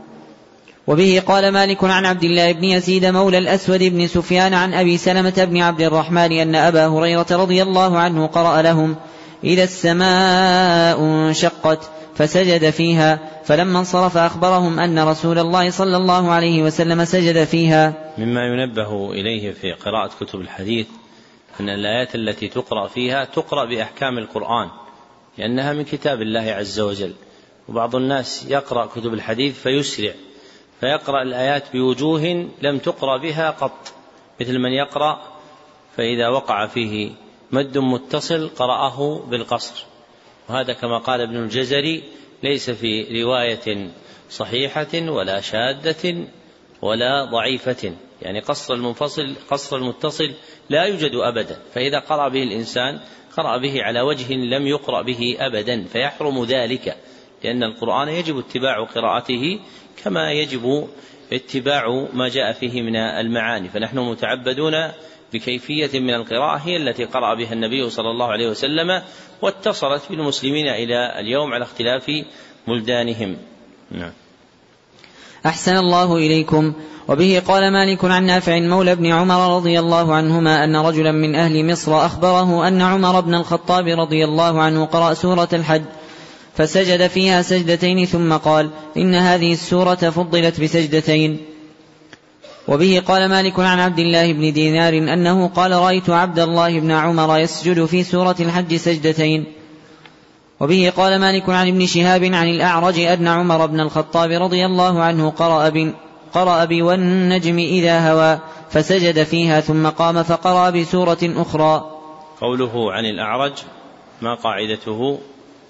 وبه قال مالك عن عبد الله بن يزيد مولى الأسود بن سفيان عن أبي سلمة بن عبد الرحمن أن أبا هريرة رضي الله عنه قرأ لهم إذا السماء انشقت فسجد فيها، فلما انصرف أخبرهم أن رسول الله صلى الله عليه وسلم سجد فيها. مما ينبه إليه في قراءة كتب الحديث أن الآيات التي تقرأ فيها تقرأ بأحكام القرآن لأنها من كتاب الله عز وجل، وبعض الناس يقرأ كتب الحديث فيسرع فيقرأ الآيات بوجوه لم تقرأ بها قط، مثل من يقرأ فإذا وقع فيه مد متصل قرأه بالقصر، وهذا كما قال ابن الجزري ليس في رواية صحيحة ولا شاذة ولا ضعيفة، يعني قصر المنفصل قصر المتصل لا يوجد أبدا، فإذا قرأ به الإنسان قرأ به على وجه لم يقرأ به أبدا فيحرم ذلك، لأن القرآن يجب اتباع قراءته كما يجب اتباع ما جاء فيه من المعاني، فنحن متعبدون بكيفية من القراءة هي التي قرأ بها النبي صلى الله عليه وسلم واتصلت بالمسلمين إلى اليوم على اختلاف بلدانهم. نعم. أحسن الله إليكم. وبه قال مالك عن نافع مولى ابن عمر رضي الله عنهما أن رجلا من أهل مصر أخبره أن عمر بن الخطاب رضي الله عنه قرأ سورة الحج فسجد فيها سجدتين ثم قال إن هذه السورة فضلت بسجدتين. وبه قال مالك عن عبد الله بن دينار أنه قال رأيت عبد الله بن عمر يسجد في سورة الحج سجدتين. وبه قال مالك عن ابن شهاب عن الأعرج أن عمر بن الخطاب رضي الله عنه قرأ بن قرأ بي والنجم إذا هوى فسجد فيها ثم قام فقرأ بسورة أخرى. قوله عن الأعرج ما قاعدته؟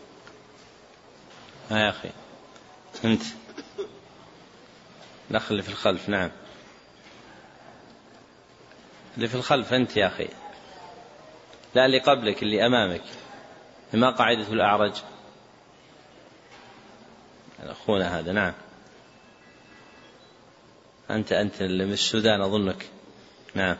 ها يا أخي أنت دخل في الخلف. نعم اللي في الخلف أنت يا أخي، لا اللي قبلك اللي أمامك. ما قاعدة الأعرج؟ أخونا هذا. نعم أنت أنت اللي من السودان أظنك. نعم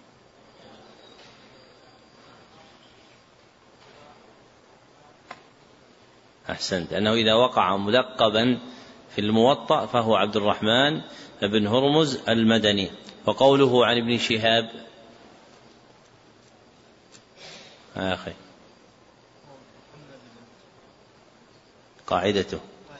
أحسنت، أنه إذا وقع ملقبا في الموطأ فهو عبد الرحمن بن هرمز المدني. وقوله عن ابن شهاب يا أخي قاعدته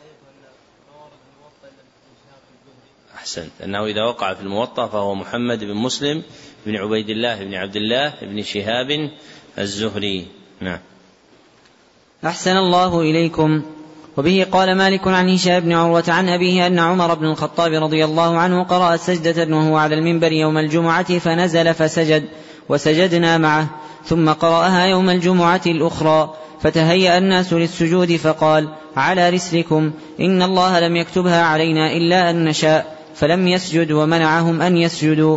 أحسنت، أنه إذا وقع في الموطأ فهو محمد بن مسلم بن عبيد الله بن عبد الله بن شهاب الزهري. نعم. أحسن الله إليكم. وبه قال مالك عن هشام بن عروة عن أبيه أن عمر بن الخطاب رضي الله عنه قرأ سجدة وهو على المنبر يوم الجمعة فنزل فسجد وسجدنا معه ثم قرأها يوم الجمعة الأخرى فتهيأ الناس للسجود فقال على رسلكم إن الله لم يكتبها علينا إلا أن نشاء فلم يسجد ومنعهم أن يسجدوا.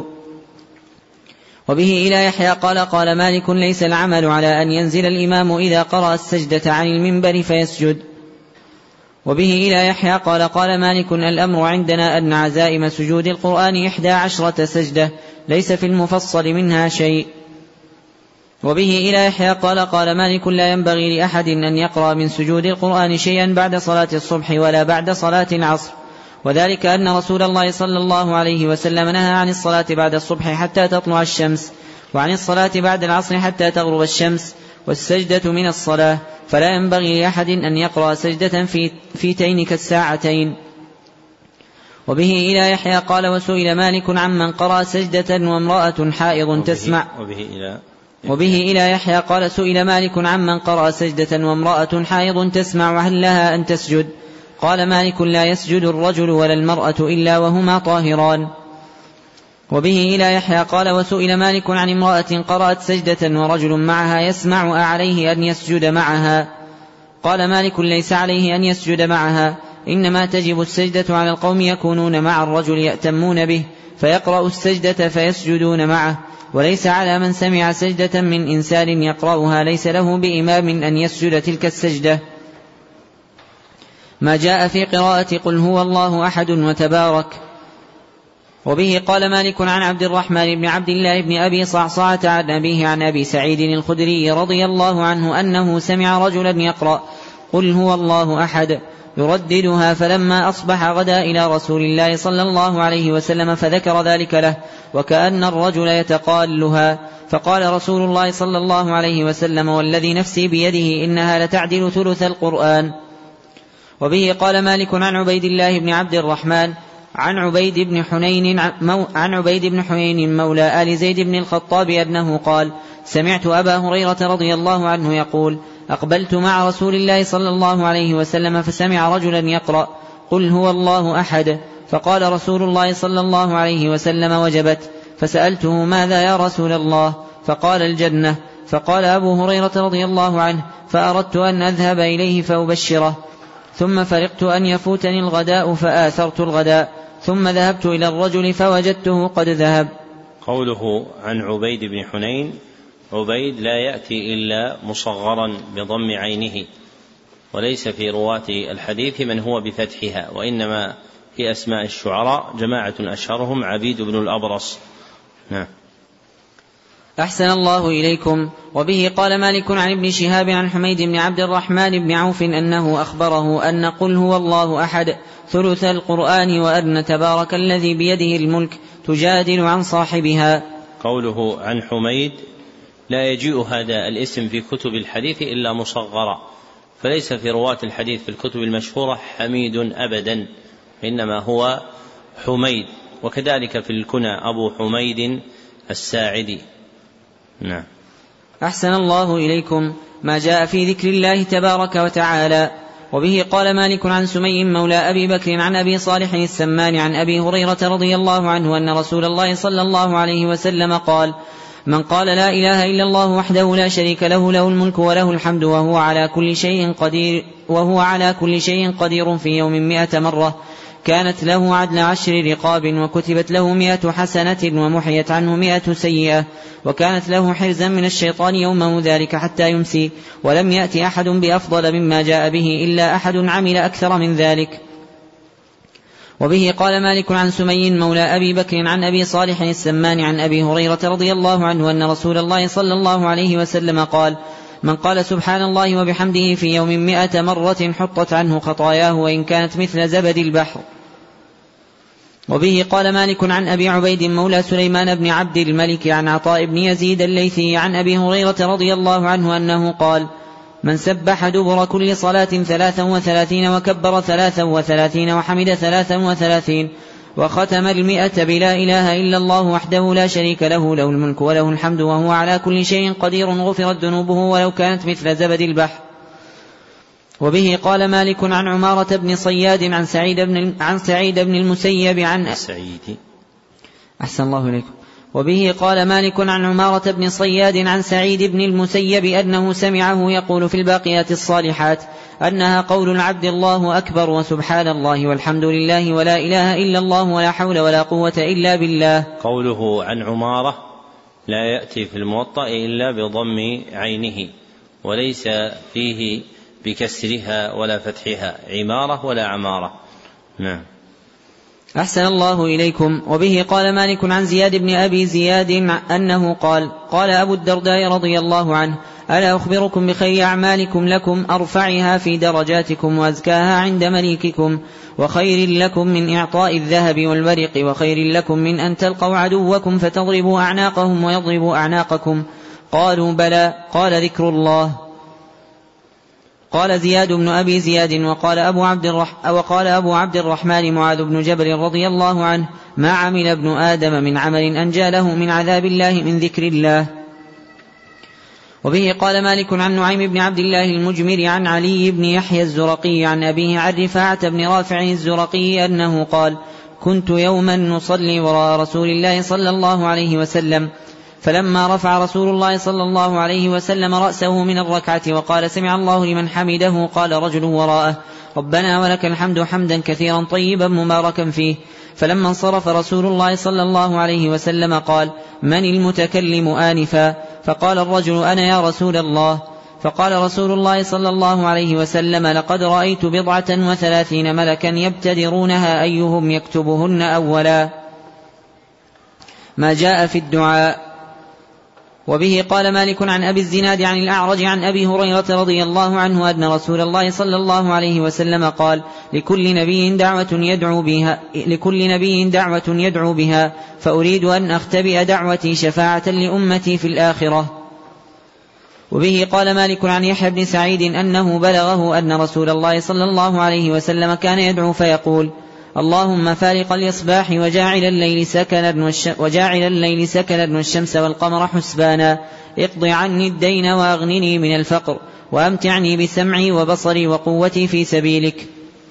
وبه إلى يحيى قال قال مالك ليس العمل على أن ينزل الإمام إذا قرأ السجدة عن المنبر فيسجد. وبه إلى يحيى قال قال مالك الأمر عندنا أن عزائم سجود القرآن إحدى عشرة سجدة ليس في المفصل منها شيء. وبه إلى يحيى قال قال مالك لا ينبغي لأحد أن يقرأ من سجود القرآن شيئا بعد صلاة الصبح ولا بعد صلاة العصر، وذلك أن رسول الله صلى الله عليه وسلم نهى عن الصلاة بعد الصبح حتى تطلع الشمس وعن الصلاة بعد العصر حتى تغرب الشمس، والسجدة من الصلاة، فلا ينبغي لأحد أن يقرأ سجدة في, في تينك الساعتين. وبه إلى يحيى قال وسئل مالك عمن قرأ سجدة وامرأة حائض تسمع. وبه إلى وبه إلى يحيى قال سئل مالك عمن قرأ سجدة وامرأة حائض تسمع وهل لها أن تسجد؟ قال مالك لا يسجد الرجل ولا المرأة إلا وهما طاهران. وبه إلى يحيى قال وسئل مالك عن امرأة قرأت سجدة ورجل معها يسمع أعليه أن يسجد معها؟ قال مالك ليس عليه أن يسجد معها، إنما تجب السجدة على القوم يكونون مع الرجل يأتمون به فيقرأ السجدة فيسجدون معه، وليس على من سمع سجدة من إنسان يقرأها ليس له بإمام أن يسجد تلك السجدة. ما جاء في قراءة قل هو الله أحد وتبارك. وبه قال مالك عن عبد الرحمن بن عبد الله بن أبي صعصعة عن أبيه عن أبي سعيد الخدري رضي الله عنه أنه سمع رجلا يقرأ قل هو الله أحد يرددها، فلما أصبح غدا إلى رسول الله صلى الله عليه وسلم فذكر ذلك له وكأن الرجل يتقالها، فقال رسول الله صلى الله عليه وسلم والذي نفسي بيده إنها لتعدل ثلث القرآن. وبه قال مالك عن عبيد الله بن عبد الرحمن عن عبيد بن حنين عن عبيد بن حنين مولى آل زيد بن الخطاب أنه قال سمعت أبا هريرة رضي الله عنه يقول أقبلت مع رسول الله صلى الله عليه وسلم فسمع رجلا يقرأ قل هو الله أحد، فقال رسول الله صلى الله عليه وسلم وجبت، فسألته ماذا يا رسول الله؟ فقال الجنة. فقال أبو هريرة رضي الله عنه فأردت أن أذهب إليه فأبشره، ثم فرقت أن يفوتني الغداء فآثرت الغداء، ثم ذهبت إلى الرجل فوجدته قد ذهب. قوله عن عبيد بن حنين، عبيد لا يأتي إلا مصغرا بضم عينه، وليس في رواة الحديث من هو بفتحها، وإنما في أسماء الشعراء جماعة أشهرهم عبيد بن الأبرص. نعم. أحسن الله إليكم. وبه قال مالك عن ابن شهاب عن حميد بن عبد الرحمن بن عوف أنه أخبره أن قل هو الله أحد ثلث القرآن وأن تبارك الذي بيده الملك تجادل عن صاحبها. قوله عن حميد لا يجيء هذا الاسم في كتب الحديث إلا مصغرا، فليس في رواة الحديث في الكتب المشهورة حميد أبدا، إنما هو حميد، وكذلك في الكنى أبو حميد الساعدي. نعم. أحسن الله إليكم. ما جاء في ذكر الله تبارك وتعالى. وبه قال مالك عن سمي مولى أبي بكر عن أبي صالح السمان عن أبي هريرة رضي الله عنه أن رسول الله صلى الله عليه وسلم قال: من قال لا إله إلا الله وحده لا شريك له له الملك وله الحمد وهو على كل شيء قدير وهو على كل شيء قدير في يوم مئة مرة كانت له عدل عشر رقاب وكتبت له مئة حسنة ومحيت عنه مئة سيئة وكانت له حرزا من الشيطان يومه ذلك حتى يمسي ولم يأتي أحد بأفضل مما جاء به إلا أحد عمل أكثر من ذلك. وبه قال مالك عن سمي مولى أبي بكر عن أبي صالح السمان عن أبي هريرة رضي الله عنه أن رسول الله صلى الله عليه وسلم قال: من قال سبحان الله وبحمده في يوم مئة مرة حطت عنه خطاياه وإن كانت مثل زبد البحر. وبه قال مالك عن أبي عبيد مولى سليمان بن عبد الملك عن عطاء بن يزيد الليثي عن أبي هريرة رضي الله عنه أنه قال: من سبح دبر كل صلاة ثلاثا وثلاثين وكبر ثلاثا وثلاثين وحمد ثلاثا وثلاثين وختم المئة بلا إله إلا الله وحده لا شريك له له الملك وله الحمد وهو على كل شيء قدير غفرت ذنوبه ولو كانت مثل زبد البحر. وبه قال مالك عن عمارة بن صياد عن سعيد بن عن سعيد بن المسيب عن سعيد أحسن الله إليكم. وبه قال مالك عن عمارة بن صياد عن سعيد بن المسيب أنه سمعه يقول في الباقيات الصالحات أنها قول العبد الله أكبر وسبحان الله والحمد لله ولا إله إلا الله ولا حول ولا قوة إلا بالله. قوله عن عمارة لا يأتي في الموطأ إلا بضم عينه وليس فيه بكسرها ولا فتحها، عمارة ولا عمارة. نعم. أحسن الله إليكم. وبه قال مالك عن زياد بن أبي زياد أنه قال: قال أبو الدرداء رضي الله عنه: ألا أخبركم بخير أعمالكم لكم أرفعها في درجاتكم وأزكاها عند مليككم وخير لكم من إعطاء الذهب والورق وخير لكم من أن تلقوا عدوكم فتضربوا أعناقهم ويضربوا أعناقكم؟ قالوا بلى. قال: ذكر الله. قال زياد بن أبي زياد وقال أبو عبد الرح وقال أبو عبد الرحمن معاذ بن جبل رضي الله عنه: ما عمل ابن آدم من عمل أنجى له من عذاب الله من ذكر الله. وبه قال مالك عن نعيم بن عبد الله المجمر عن علي بن يحيى الزرقي عن أبيه عن رفاعة بن رافع الزرقي أنه قال: كنت يوما نصلي وراء رسول الله صلى الله عليه وسلم، فلما رفع رسول الله صلى الله عليه وسلم رأسه من الركعة وقال: سمع الله لمن حمده، قال رجل وراءه: ربنا ولك الحمد حمدا كثيرا طيبا مباركا فيه. فلما انصرف رسول الله صلى الله عليه وسلم قال: من المتكلم آنفا؟ فقال الرجل: أنا يا رسول الله. فقال رسول الله صلى الله عليه وسلم: لقد رأيت بضعة وثلاثين ملكا يبتدرونها أيهم يكتبهن أولا. ما جاء في الدعاء. وبه قال مالك عن أبي الزناد عن الأعرج عن أبي هريرة رضي الله عنه أن رسول الله صلى الله عليه وسلم قال: لكل نبي دعوة يدعو بها لكل نبي دعوة يدعو بها فأريد أن أختبئ دعوتي شفاعة لأمتي في الآخرة. وبه قال مالك عن يحيى بن سعيد أنه بلغه أن رسول الله صلى الله عليه وسلم كان يدعو فيقول: اللهم فارق الإصباح وجاعل الليل سكنا وجاعل الليل سكنا والشمس والقمر حسبانا، اقض عني الدين وأغنني من الفقر وأمتعني بسمعي وبصري وقوتي في سبيلك.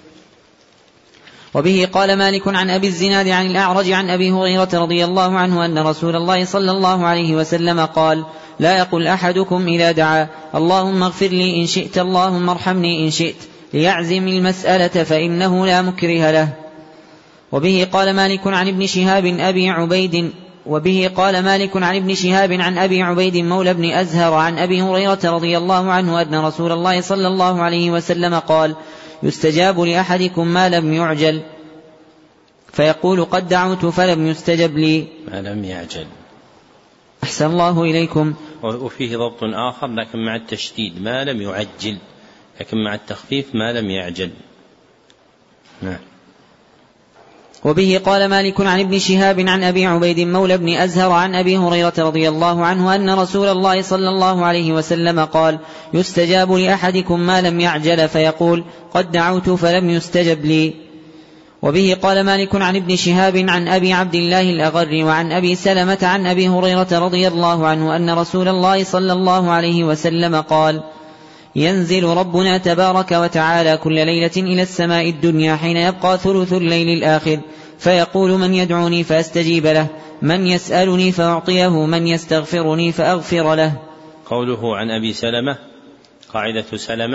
وبه قال مالك عن أبي الزناد عن الأعرج عن أبي هريرة رضي الله عنه أن رسول الله صلى الله عليه وسلم قال: لا يقل أحدكم إذا دعا: اللهم اغفر لي إن شئت اللهم ارحمني إن شئت، ليعزم المسألة فإنه لا مكره له. وبه قال مالك عن ابن شهاب أبي عبيد وبه قال مالك عن ابن شهاب عن أبي عبيد مولى بن أزهر عن أبي هريرة رضي الله عنه أن رسول الله صلى الله عليه وسلم قال: يستجاب لأحدكم ما لم يعجل، فيقول: قد دعوت فلم يستجب لي. ما لم يعجل. أحسن الله إليكم. وفيه ضبط آخر لكن مع التشديد: ما لم يعجل، لكن مع التخفيف: ما لم يعجل. نعم. وبه قال مالك عن ابن شهاب عن أبي عبيد مولى بن أزهر عن أبي هريرة رضي الله عنه أن رسول الله صلى الله عليه وسلم قال: يستجاب لأحدكم ما لم يعجل، فيقول: قد دعوت فلم يستجب لي. وبه قال مالك عن ابن شهاب عن أبي عبد الله الأغر وعن أبي سلمة عن أبي هريرة رضي الله عنه أن رسول الله صلى الله عليه وسلم قال: ينزل ربنا تبارك وتعالى كل ليلة إلى السماء الدنيا حين يبقى ثلث الليل الآخر، فيقول: من يدعوني فأستجيب له، من يسألني فأعطيه، من يستغفرني فأغفر له. قوله عن أبي سلمة، قاعدة سلمة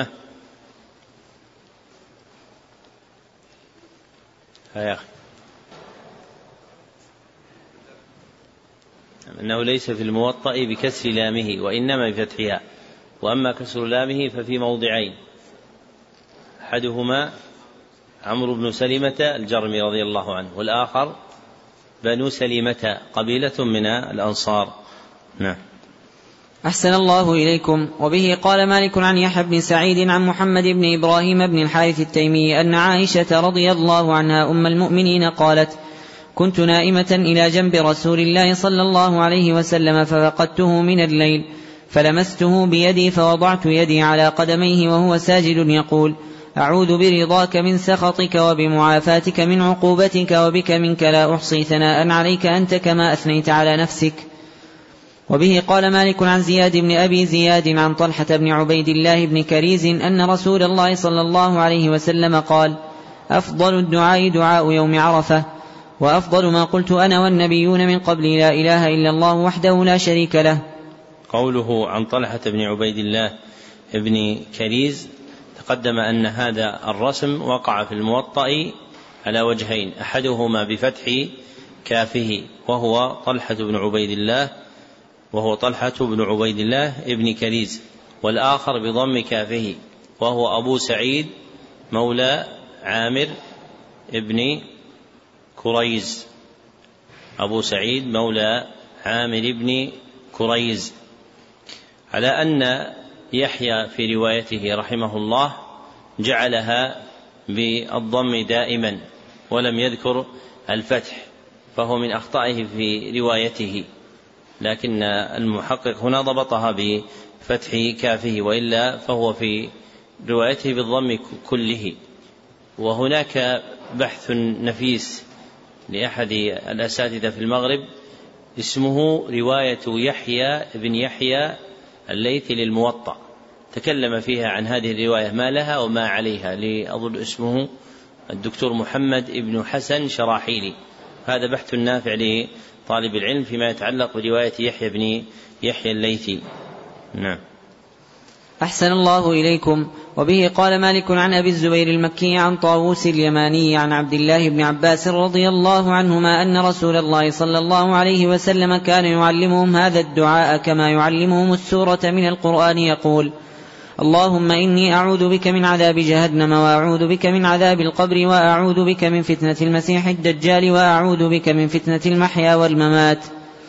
يا أخي أنه ليس في الموطأ بكسر لامه وإنما بفتحها، وأما كسر لامه ففي موضعين: أحدهما عمرو بن سلمة الجرمي رضي الله عنه، والآخر بنو سلمة قبيلة من الأنصار. نعم. أحسن الله إليكم. وبه قال مالك عن يحيى بن سعيد عن محمد بن إبراهيم بن الحارث التيمي أن عائشة رضي الله عنها أم المؤمنين قالت: كنت نائمة إلى جنب رسول الله صلى الله عليه وسلم ففقدته من الليل، فلمسته بيدي فوضعت يدي على قدميه وهو ساجد يقول: أعوذ برضاك من سخطك وبمعافاتك من عقوبتك وبك منك لا أحصي ثناء عليك أنت كما أثنيت على نفسك. وبه قال مالك عن زياد بن أبي زياد عن طلحة بن عبيد الله بن كريز أن رسول الله صلى الله عليه وسلم قال: أفضل الدعاء دعاء يوم عرفة، وأفضل ما قلت أنا والنبيون من قبل لا إله إلا الله وحده لا شريك له. قوله عن طلحة بن عبيد الله بن كريز، تقدم أن هذا الرسم وقع في الموطأ على وجهين: أحدهما بفتح كافه وهو طلحة بن عبيد الله وهو طلحة بن عبيد الله ابن كريز، والآخر بضم كافه وهو أبو سعيد مولى عامر ابن كريز، أبو سعيد مولى عامر ابن كريز. على أن يحيى في روايته رحمه الله جعلها بالضم دائما ولم يذكر الفتح، فهو من أخطائه في روايته، لكن المحقق هنا ضبطها بفتح كافه، وإلا فهو في روايته بالضم كله. وهناك بحث نفيس لأحد الأساتذة في المغرب اسمه رواية يحيى بن يحيى الليثي للموطأ، تكلم فيها عن هذه الرواية ما لها وما عليها، لأظن اسمه الدكتور محمد بن حسن شراحيلي. هذا بحث نافع لطالب العلم فيما يتعلق برواية يحيى بن يحيى الليثي. نعم. أحسن الله إليكم. وبه قال مالك عن أبي الزبير المكي عن طاووس اليماني عن عبد الله بن عباس رضي الله عنهما أن رسول الله صلى الله عليه وسلم كان يعلمهم هذا الدعاء كما يعلمهم السورة من القرآن، يقول: اللهم إني أعوذ بك من عذاب جهنم، وأعوذ بك من عذاب القبر، وأعوذ بك من فتنة المسيح الدجال، وأعوذ بك من فتنة المحيا والممات.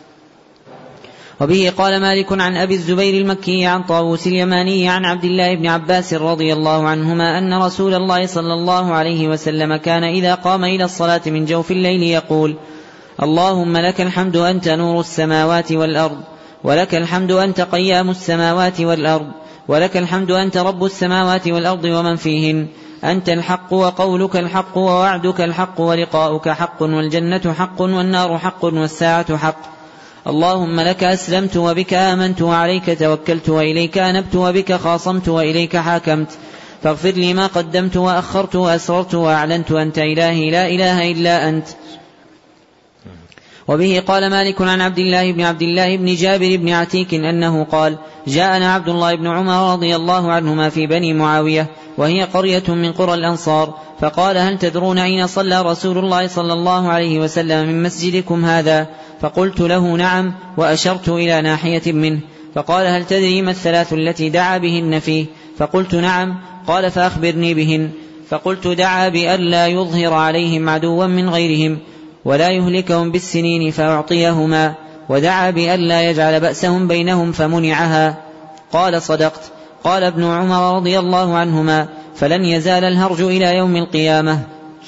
وبه قال مالك عن أبي الزبير المكي عن طاووس اليماني عن عبد الله بن عباس رضي الله عنهما أن رسول الله صلى الله عليه وسلم كان إذا قام إلى الصلاة من جوف الليل يقول: اللهم لك الحمد أنت نور السماوات والأرض، ولك الحمد أنت قيام السماوات والأرض، ولك الحمد أنت رب السماوات والأرض ومن فيهن، أنت الحق وقولك الحق ووعدك الحق ولقاؤك حق والجنة حق والنار حق والساعة حق. اللهم لك أسلمت وبك آمنت وعليك توكلت وإليك أنبت وبك خاصمت وإليك حاكمت، فاغفر لي ما قدمت وأخرت وأسررت وأعلنت، أنت إلهي لا إله إلا أنت. وبه قال مالك عن عبد الله بن عبد الله بن جابر بن عتيك أنه قال جاءنا عبد الله بن عمر رضي الله عنهما في بني معاوية وهي قرية من قرى الأنصار فقال هل تدرون أين صلى رسول الله صلى الله عليه وسلم من مسجدكم هذا؟ فقلت له نعم وأشرت إلى ناحية منه. فقال هل تدري ما الثلاث التي دعا بهن فيه؟ فقلت نعم. قال فأخبرني بهن. فقلت دعا بألا يظهر عليهم عدوا من غيرهم ولا يهلكهم بالسنين فأعطيهما، ودعا بألا يجعل بأسهم بينهم فمنعها. قال صدقت. قال ابن عمر رضي الله عنهما فلن يزال الهرج إلى يوم القيامة.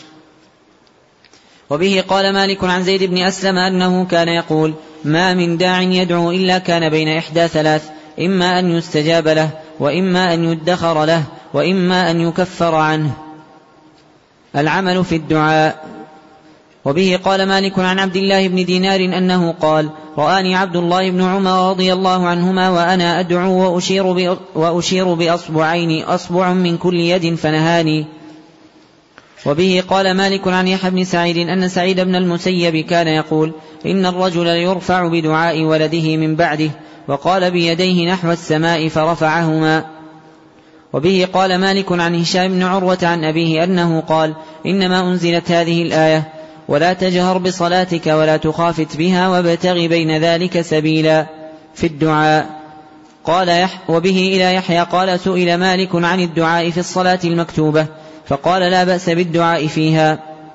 وبه قال مالك عن زيد بن أسلم أنه كان يقول ما من داع يدعو إلا كان بين إحدى ثلاث، إما أن يستجاب له وإما أن يدخر له وإما أن يكفر عنه. العمل في الدعاء. وبه قال مالك عن عبد الله بن دينار أنه قال رآني عبد الله بن عمر رضي الله عنهما وأنا أدعو وأشير, وأشير بأصبعين أصبع من كل يد فنهاني. وبه قال مالك عن يحيى بن سعيد أن سعيد بن المسيب كان يقول إن الرجل يرفع بدعاء ولده من بعده، وقال بيديه نحو السماء فرفعهما. وبه قال مالك عن هشام بن عروة عن أبيه أنه قال إنما أنزلت هذه الآية ولا تجهر بصلاتك ولا تخافت بها وابتغ بين ذلك سبيلا في الدعاء. قال يح وبه إلى يحيى قال سئل مالك عن الدعاء في الصلاة المكتوبة فقال لا بأس بالدعاء فيها.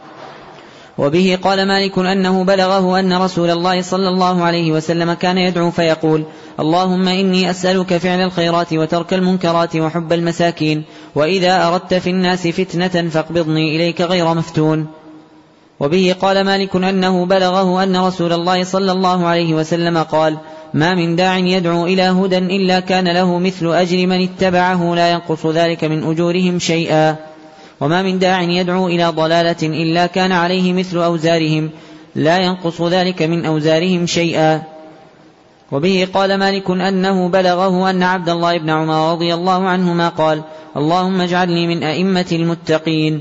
وبه قال مالك أنه بلغه أن رسول الله صلى الله عليه وسلم كان يدعو فيقول اللهم إني أسألك فعل الخيرات وترك المنكرات وحب المساكين، وإذا أردت في الناس فتنة فاقبضني إليك غير مفتون. وبه قال مالك أنه بلغه أن رسول الله صلى الله عليه وسلم قال ما من داع يدعو إلى هدى إلا كان له مثل أجر من اتبعه لا ينقص ذلك من أجورهم شيئا، وما من داع يدعو إلى ضلالة إلا كان عليه مثل أوزارهم لا ينقص ذلك من أوزارهم شيئا. وبه قال مالك أنه بلغه أن عبد الله بن عمر رضي الله عنهما قال اللهم اجعلني من أئمة المتقين.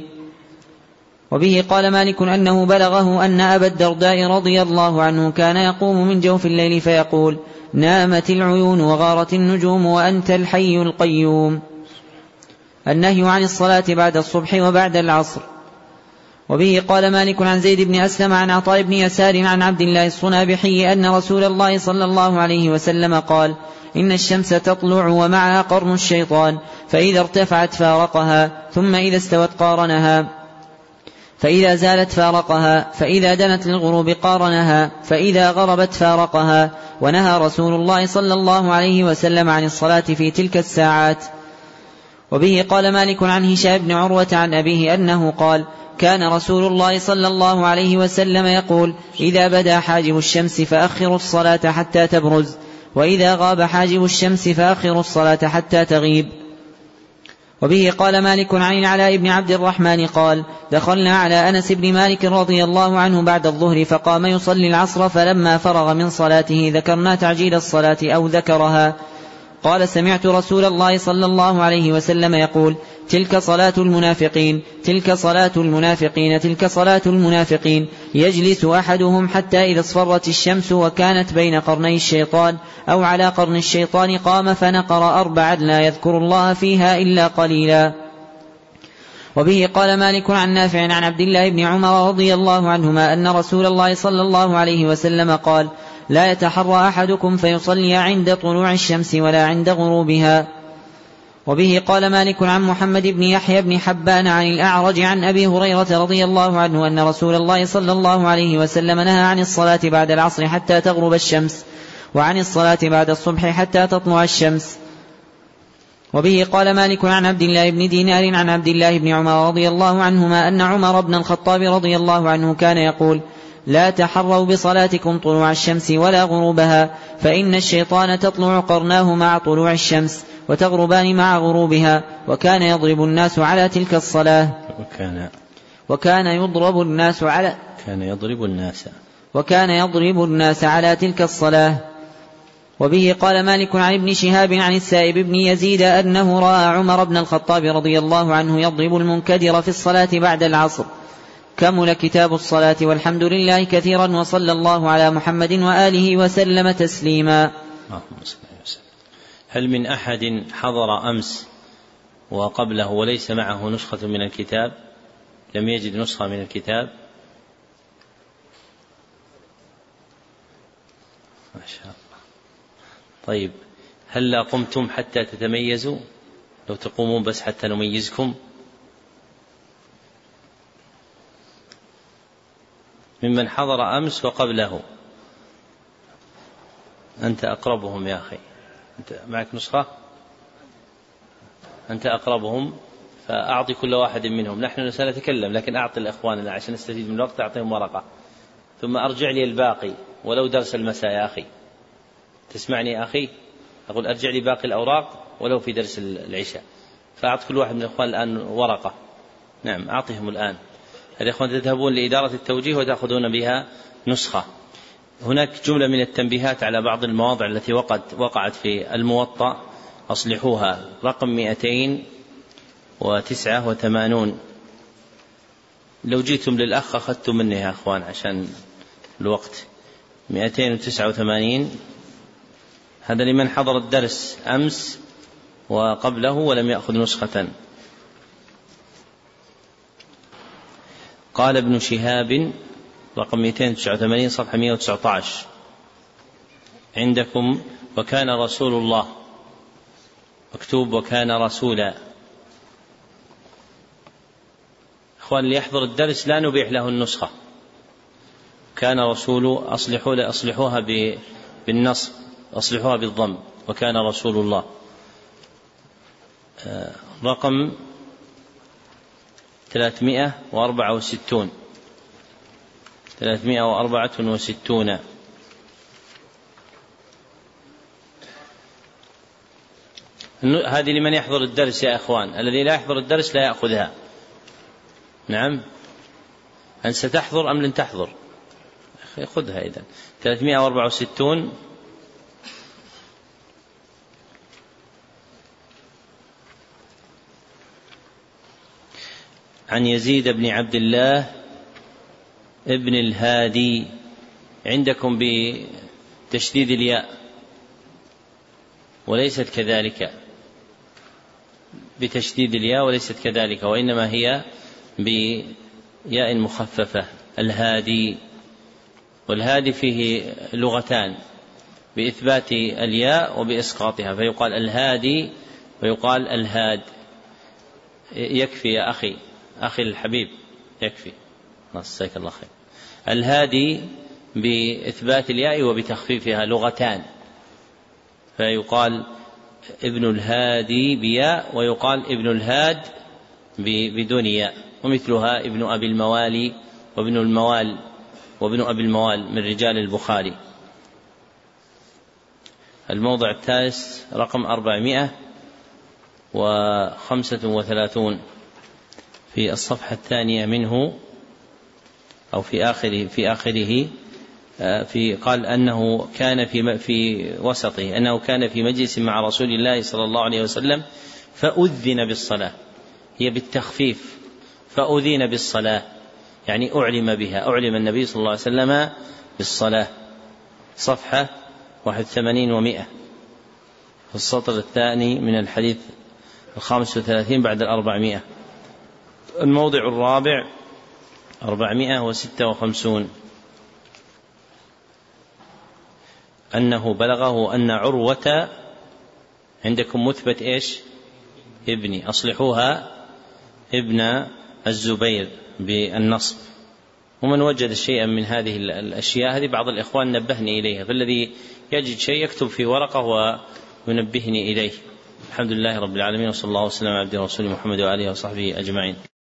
وبه قال مالك أنه بلغه أن أبا الدرداء رضي الله عنه كان يقوم من جوف الليل فيقول نامت العيون وغارت النجوم وأنت الحي القيوم. النهي عن الصلاة بعد الصبح وبعد العصر. وبه قال مالك عن زيد بن أسلم عن عطاء بن يسار عن عبد الله الصنابحي أن رسول الله صلى الله عليه وسلم قال إن الشمس تطلع ومعها قرن الشيطان، فإذا ارتفعت فارقها ثم إذا استوت قارنها، فإذا زالت فارقها، فإذا دنت للغروب قارنها، فإذا غربت فارقها. ونهى رسول الله صلى الله عليه وسلم عن الصلاة في تلك الساعات. وبه قال مالك عن هشام بن عروة عن أبيه أنه قال كان رسول الله صلى الله عليه وسلم يقول إذا بدا حاجب الشمس فأخروا الصلاة حتى تبرز، وإذا غاب حاجب الشمس فأخروا الصلاة حتى تغيب. وبه قال مالك عن العلاء بن عبد الرحمن قال دخلنا على أنس بن مالك رضي الله عنه بعد الظهر فقام يصلي العصر، فلما فرغ من صلاته ذكرنا تعجيل الصلاة أو ذكرها. قال سمعت رسول الله صلى الله عليه وسلم يقول تلك صلاة المنافقين تلك صلاة المنافقين تلك صلاة المنافقين يجلس أحدهم حتى إذا اصفرت الشمس وكانت بين قرني الشيطان أو على قرن الشيطان قام فنقر أربعا لا يذكر الله فيها إلا قليلا. وبه قال مالك عن نافع عن عبد الله بن عمر رضي الله عنهما أن رسول الله صلى الله عليه وسلم قال لا يتحرى أحدكم فيصلي عند طلوع الشمس ولا عند غروبها. وبه قال مالك عن محمد بن يحيى بن حبان عن الأعرج عن أبي هريرة رضي الله عنه أن رسول الله صلى الله عليه وسلم نهى عن الصلاة بعد العصر حتى تغرب الشمس، وعن الصلاة بعد الصبح حتى تطلع الشمس. وبه قال مالك عن عبد الله بن دينار عن عبد الله بن عمر رضي الله عنهما أن عمر بن الخطاب رضي الله عنه كان يقول لا تحروا بصلاتكم طلوع الشمس ولا غروبها، فإن الشيطان تطلع قرناه مع طلوع الشمس وتغربان مع غروبها. وكان يضرب الناس على تلك الصلاة وكان, وكان يضرب الناس على كان يضرب الناس وكان يضرب الناس على تلك الصلاة. وبه قال مالك عن ابن شهاب عن السائب بن يزيد أنه رأى عمر بن الخطاب رضي الله عنه يضرب المنكدر في الصلاة بعد العصر. كمل كتاب الصلاة، والحمد لله كثيرا، وصلى الله على محمد وآله وسلم تسليما. هل من أحد حضر أمس وقبله وليس معه نسخة من الكتاب، لم يجد نسخة من الكتاب؟ ما شاء الله. طيب، هل لا قمتم حتى تتميزوا؟ لو تقومون بس حتى نميزكم. ممن حضر أمس وقبله، أنت أقربهم يا أخي، أنت معك نسخة، أنت أقربهم، فأعطي كل واحد منهم. نحن سنتكلم لكن أعطي الأخوان عشان نستفيد من الوقت، أعطيهم ورقة ثم أرجع لي الباقي ولو درس المساء. يا أخي تسمعني يا أخي؟ أقول أرجع لي باقي الأوراق ولو في درس العشاء، فأعط كل واحد من الأخوان الآن ورقة. نعم، أعطيهم الآن. الأخوان تذهبون لإدارة التوجيه وتأخذون بها نسخة. هناك جملة من التنبيهات على بعض المواضع التي وقعت, وقعت في الموطأ، أصلحوها. رقم مئتين وتسعة وثمانون، لو جيتم للأخ أخذتم منه يا أخوان عشان الوقت. مئتين وتسعة وثمانين، هذا لمن حضر الدرس أمس وقبله ولم يأخذ نسخة. قال ابن شهاب، رقم مئتين وتسعة وثمانين صفحة مئة وتسعة عشر عندكم، وكان رسول الله، مكتوب وكان رسولا. أخوان اللي يحضر الدرس لا نبيح له النسخة. كان رسول، أصلحوا أصلحوها بالنصب، أصلحوها بالضم، وكان رسول الله. رقم ثلاثمائة وأربعة وستون، ثلاثمائة وأربعة وستون. هذه لمن يحضر الدرس يا أخوان، الذي لا يحضر الدرس لا يأخذها. نعم، هل ستحضر أم لن تحضر؟ خذها إذن. ثلاثمائة وأربعة وستون. عن يزيد بن عبد الله ابن الهادي، عندكم بتشديد الياء وليست كذلك، بتشديد الياء وليست كذلك، وإنما هي بياء مخففة. الهادي، والهادي فيه لغتان، بإثبات الياء وبإسقاطها، فيقال الهادي ويقال الهاد. يكفي يا أخي، أخي الحبيب، يكفي، نصيك الله خير. الهادي بإثبات الياء وبتخفيفها لغتان، فيقال ابن الهادي بياء، ويقال ابن الهاد بدون ياء. ومثلها ابن أبي الموالي وابن الموال وابن أبي الموال من رجال البخاري. الموضع الثالث رقم أربعمائة وخمسة وثلاثون في الصفحة الثانية منه، أو في آخره في آخره في قال أنه كان في في وسطه أنه كان في مجلس مع رسول الله صلى الله عليه وسلم فأذن بالصلاة، هي بالتخفيف، فأذن بالصلاة يعني أعلم بها، أعلم النبي صلى الله عليه وسلم بالصلاة. صفحة واحد وثمانين ومئة في السطر الثاني من الحديث الخامس وثلاثين بعد الأربعمائة. الموضع الرابع أربعمائة وستة وخمسون، أنه بلغه أن عروة، عندكم مثبت إيش؟ ابني، أصلحوها ابن الزبير بالنصب. ومن وجد شيئا من هذه الأشياء، هذه بعض الإخوان نبهني إليها، فالذي يجد شيء يكتب في ورقة وينبهني إليه. الحمد لله رب العالمين، وصلى الله وسلم على عبده ورسوله محمد وآله وصحبه أجمعين.